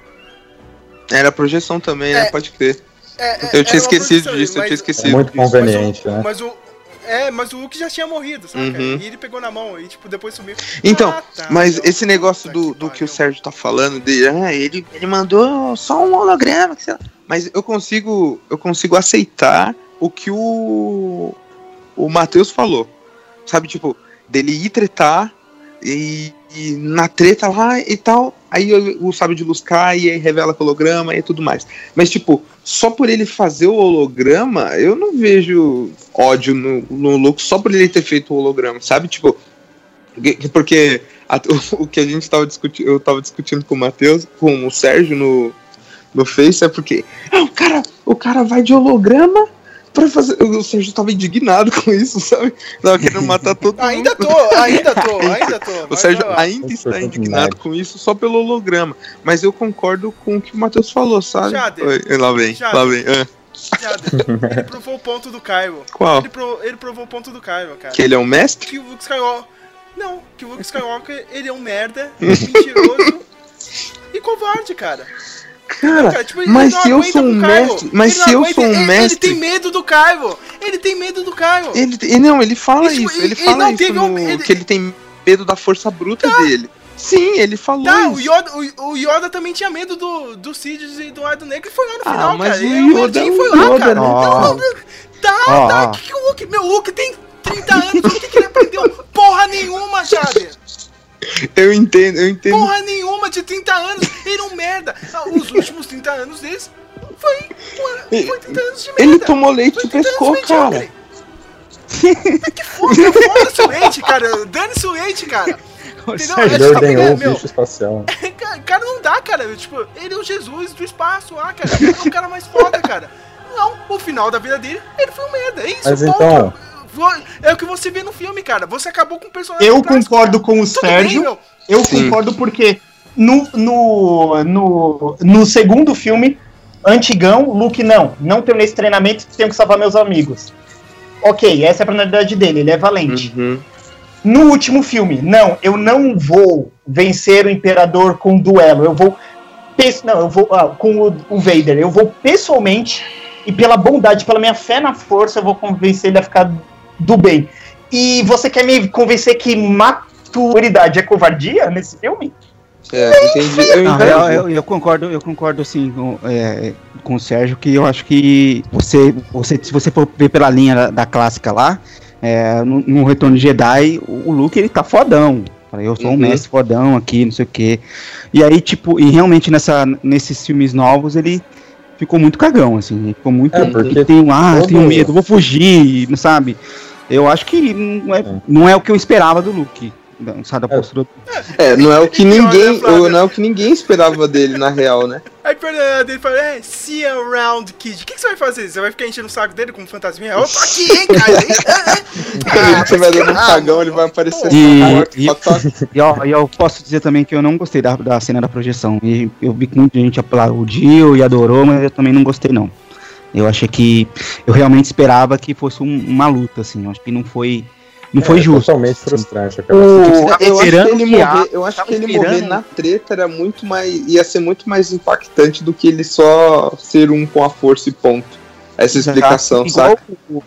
Era projeção também, né? Pode crer. Eu tinha esquecido disso, É muito conveniente, né? Mas o Luke já tinha morrido, sabe? E ele pegou na mão e, tipo, depois sumiu. Então, mas esse negócio do que o Sérgio tá falando, ele mandou só um holograma, sei lá. Mas eu consigo aceitar o que o Matheus falou. Sabe, tipo, dele ir tretar e na treta lá e tal, aí o sabre de luz cai e aí revela o holograma e tudo mais. Mas, tipo, só por ele fazer o holograma, eu não vejo ódio no Luke só por ele ter feito o holograma, sabe? Tipo, porque o que a gente tava discutindo, eu tava discutindo com o Matheus, com o Sérgio no Face, é porque o cara vai de holograma pra fazer. O Sérgio tava indignado com isso, sabe? Tava querendo matar todo mundo. Ainda tô. O Sérgio ainda está indignado com isso só pelo holograma. Mas eu concordo com o que o Matheus falou, sabe? Lá vem. Ele provou o ponto do Kylo. Qual? Ele provou o ponto do Kylo, cara. Que ele é um mestre? Que o Luke Skywalker... Não, que o Luke Skywalker, ele é um merda, mentiroso e covarde, cara. Cara, cara, tipo, mas se eu sou um mestre... Mas se eu sou um mestre... Ele tem medo do Kylo. Ele fala isso. Ele fala isso que ele tem medo da força bruta dele. Sim, ele falou isso. O Yoda também tinha medo do Sidious e do Lado Negro e foi lá no final, mas cara. o Yoda foi lá, cara. né? Tá. Que o Luke... Meu, o Luke tem 30 anos, o que ele aprendeu? Porra nenhuma, Jader! Eu entendo. Porra nenhuma de 30 anos, ele é um merda. Os últimos 30 anos deles foi 30 anos de merda. Ele tomou leite e pescou, cara. Que foda-se o leite, cara. Dane-se o leite, cara. Entendeu? Ele ordenhou o bicho espacial. Cara, não dá, cara. Tipo, ele é o Jesus do espaço lá, cara. Ele é o cara mais foda, cara. Não, o final da vida dele, ele foi um merda. É isso, mas ponto. Então... É o que você vê no filme, cara. Você acabou com o personagem. Eu concordo com o Sérgio. Eu concordo porque no segundo filme, antigão, Luke, não terminei esse treinamento, tenho que salvar meus amigos. Ok, essa é a personalidade dele, ele é valente. Uhum. No último filme, eu não vou vencer o Imperador com duelo. Eu vou com o Vader. Eu vou pessoalmente e pela bondade, pela minha fé na força, eu vou convencer ele a ficar do bem. E você quer me convencer que maturidade é covardia nesse filme? Entendi. Eu concordo assim com o Sérgio, que eu acho que se você for ver pela linha da clássica lá, no Retorno de Jedi, o Luke, ele tá fodão. Eu sou um mestre fodão aqui, não sei o quê. E aí, tipo, e realmente nesses filmes novos, ele ficou muito cagão, assim. Ele ficou muito... porque tenho medo, vou fugir, sabe? Eu acho que não é o que eu esperava do Luke. Sabe, da postura. Não é o que ninguém esperava dele, na real, né? Aí ele fala, see you around, kid. O que você vai fazer? Você vai ficar enchendo o saco dele com fantasminha? Eu tô aqui, hein, cara? Você vai dando um cagão, ele vai aparecer e eu posso dizer também que eu não gostei da cena da projeção. E eu vi que muita gente aplaudiu e adorou, mas eu também não gostei, não. Eu achei que... Eu realmente esperava que fosse uma luta, assim. Eu acho que não foi justo. Totalmente frustrante. Eu acho que ele morrer na treta era ia ser muito mais impactante do que ele só ser um com a força e ponto. Essa explicação, sabe?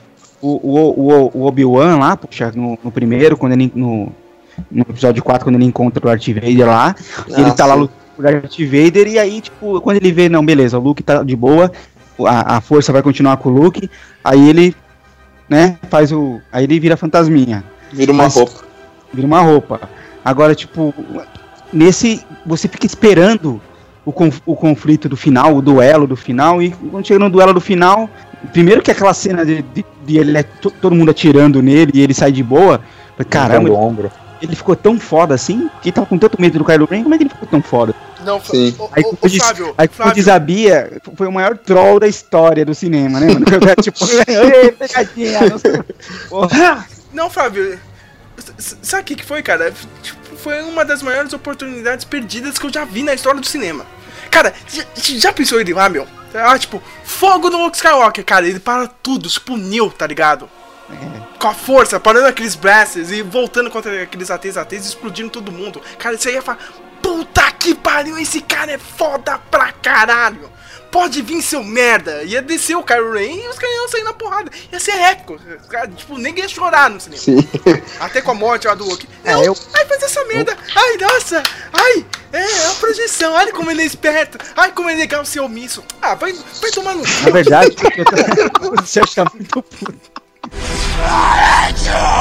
O Obi-Wan lá, puxa, no primeiro, quando ele no episódio 4, quando ele encontra o Darth Vader lá, ele tá lá lutando com o Darth Vader, e aí, tipo, quando ele vê, não, beleza, o Luke tá de boa, a força vai continuar com o Luke, aí ele... né, aí ele vira fantasminha. Vira uma roupa. Agora, tipo, você fica esperando o conflito do final, o duelo do final, e quando chega no duelo do final, primeiro que aquela cena de ele todo mundo atirando nele e ele sai de boa, caramba, ele ficou tão foda assim, que tava com tanto medo do Kylo Ren, como é que ele ficou tão foda? Não, Aí como diz a Bia, foi o maior troll da história do cinema, né, mano? Tipo, pegadinha, não, Flávio, sabe o que foi, cara? Tipo, foi uma das maiores oportunidades perdidas que eu já vi na história do cinema. Cara, já pensou ele lá, meu? Tipo, fogo no Luke Skywalker, cara, ele para tudo, tipo, Neo, tá ligado? Com a força, parando aqueles blasters e voltando contra aqueles ATs, explodindo todo mundo. Cara, você ia falar, puta que pariu, esse cara é foda pra caralho. Pode vir, seu merda. Ia descer o Kylo Ren e os caras iam sair na porrada. Ia ser épico. Tipo, ninguém ia chorar no cinema. Sim. Até com a morte lá do Luke. Ai, faz essa merda. Ai, nossa. Ai, é a projeção. Olha como ele é esperto. Ai, como é legal ser omisso. Vai tomar no cu. Na verdade, o Sérgio tá muito puto. I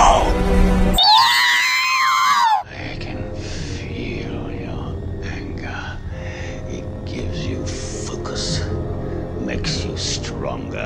can feel your anger. It gives you focus, makes you stronger.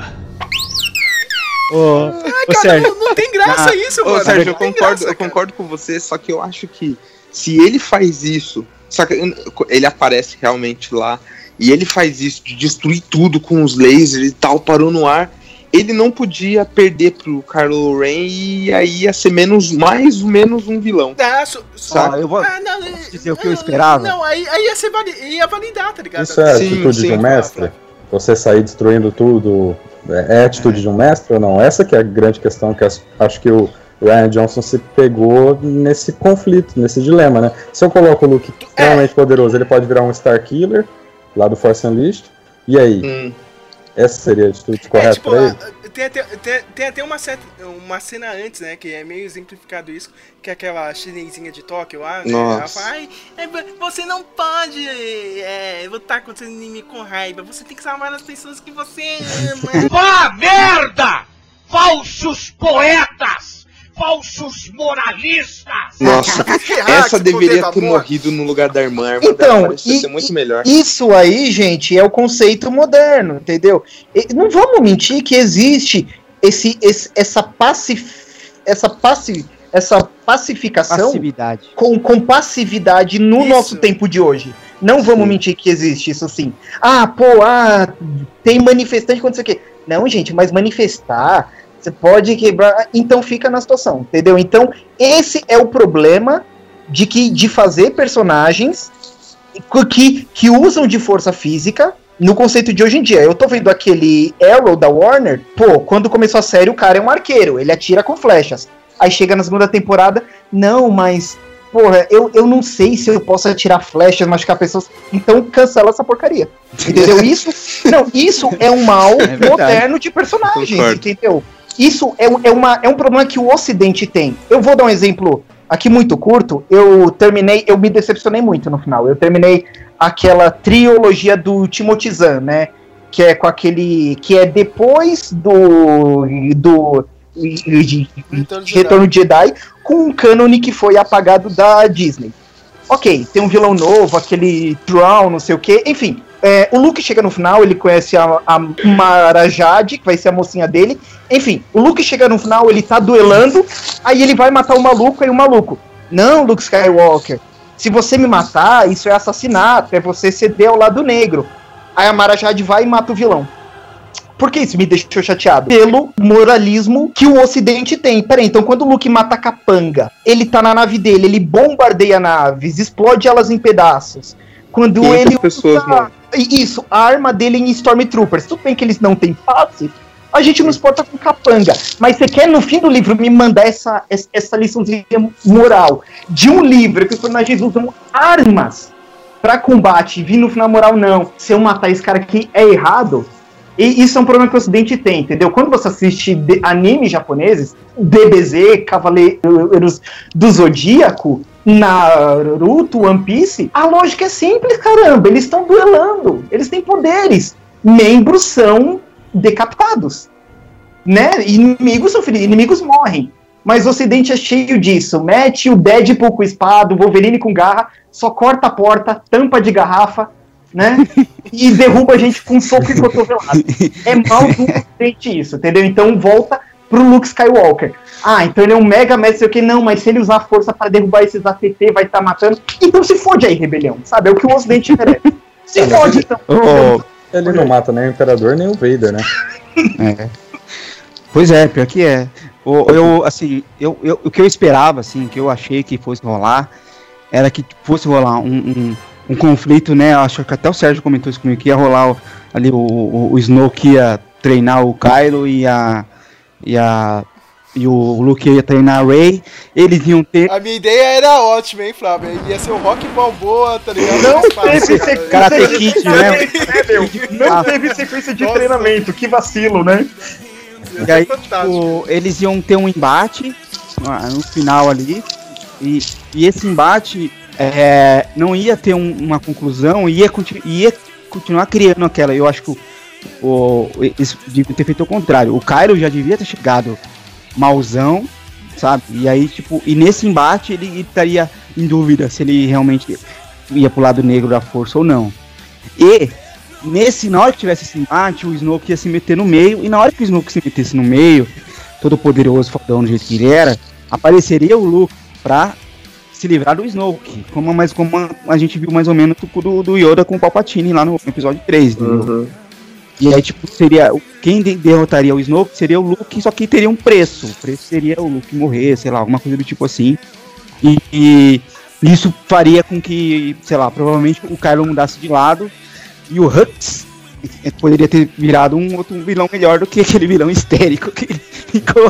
Cara, Sérgio, não tem graça isso, mano. Sérgio, eu concordo com você, só que eu acho que se ele faz isso, só que ele aparece realmente lá e ele faz isso de destruir tudo com os lasers e tal, parou no ar. Ele não podia perder pro Kylo Ren e aí ia ser mais ou menos um vilão. Eu vou dizer o que eu esperava. Não, aí ia validar, tá ligado? Isso é a atitude de um mestre? Você sair destruindo tudo é atitude de um mestre ou não? Essa que é a grande questão que acho que o Rian Johnson se pegou nesse conflito, nesse dilema, né? Se eu coloco o Luke extremamente poderoso, ele pode virar um Starkiller lá do Force Unleashed, e aí? Essa seria a atitude correta pra ele? Tem até uma cena antes, né, que é meio exemplificado isso, que é aquela chinesinha de Tóquio lá, né, ela fala, você não pode lutar contra o inimigo com raiva, você tem que salvar as pessoas que você ama. Vá merda! Falsos poetas! falsos moralistas! Nossa, essa deveria ter morrido no lugar da irmã. A irmã dela parecia ser muito melhor. Isso aí, gente, é o conceito moderno, entendeu? Não vamos mentir que existe essa pacificação com passividade no nosso tempo de hoje. Não vamos mentir que existe isso sim. Tem manifestante quando você quer. Não, gente, mas manifestar, você pode quebrar. Então fica na situação, entendeu? Então, esse é o problema de fazer personagens que usam de força física no conceito de hoje em dia. Eu tô vendo aquele Arrow da Warner, quando começou a série, o cara é um arqueiro, ele atira com flechas. Aí chega na segunda temporada, não, mas, eu não sei se eu posso atirar flechas, machucar pessoas, então cancela essa porcaria. Entendeu? Isso é um mal moderno de personagens, entendeu? Isso é um problema que o Ocidente tem. Eu vou dar um exemplo aqui muito curto. Eu me decepcionei muito no final. Eu terminei aquela trilogia do Timothy Zahn, né? Que é com aquele... Que é depois do Retorno de Jedi, com um cânone que foi apagado da Disney. Ok, tem um vilão novo, aquele Thrawn, não sei o que, enfim. O Luke chega no final, ele conhece a Mara Jade, que vai ser a mocinha dele. Enfim, o Luke chega no final, ele tá duelando, aí ele vai matar o maluco, aí o maluco: não, Luke Skywalker, se você me matar, isso é assassinato, é você ceder ao lado negro. Aí a Mara Jade vai e mata o vilão. Por que isso me deixou chateado? Pelo moralismo que o Ocidente tem. Peraí, então quando o Luke mata a Capanga, ele tá na nave dele, ele bombardeia naves, explode elas em pedaços. Quando ele usa a arma dele em Stormtroopers, tudo bem que eles não têm face, a gente não se importa com Capanga. Mas você quer, no fim do livro, me mandar essa liçãozinha moral de um livro que os personagens usam armas pra combate e vir no final moral, não. Se eu matar esse cara aqui é errado. E isso é um problema que o Ocidente tem, entendeu? Quando você assiste animes japoneses, DBZ, Cavaleiros do Zodíaco, Naruto, One Piece, a lógica é simples, caramba. Eles estão duelando, eles têm poderes. Membros são decapitados, né? Inimigos são feridos, inimigos morrem. Mas o Ocidente é cheio disso. Mete o Deadpool com espada, o Wolverine com garra, só corta a porta, tampa de garrafa, né? E derruba a gente com um soco e cotovelado. É mal do Ocidente isso, entendeu? Então volta pro Luke Skywalker. Então ele é um mega mestre, sei o que, não, mas se ele usar força para derrubar esses ATT, vai estar matando. Então se fode aí, rebelião, sabe? É o que o Ocidente merece. Se fode, então. Ele não mata nem o Imperador, nem o Vader, né? Pois é, pior que é. O que eu esperava, assim, o que eu achei que fosse rolar, era que fosse rolar um conflito, né? Acho que até o Sérgio comentou isso comigo, que ia rolar ali o Snoke ia treinar o Kylo e o Luke ia treinar a Rey. Eles iam ter... A minha ideia era ótima, hein, Flávio? Ele ia ser o Rock Balboa, tá ligado? Não teve sequência Karate Kid, né? Não teve sequência de treinamento, que vacilo, né? E aí, eles iam ter um embate no final ali, e esse embate não ia ter uma conclusão, ia continuar criando aquela. Eu acho que eles deviam ter feito o contrário. O Kylo já devia ter chegado mauzão, sabe? E aí, e nesse embate ele estaria em dúvida se ele realmente ia pro lado negro da força ou não. E na hora que tivesse esse embate, o Snoke ia se meter no meio, e na hora que o Snoke se metesse no meio, todo poderoso, fodão do jeito que ele era, apareceria o Luke pra se livrar do Snoke, como a gente viu mais ou menos do Yoda com o Palpatine lá no episódio 3, entendeu? Uhum. E aí, seria, quem derrotaria o Snoke seria o Luke, só que teria um preço. O preço seria o Luke morrer, sei lá, alguma coisa do tipo assim. E isso faria com que, sei lá, provavelmente o Kylo mudasse de lado, e o Hux poderia ter virado um outro vilão melhor do que aquele vilão histérico que ele ficou.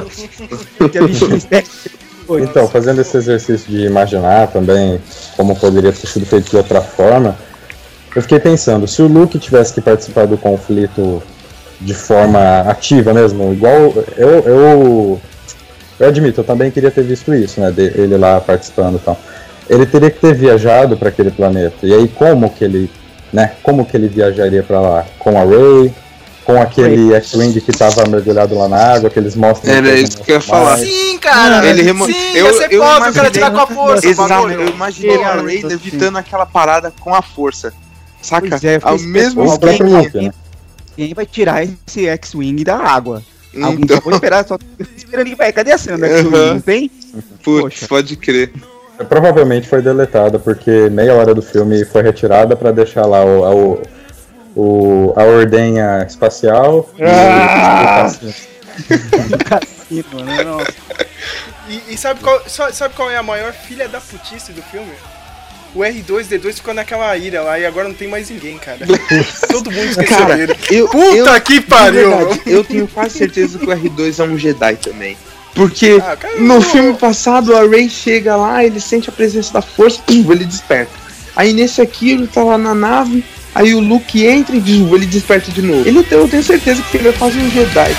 Então, fazendo esse exercício de imaginar também como poderia ter sido feito de outra forma, eu fiquei pensando, se o Luke tivesse que participar do conflito de forma ativa mesmo, igual eu admito, eu também queria ter visto isso, né, ele lá participando e tal. Ele teria que ter viajado para aquele planeta. E aí como que ele viajaria para lá? Com a Rey, com aquele X-Wing que tava mergulhado lá na água, que eles mostram. Era isso que eu ia falar. Sim, cara! Sim, ia ser foda o cara tirar com a força. Exato, eu imaginei a Rey evitando aquela parada com a força. Saca? Pois é, Ao mesmo o próprio esquema. Luke, né? Quem vai tirar esse X-Wing da água? Alguém Então, só pode esperar, só esperando ele vai. Cadê a cena do X-Wing? Não tem? putz, Poxa. pode crer. Provavelmente foi deletada, porque meia hora do filme foi retirada pra deixar lá a ordenha espacial e o cassino. Nossa. E sabe qual é a maior filha da putice do filme? O R2-D2 ficou naquela ilha lá e agora não tem mais ninguém, cara. Todo mundo esqueceu Cara, dele. Puta que pariu! verdade, eu tenho quase certeza que o R2 é um Jedi também. Porque cara, no filme passado a Rey chega lá, ele sente a presença da força, pum, ele desperta. Aí nesse aqui ele tá lá na nave, aí o Luke entra e ele desperta de novo. Eu tenho certeza que ele é quase um Jedi.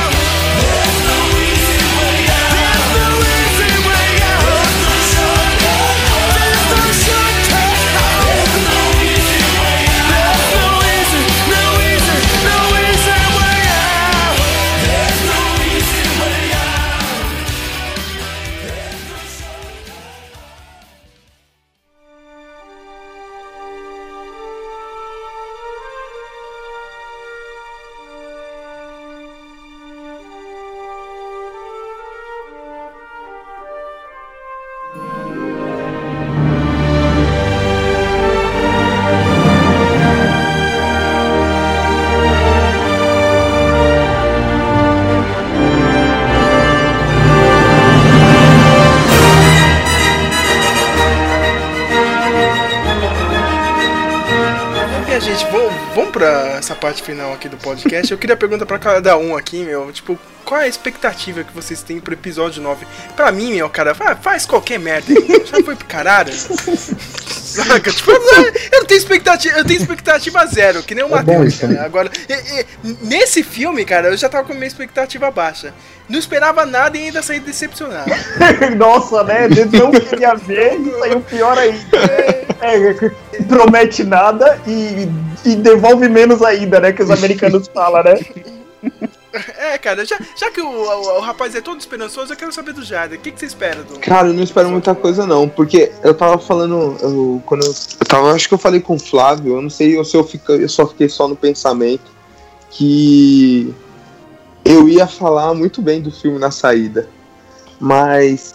Vamos pra essa parte final aqui do podcast. Eu queria perguntar pra cada um aqui, meu, tipo, qual é a expectativa que vocês têm pro episódio 9? Pra mim, meu, cara, faz qualquer merda aí, meu. Já foi pro caralho? Saca? Tipo, eu não tenho expectativa, eu tenho expectativa zero, que nem o Matheus, cara. Agora, nesse filme, cara, eu já tava com a minha expectativa baixa. Não esperava nada e ainda saí decepcionado. Nossa, né? Não queria ver e saiu pior ainda. Promete nada e devolve menos ainda, né? Que os americanos falam, né? Cara, já que o rapaz é todo esperançoso, eu quero saber do Jader. O que você espera do... Cara, eu não espero muita coisa não, porque eu tava falando, acho que eu falei com o Flávio, eu não sei se eu só fiquei só no pensamento, que eu ia falar muito bem do filme na saída, mas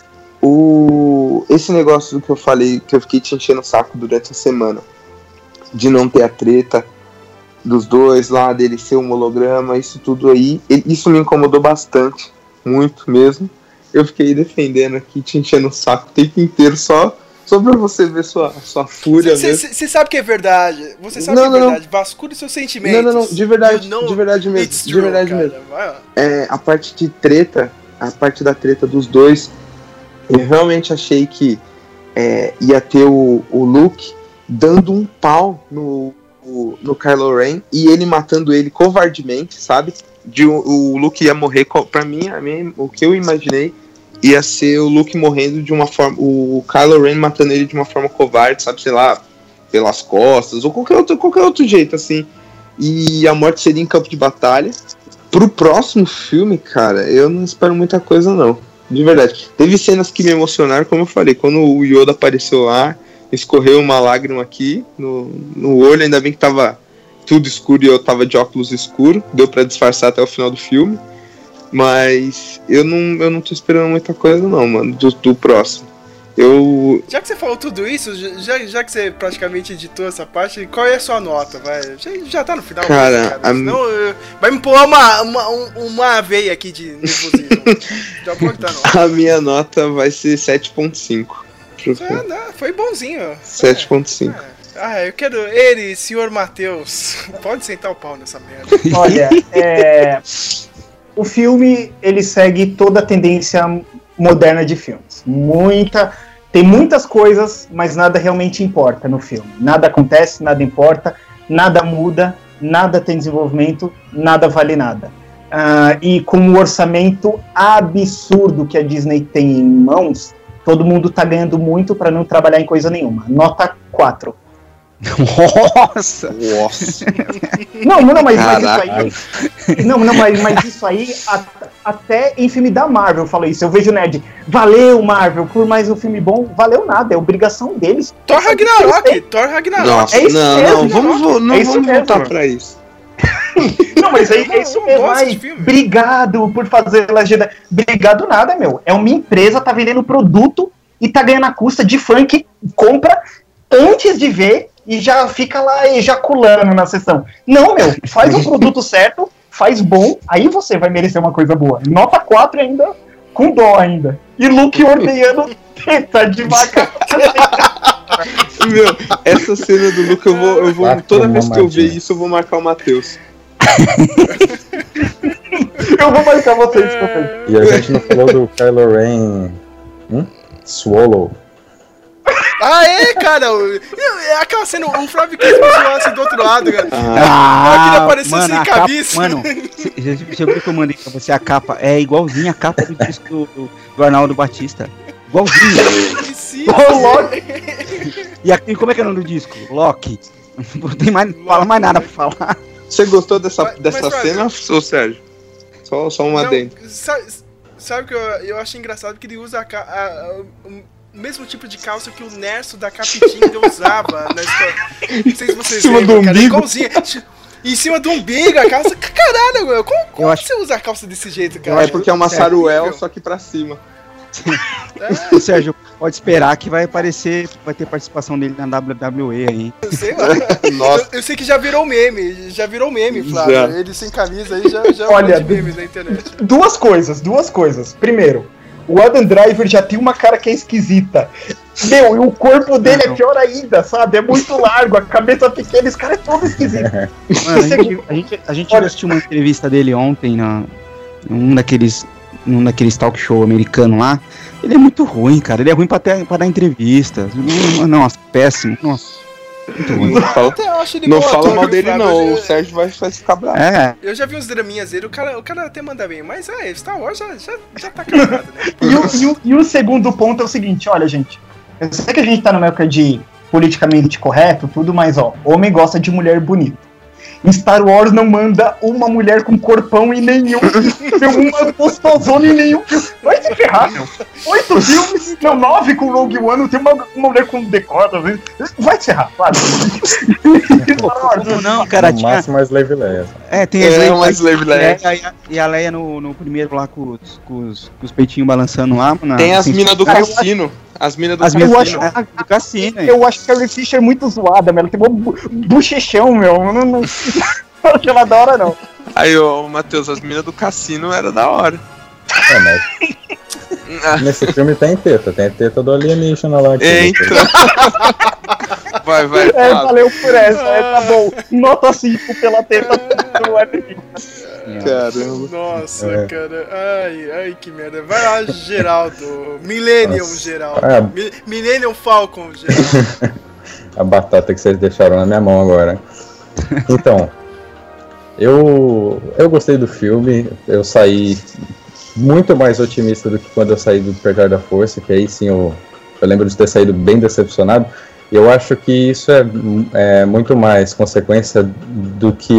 esse negócio do que eu falei, que eu fiquei te enchendo o saco durante a semana, de não ter a treta dos dois lá, dele ser um holograma, isso tudo aí, isso me incomodou bastante, muito mesmo. Eu fiquei defendendo aqui, te enchendo o saco o tempo inteiro, só pra você ver sua fúria mesmo. Você sabe que é verdade, você sabe que é verdade, vasculhe seus sentimentos. Não, de verdade mesmo, de verdade mesmo. A parte de treta, a parte da treta dos dois, eu realmente achei que ia ter o Luke dando um pau no Kylo Ren e ele matando ele covardemente, sabe? O Luke ia morrer, pra mim, o que eu imaginei ia ser o Luke morrendo de uma forma, o Kylo Ren matando ele de uma forma covarde, sabe, sei lá, pelas costas, ou qualquer outro jeito, assim, e a morte seria em campo de batalha. Pro próximo filme, cara, eu não espero muita coisa não, de verdade. Teve cenas que me emocionaram, como eu falei, quando o Yoda apareceu lá, escorreu uma lágrima aqui no olho, ainda bem que tava tudo escuro e eu tava de óculos escuro, deu pra disfarçar até o final do filme. Mas eu não tô esperando muita coisa não, mano, do próximo. Já que você falou tudo isso, já que você praticamente editou essa parte, qual é a sua nota? Já tá no final, cara. Senão vai me pôr uma veia aqui de nervosismo. Já pode dar nota. A minha nota vai ser 7.5. Foi bonzinho. 7.5. Eu quero ele, senhor Matheus. Pode sentar o pau nessa merda. Olha, o filme, ele segue toda a tendência moderna de filmes. Tem muitas coisas, mas nada realmente importa no filme. Nada acontece, nada importa, nada muda, nada tem desenvolvimento, nada vale nada. E com o orçamento absurdo que a Disney tem em mãos, todo mundo tá ganhando muito para não trabalhar em coisa nenhuma. Nota 4. Nossa! Nossa. Não, mas Caraca. isso aí. Não, mas isso aí, até em filme da Marvel eu falo isso. Eu vejo o Nerd, valeu Marvel, por mais um filme bom, valeu nada, é obrigação deles. Thor Ragnarok. Nossa, É isso não, mesmo, não é isso vamos voltar mesmo. pra isso. Não, mas aí é isso Eu mesmo. gosto Ai, de filme. obrigado por fazer legenda. Obrigado nada, meu. É uma empresa, tá vendendo produto e tá ganhando a custa de fã que compra antes de ver e já fica lá ejaculando na sessão. Não, meu, faz o produto certo, faz bom, aí você vai merecer uma coisa boa. Nota 4 ainda, com dó ainda. E Luke ordenhando teta de vaca. Meu, essa cena do Luke, eu vou Quatro toda vez que eu ver mamadinhas. isso, eu vou marcar o Matheus. Eu vou marcar vocês também. E a gente não falou do Kylo Ren. Swallow. Ah, é, cara. Aquela cena, o Flávio quis me zoar assim do outro lado, cara. Ah, Eu queria aparecer mano, sem a capa- cabeça. Mano, você viu que eu mandei pra você a capa? É igualzinha a capa do disco do Arnaldo Batista. Igualzinho. Precisa. E aqui, como é que é o nome do disco? Loki. Não tem mais, fala mais nada pra falar. Você gostou dessa Mas, cena, ô Sérgio? Só um adendo. Sabe o que eu achei engraçado? Que ele usa o mesmo tipo de calça que o Nerso da Capitinga usava na escola. Não sei se vocês Em cima lembram, do cara. umbigo? Igualzinho. Em cima do umbigo, a calça. Caralho, meu. Como Eu acho- você usa a calça desse jeito, cara? É porque é uma Sério, saruel, horrível. só que pra cima. O Sérgio, pode esperar que vai aparecer, vai ter participação dele na WWE aí. Sei lá. Nossa. Eu sei que já virou meme, Flávio. Já. Ele sem camisa aí já Olha, de memes na internet. Duas coisas. Primeiro, o Adam Driver já tem uma cara que é esquisita. Meu, e o corpo dele é pior ainda, sabe? É muito largo, a cabeça pequena, esse cara é todo esquisito. Mano, a gente assistiu uma entrevista dele ontem num daqueles talk show americano lá. Ele é muito ruim, cara. Ele é ruim pra dar entrevista. Nossa, péssimo. Nossa, muito ruim. Não Até eu acho ele Não bom fala ator, mal viu, dele, Flávio? não. O Sérgio vai ficar bravo. É, Eu já vi uns draminhas dele, o cara até manda bem, mas Star Wars já tá cagado, né? E o segundo ponto é o seguinte, olha, gente. Eu sei que a gente tá numa época de politicamente correto, tudo, mas ó, homem gosta de mulher bonita. Em Star Wars não manda uma mulher com corpão em nenhum, uma gostosona em nenhum filme. Vai se ferrar, meu. 8 filmes, não, 9 com Rogue One, não tem uma mulher com decota. Vai se ferrar, claro. não, cara, No tinha. máximo a Slave Leia. Tem É, uma Slave Leia. E a Leia no primeiro lá com os peitinhos balançando lá, mano. Tem as assim, minas do Cara, eu cassino. As minas do As cassino. minhas acho- do cassino, hein? Eu acho que a Carrie Fisher é muito zoada, meu. Ela tem um bochechão, meu. Não acho ela da hora, não. Aí, ô, Matheus, as minas do cassino era da hora. É, mas nesse filme tem teta do alienígena lá. que É, eu então. gostei. Vai, Flávio. Valeu por essa, tá bom. Nota 5 pela teta do Epic. Caramba. Nossa, É. cara. Ai, que merda. Vai lá, Geraldo. Millennium, Nossa. Geraldo. Ah. Millennium Falcon, Geraldo. A batata que vocês deixaram na minha mão agora. Então, eu gostei do filme, eu saí muito mais otimista do que quando eu saí do Despertar da Força, que aí sim eu lembro de ter saído bem decepcionado. E eu acho que isso é muito mais consequência do que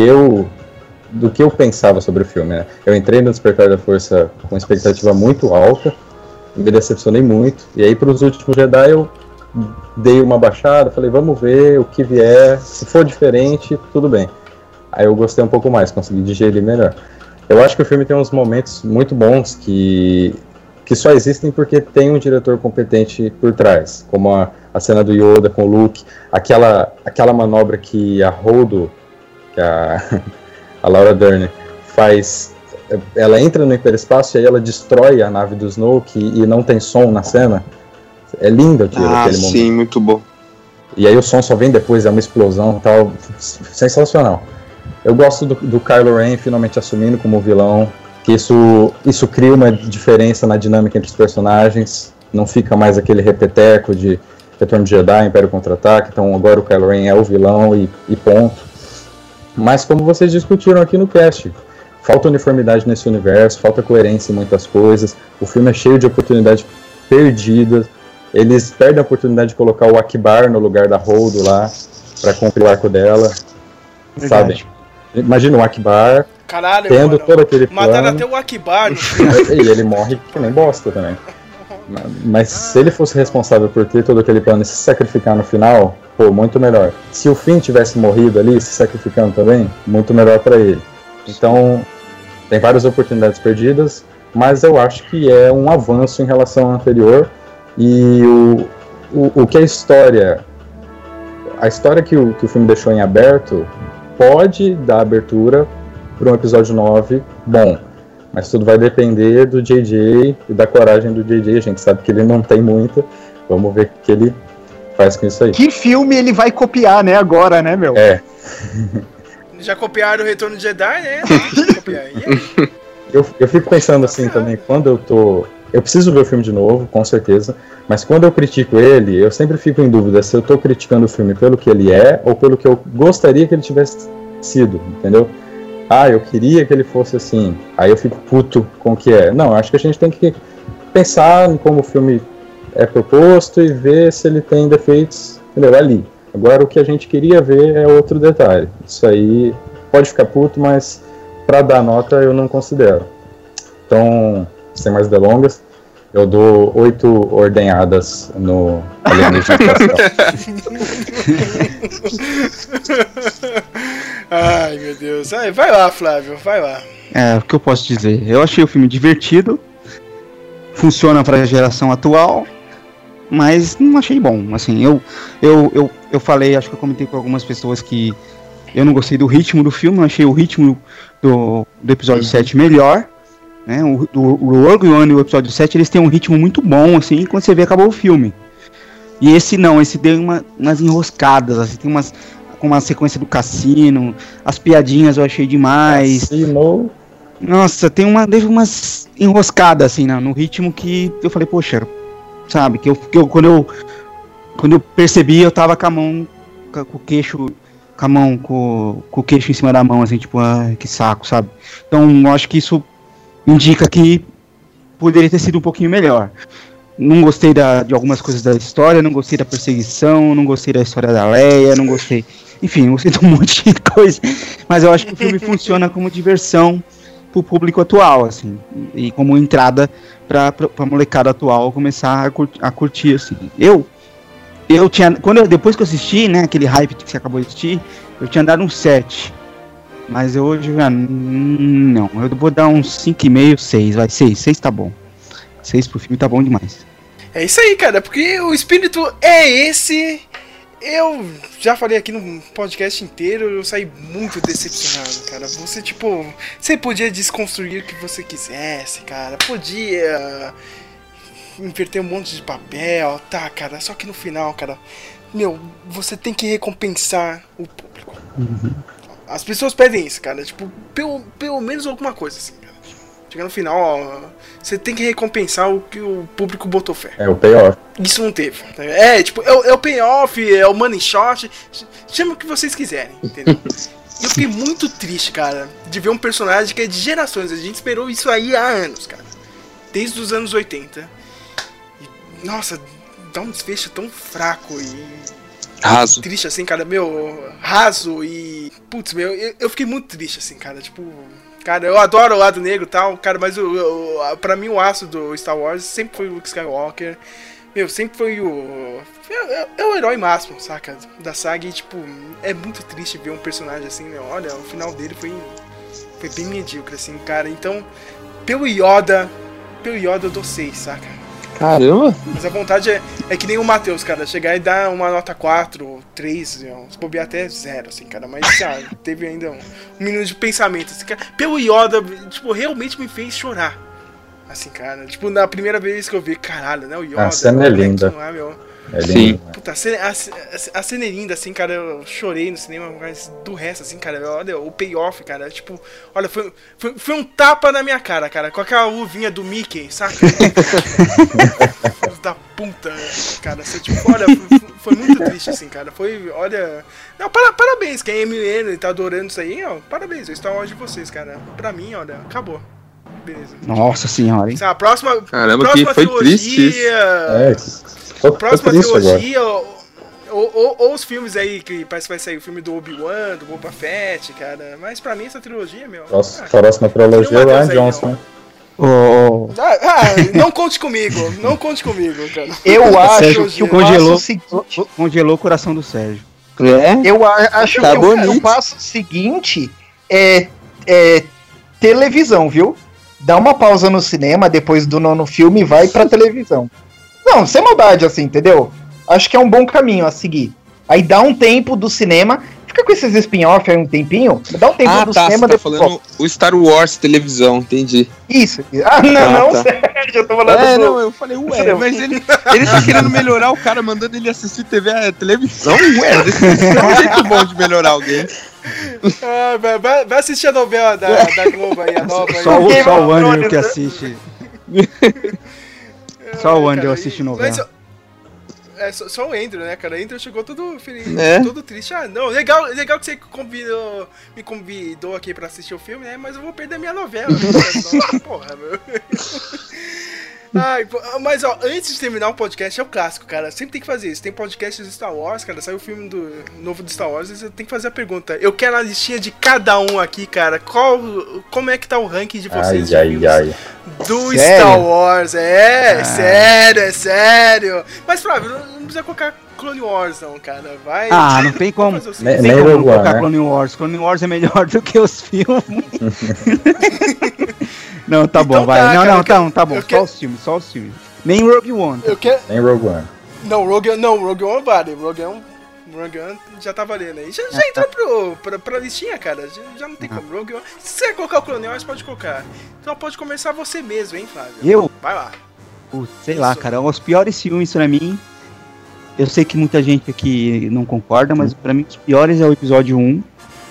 eu pensava sobre o filme, né? Eu entrei no Despertar da Força com uma expectativa muito alta, me decepcionei muito, e aí para os últimos Jedi eu dei uma baixada, falei, vamos ver o que vier, se for diferente, tudo bem. Aí eu gostei um pouco mais, consegui digerir melhor. Eu acho que o filme tem uns momentos muito bons que só existem porque tem um diretor competente por trás, como a cena do Yoda com o Luke, aquela manobra que a Holdo, que a Laura Dern faz, ela entra no hiperespaço e aí ela destrói a nave do Snoke e não tem som na cena. É lindo aquilo, aquele momento. Sim, muito bom. E aí o som só vem depois, é uma explosão e tal. Sensacional. Eu gosto do Kylo Ren finalmente assumindo como vilão, que isso cria uma diferença na dinâmica entre os personagens, não fica mais aquele repeteco de Retorno de Jedi, Império Contra-Ataque, então agora o Kylo Ren é o vilão e ponto. Mas como vocês discutiram aqui no cast, falta uniformidade nesse universo, falta coerência em muitas coisas, o filme é cheio de oportunidades perdidas, eles perdem a oportunidade de colocar o Akbar no lugar da Holdo lá, pra cumprir o arco dela, sabe? Imagina o Akbar Caralho, tendo mano, todo aquele mataram plano. até o Akbar. E ele morre que nem bosta também. Mas se ele fosse responsável por ter todo aquele plano e se sacrificar no final, pô, muito melhor. Se o Finn tivesse morrido ali, se sacrificando também, muito melhor pra ele. Então, tem várias oportunidades perdidas, mas eu acho que é um avanço em relação ao anterior. E o que a história que o filme deixou em aberto pode dar abertura para um episódio 9 bom. Mas tudo vai depender do JJ e da coragem do JJ. A gente sabe que ele não tem muita. Vamos ver o que ele faz com isso aí. Que filme ele vai copiar, né, agora, né, meu? É. Já copiaram o Retorno de Jedi, né? Copiar. E aí? Eu fico pensando assim também, quando eu tô... Eu preciso ver o filme de novo, com certeza. Mas quando eu critico ele, eu sempre fico em dúvida se eu tô criticando o filme pelo que ele é ou pelo que eu gostaria que ele tivesse sido, entendeu? Ah, eu queria que ele fosse assim. Aí eu fico puto com o que é. Não, acho que a gente tem que pensar em como o filme é proposto e ver se ele tem defeitos, entendeu? Ali. Agora o que a gente queria ver é outro detalhe. Isso aí pode ficar puto, mas pra dar nota eu não considero. Então, sem mais delongas, eu dou 8 ordenhadas no Alienígena Ai, meu Deus. Ai, vai lá, Flávio, vai lá. O que eu posso dizer? Eu achei o filme divertido, funciona para a geração atual, mas não achei bom. Assim, eu falei, acho que eu comentei com algumas pessoas que eu não gostei do ritmo do filme, eu achei o ritmo do episódio 7 melhor. Né? O Rogue One e o episódio 7, eles têm um ritmo muito bom, assim, e quando você vê, acabou o filme. E esse não, esse deu umas enroscadas, assim, tem uma sequência do cassino, as piadinhas eu achei demais. Cassino. Nossa, teve umas enroscadas, assim, no ritmo que eu falei, poxa, sabe, quando eu percebi, eu tava com a mão, com o queixo, com o queixo em cima da mão, assim, tipo, que saco, sabe? Então, eu acho que isso indica que poderia ter sido um pouquinho melhor. Não gostei de algumas coisas da história, não gostei da perseguição, não gostei da história da Leia, não gostei... Enfim, não gostei de um monte de coisa. Mas eu acho que o filme funciona como diversão pro público atual, assim. E como entrada pra molecada atual começar a curtir, assim. Eu tinha... Depois que eu assisti, né, aquele hype que você acabou de assistir, eu tinha dado um 7. Mas eu hoje já não, eu vou dar uns 5,5, 6, vai, 6 tá bom. 6 pro filme tá bom demais. É isso aí, cara, porque o espírito é esse. Eu já falei aqui no podcast inteiro, eu saí muito decepcionado, cara. Você podia desconstruir o que você quisesse, cara. Podia inverter um monte de papel, tá, cara. Só que no final, cara, você tem que recompensar o público. Uhum. As pessoas pedem isso, cara. Tipo, pelo menos alguma coisa, assim, cara. Chega no final, você tem que recompensar o que o público botou fé. É o payoff. Isso não teve. É o payoff, é o money shot. Chama o que vocês quiserem, entendeu? Eu fiquei muito triste, cara, de ver um personagem que é de gerações. A gente esperou isso aí há anos, cara. Desde os anos 80. E, nossa, dá um desfecho tão fraco e... Raso. Triste, assim, cara, raso e... Putz, eu fiquei muito triste, assim, cara, tipo... Cara, eu adoro o lado negro e tal, cara, mas pra mim o aço do Star Wars sempre foi o Luke Skywalker. Sempre foi é o herói máximo, saca? Da saga e, tipo, é muito triste ver um personagem assim, olha, o final dele foi bem medíocre, assim, cara. Então, pelo Yoda eu dou 6, saca? Caramba! Mas a vontade é que nem o Matheus, cara, chegar e dar uma nota 4, 3, se bobear até 0, assim, cara, mas teve ainda um minuto de pensamento, assim, cara. Pelo Yoda, tipo, realmente me fez chorar, assim, cara, tipo, na primeira vez que eu vi, caralho, né, o Yoda. A cena é linda. É lindo. Puta, a cena é linda, assim, cara, eu chorei no cinema, mas do resto, assim, cara, olha, o payoff, cara, tipo, olha, foi um tapa na minha cara, cara, com aquela luvinha do Mickey, saca? Da puta, cara, você, tipo, olha, foi muito triste, assim, cara, olha, não, parabéns, quem é MN e tá adorando isso aí, parabéns, eu estou longe de vocês, cara, pra mim, olha, acabou. Beleza. Nossa senhora, hein? A próxima Caramba, que foi trilogia, triste isso. A próxima trilogia, Ou os filmes aí, que parece que vai sair o filme do Obi-Wan, do Boba Fett, cara. Mas pra mim essa trilogia, meu... Próxima trilogia é o Ryan Johnson, né? Não conte comigo, não conte comigo, cara. Eu acho Sérgio, que congelou o coração do Sérgio. Eu acho Tá que bonito. o passo seguinte é televisão, viu? Dá uma pausa no cinema depois do 9º filme e vai pra televisão. Não, sem maldade, assim, entendeu? Acho que é um bom caminho a seguir. Aí dá um tempo do cinema, fica com esses spin-off aí um tempinho, dá um tempo do cinema você tá depois. falando o Star Wars televisão, entendi. Isso. Não, tá. Sérgio, eu tô falando do... eu falei, mas ele tá querendo melhorar o cara, mandando ele assistir televisão, esse é um jeito bom de melhorar alguém. Vai assistir a novela da Globo aí, a nova aí. Só o Andrew Thrones, que né? assiste. Só o Andrew assiste novela. Só o Andrew, né, cara? O Andrew chegou todo feliz, todo triste. Não, legal que você me convidou aqui pra assistir o filme, né? Mas eu vou perder minha novela. Né? Porra, meu. Ai, mas ó, antes de terminar o podcast, é o clássico, cara. Sempre tem que fazer isso. Tem podcast de Star Wars, cara. Saiu o filme novo de Star Wars, você tem que fazer a pergunta. Eu quero a listinha de cada um aqui, cara. Como é que tá o ranking de vocês? Do Sério? Star Wars. Sério. Mas, Flávio, não precisa colocar Clone Wars, não, cara. Vai. Não tem como. Fazer o Nem seguinte. como Rogue One, colocar né? Clone Wars. Clone Wars é melhor do que os filmes. Não, tá bom, Então vai. tá, Não, cara, tá bom. Só os filmes. Nem Rogue One. Eu quero. Nem Rogue One. Não, Rogue One vale. Rogue One já tá valendo aí. Já entrou pra listinha, cara. Já não tem como. Rogue One. Se você colocar o Clone Wars, pode colocar. Então pode começar você mesmo, hein, Flávio? Eu? Vai lá. Sei lá, cara. Os piores filmes pra mim. Eu sei que muita gente aqui não concorda, mas pra mim os piores é o episódio 1.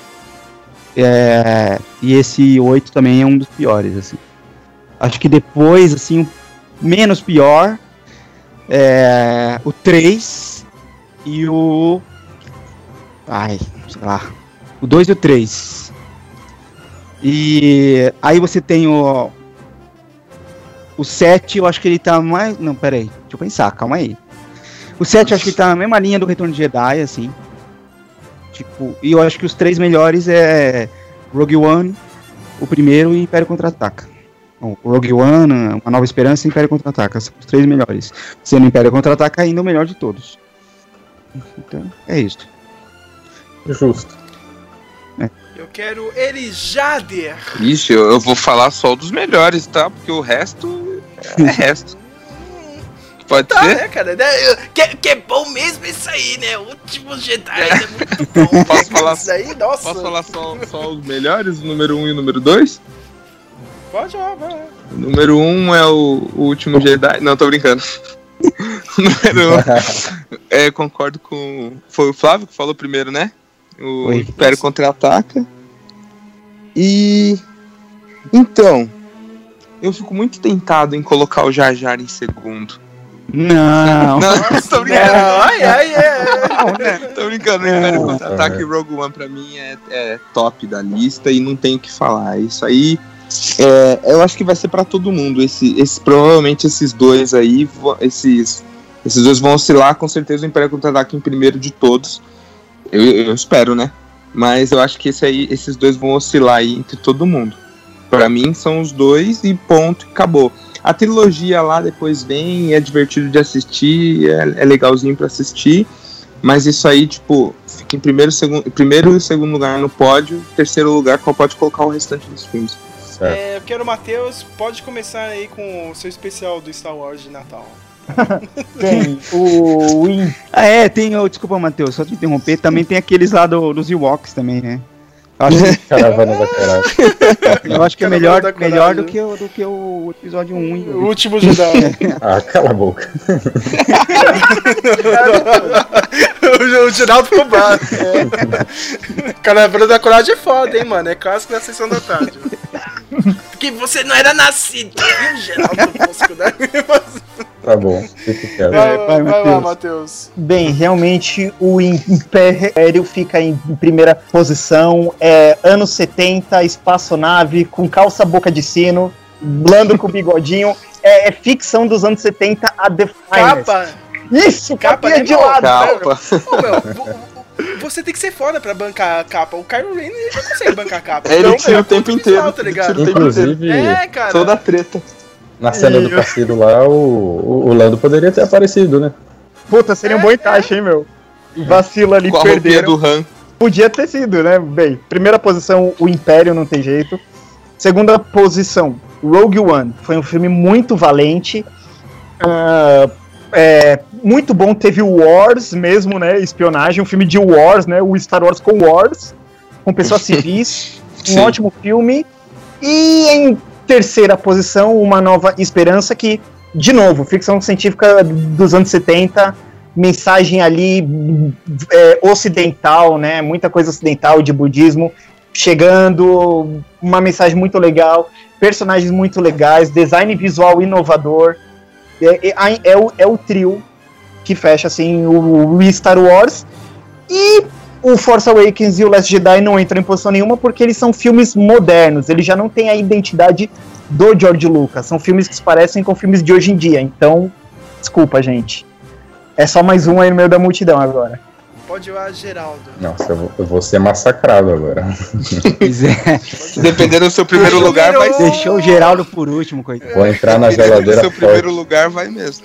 E esse 8 também é um dos piores, assim. Acho que depois, assim, o menos pior é o 3 e o... sei lá. O 2 e o 3. E aí você tem o 7, eu acho que ele tá mais... Não, peraí. Deixa eu pensar, calma aí. O 7 eu acho que ele tá na mesma linha do Retorno de Jedi, assim. Tipo, e eu acho que os 3 melhores é Rogue One, o primeiro e Império Contra-Ataca. Bom, Rogue One, Uma Nova Esperança e Império Contra-Ataca. São os 3 melhores. Sendo Império Contra-Ataca ainda o melhor de todos. Então, é isso. Justo. Eu quero Jader. Ixi, eu vou falar só dos melhores, tá? Porque o resto é resto. Pode ser? Né, cara? Que é bom mesmo isso aí, né? O último Jedi é muito bom. Posso falar, isso aí? Nossa. Posso falar só os melhores, o número 1 e o número 2? Pode, vai. O número 1 é o último Jedi. Não, tô brincando. O número 1. Concordo com. Foi o Flávio que falou primeiro, né? O Império Contra-Ataca. E. Então. Eu fico muito tentado em colocar o Jar Jar em segundo. Não. Tô brincando. Não. Tô brincando. Império Contra-Ataca e Rogue One pra mim é top da lista e não tenho o que falar. Isso aí. Eu acho que vai ser pra todo mundo. Provavelmente esses dois aí, esses dois vão oscilar, com certeza o Império Contra-Ataca em primeiro de todos. Eu espero, né? Mas eu acho que esses dois vão oscilar aí entre todo mundo. Pra mim são os dois e ponto, acabou. A trilogia lá depois vem, é divertido de assistir, é legalzinho pra assistir. Mas isso aí, tipo, fica em primeiro e segundo lugar no pódio, terceiro lugar, qual pode colocar o restante dos filmes. Eu quero o Matheus, pode começar aí com o seu especial do Star Wars de Natal. Tem tem, desculpa, Matheus, só te interromper, também tem aqueles lá dos Ewoks também, né? Caravana da Coragem. Eu acho que é melhor do que o episódio 1 e o último Jedi. Cala a boca. O Geraldo ficou bravo. Caravana da Coragem é foda, hein, mano? É clássico da sessão da tarde. Porque você não era nascido, viu, Geraldo Bosco, né? Tá bom, fica quieto. Vai lá, Matheus. Bem, realmente o Império fica em primeira posição. Anos 70, espaçonave, com calça boca de sino, blando com bigodinho. É ficção dos anos 70 a The Finest. Isso, Capa, capinha né, de meu? lado. Capa. Ô, meu, você tem que ser foda pra bancar a capa. O Kylo Ren ele não consegue bancar a capa. Ele Não, tira o tempo conta inteiro. visual, tá ligado? Tira o tempo inteiro. Inclusive, É, cara. Toda treta. na cena do cassino lá, o Lando poderia ter aparecido, né? Puta, seria um bom encaixe, hein, meu? Vacila ali, Com a roupinha perderam. do Han. Podia ter sido, né? Bem, primeira posição, o Império, não tem jeito. Segunda posição, Rogue One. Foi um filme muito valente. Muito bom. Teve o Wars mesmo, né? Espionagem, um filme de Wars, né? O Star Wars com Wars, com pessoas civis. Um Sim. ótimo filme. E em terceira posição, Uma Nova Esperança, que, de novo, ficção científica dos anos 70, mensagem ali ocidental, né? Muita coisa ocidental de budismo chegando, uma mensagem muito legal, personagens muito legais, design visual inovador. É o trio que fecha assim o Star Wars. E o Force Awakens e o Last Jedi não entram em posição nenhuma porque eles são filmes modernos, eles já não têm a identidade do George Lucas, são filmes que se parecem com filmes de hoje em dia, então, desculpa, gente. É só mais um aí no meio da multidão agora. Pode ir lá, Geraldo. Nossa, eu vou ser massacrado agora. Pois é. Dependendo do seu primeiro lugar, vai ser. Deixou o Geraldo por último, coitado. Vou entrar na Dependendo do geladeira seu forte. primeiro lugar, vai mesmo.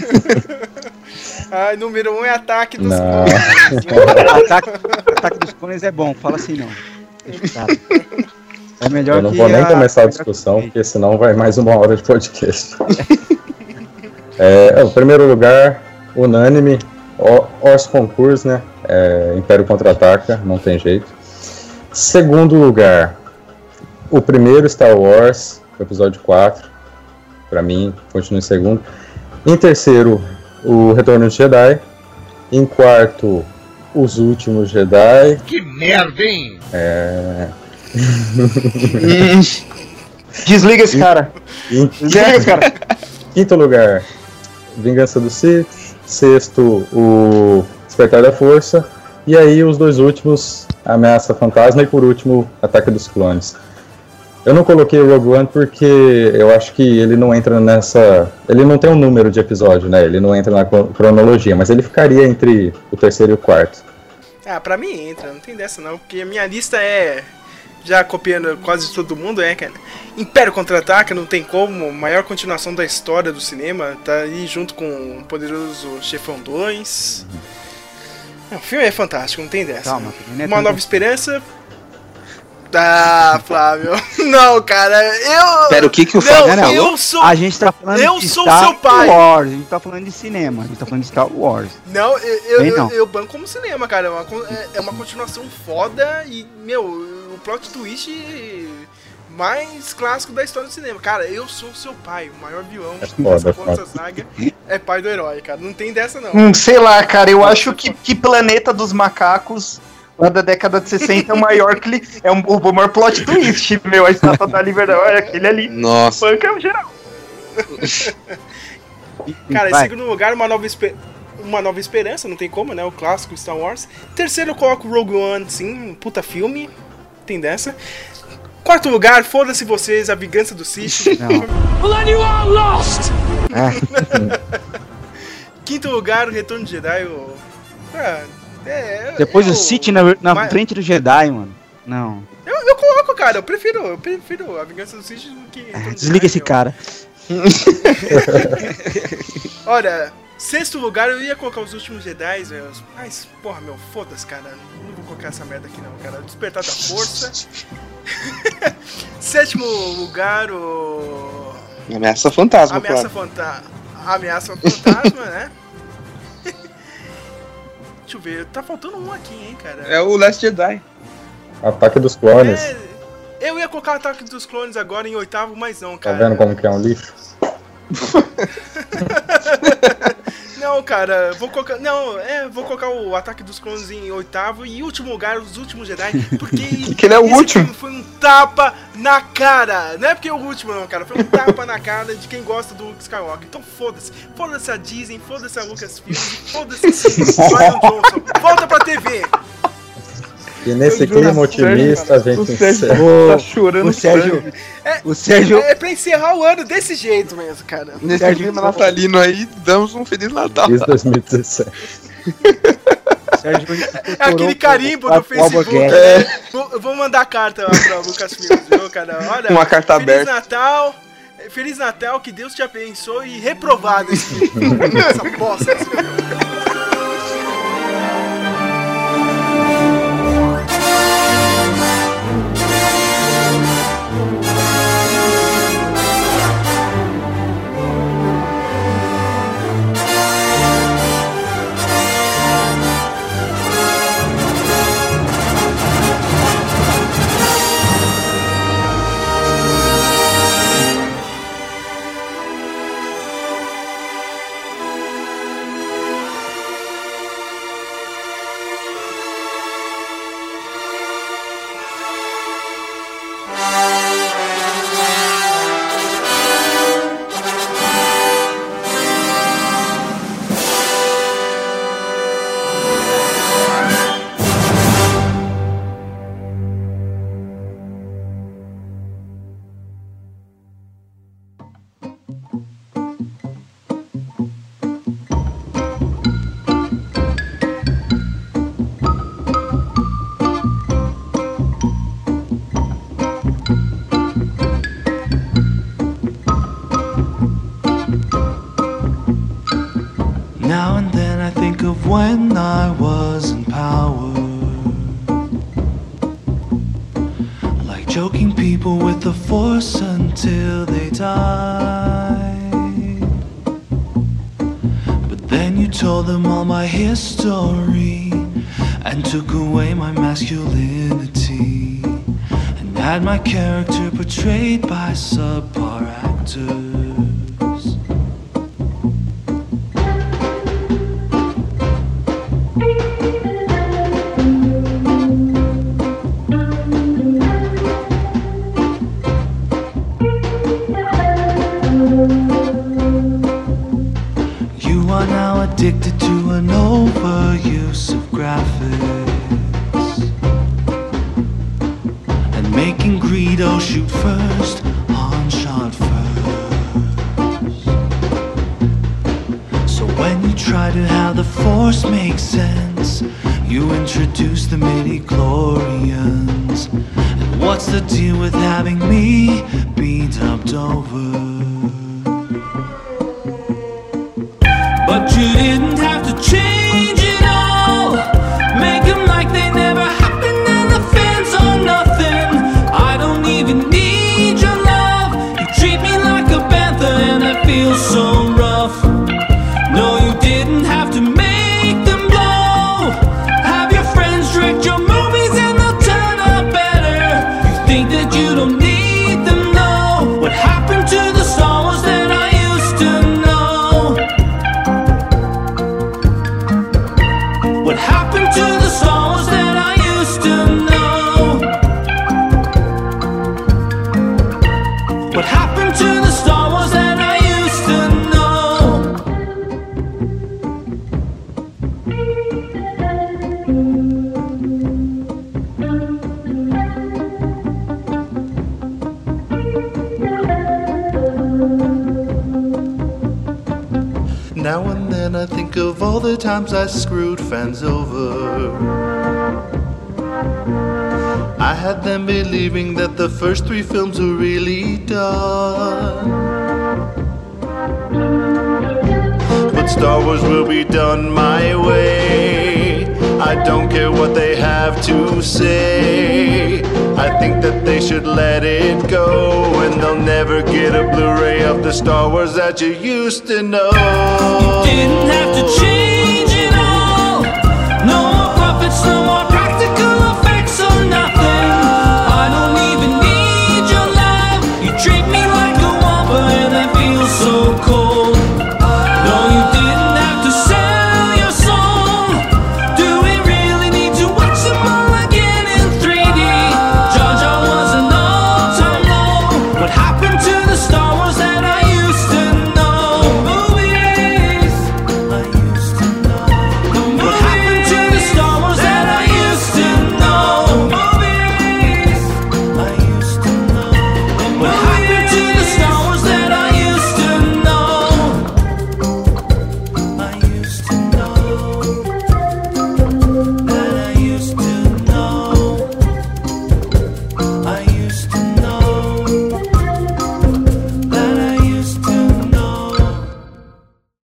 Ai, número 1 é Ataque dos Não. Clones. Ataque dos Clones é bom, fala assim não. Deixa eu falar. É melhor Eu não que vou nem começar a melhor discussão, que- porque senão vai mais uma hora de podcast. O primeiro lugar, unânime, Os Concurs, né? Império Contra-Ataca, não tem jeito. Segundo lugar, o primeiro Star Wars, o episódio 4, pra mim, continua em segundo. Em terceiro, o Retorno de Jedi. Em quarto, Os Últimos Jedi. Que merda, hein? Desliga esse cara. Em Desliga esse cara. quinto lugar, Vingança do Sith. Sexto, o Despertar da Força. E aí os dois últimos, Ameaça Fantasma. E por último, Ataque dos Clones. Eu não coloquei o Rogue One porque eu acho que ele não entra nessa... Ele não tem um número de episódio, né? Ele não entra na cronologia, mas ele ficaria entre o terceiro e o quarto. Ah, pra mim entra, não tem dessa não, porque a minha lista é, já copiando quase todo mundo, cara. Império Contra-Ataca, não tem como, maior continuação da história do cinema, tá aí junto com o Poderoso Chefão 2. O filme é fantástico, não tem dessa. Calma, não é Uma tanto- Nova Esperança. Ah, Flávio. Não, cara, eu... Pera, o que o Não, Flávio não, falou? eu sou... A gente tá falando Eu de sou Star seu pai. Wars, a gente tá falando de cinema, a gente tá falando de Star Wars. Não, Bem, não. eu banco como cinema, cara. É uma continuação foda e, meu, o plot twist mais clássico da história do cinema. Cara, eu sou seu pai, o maior vilão foda, dessa foda. saga é pai do herói, cara. Não tem dessa, não. Sei lá, cara, eu acho que Planeta dos Macacos, lá da década de 60, é o maior o maior plot twist, meu. A Estátua da Liberdade, olha, aquele ali, Nossa. banca é o geral. Cara, em Vai. segundo lugar, Uma Nova Esperança, não tem como, né? O clássico Star Wars. Terceiro, eu coloco Rogue One, sim, um puta filme. Tem dessa. Quarto lugar, foda-se vocês, A Vingança do Sith. Não. Quinto lugar, O Retorno de Jedi. Depois o Sith na mas- frente do Jedi, mano. Não. Eu coloco, cara, eu prefiro A Vingança do Sith do que Retorno de Desliga Jedi, esse meu. cara. Olha, sexto lugar eu ia colocar Os Últimos Jedi, velho. Mas, porra, meu, foda-se, cara. Não vou colocar essa merda aqui não, cara. Despertar da Força. Sétimo lugar, o... Ameaça Fantasma, Ameaça claro. Ameaça Fantasma, né? Deixa eu ver, tá faltando um aqui, hein, cara. É o Last Jedi. Ataque dos Clones. Eu ia colocar o Ataque dos Clones agora em oitavo, mas não, Tá cara. vendo como que é um lixo? Não, cara, vou colocar o Ataque dos Clones em oitavo e último lugar, Os Últimos Jedi, porque Que ele é o esse último. filme foi um tapa na cara. Não é porque é o último não, cara, foi um tapa na cara de quem gosta do Luke Skywalker. Então foda-se a Disney, foda-se a Lucasfilm, foda-se Ryan Johnson. Volta pra TV. E nesse clima otimista a gente O Sérgio encerra. tá chorando. O Sérgio. É pra encerrar o ano desse jeito mesmo, cara. Nesse Sérgio- clima natalino aí, damos um Feliz Natal. Desde 2017. Sérgio É aquele carimbo do Facebook. Eu vou mandar carta lá pra Lucas Filmes, viu, cara? Olha, Uma carta aberta. Feliz Natal, que Deus te abençoe e reprovado esse filme. Essa bosta. Now and then I think of when I was in power, like choking people with the force until they died. But then you told them all my history and took away my masculinity and had my character portrayed by subpar actors. You are now addicted to an overuse of graphics and making Greedo shoot first, Han shot first. So when you try to have the Force make sense, you introduce the midi-chlorians. And what's the deal with having me be dubbed over? But you didn't have to change it all. Make them like they never happened and the fans are nothing. I don't even need your love. You treat me like a panther and I feel so rough. No, you didn't have to make them blow. Have your friends direct your movies and they'll turn out better. You think that you don't need them, no. What happened to the Star Wars that I used to know? What happened to the Star Wars that I used to know? What happened to the Star Wars that I used to know? Now and then I think of all the times I screwed fans over. I had them believing that the first 3 films were really done. But Star Wars will be done my way. I don't care what they have to say. I think that they should let it go, and they'll never get a Blu-ray of the Star Wars that you used to know. You didn't have to change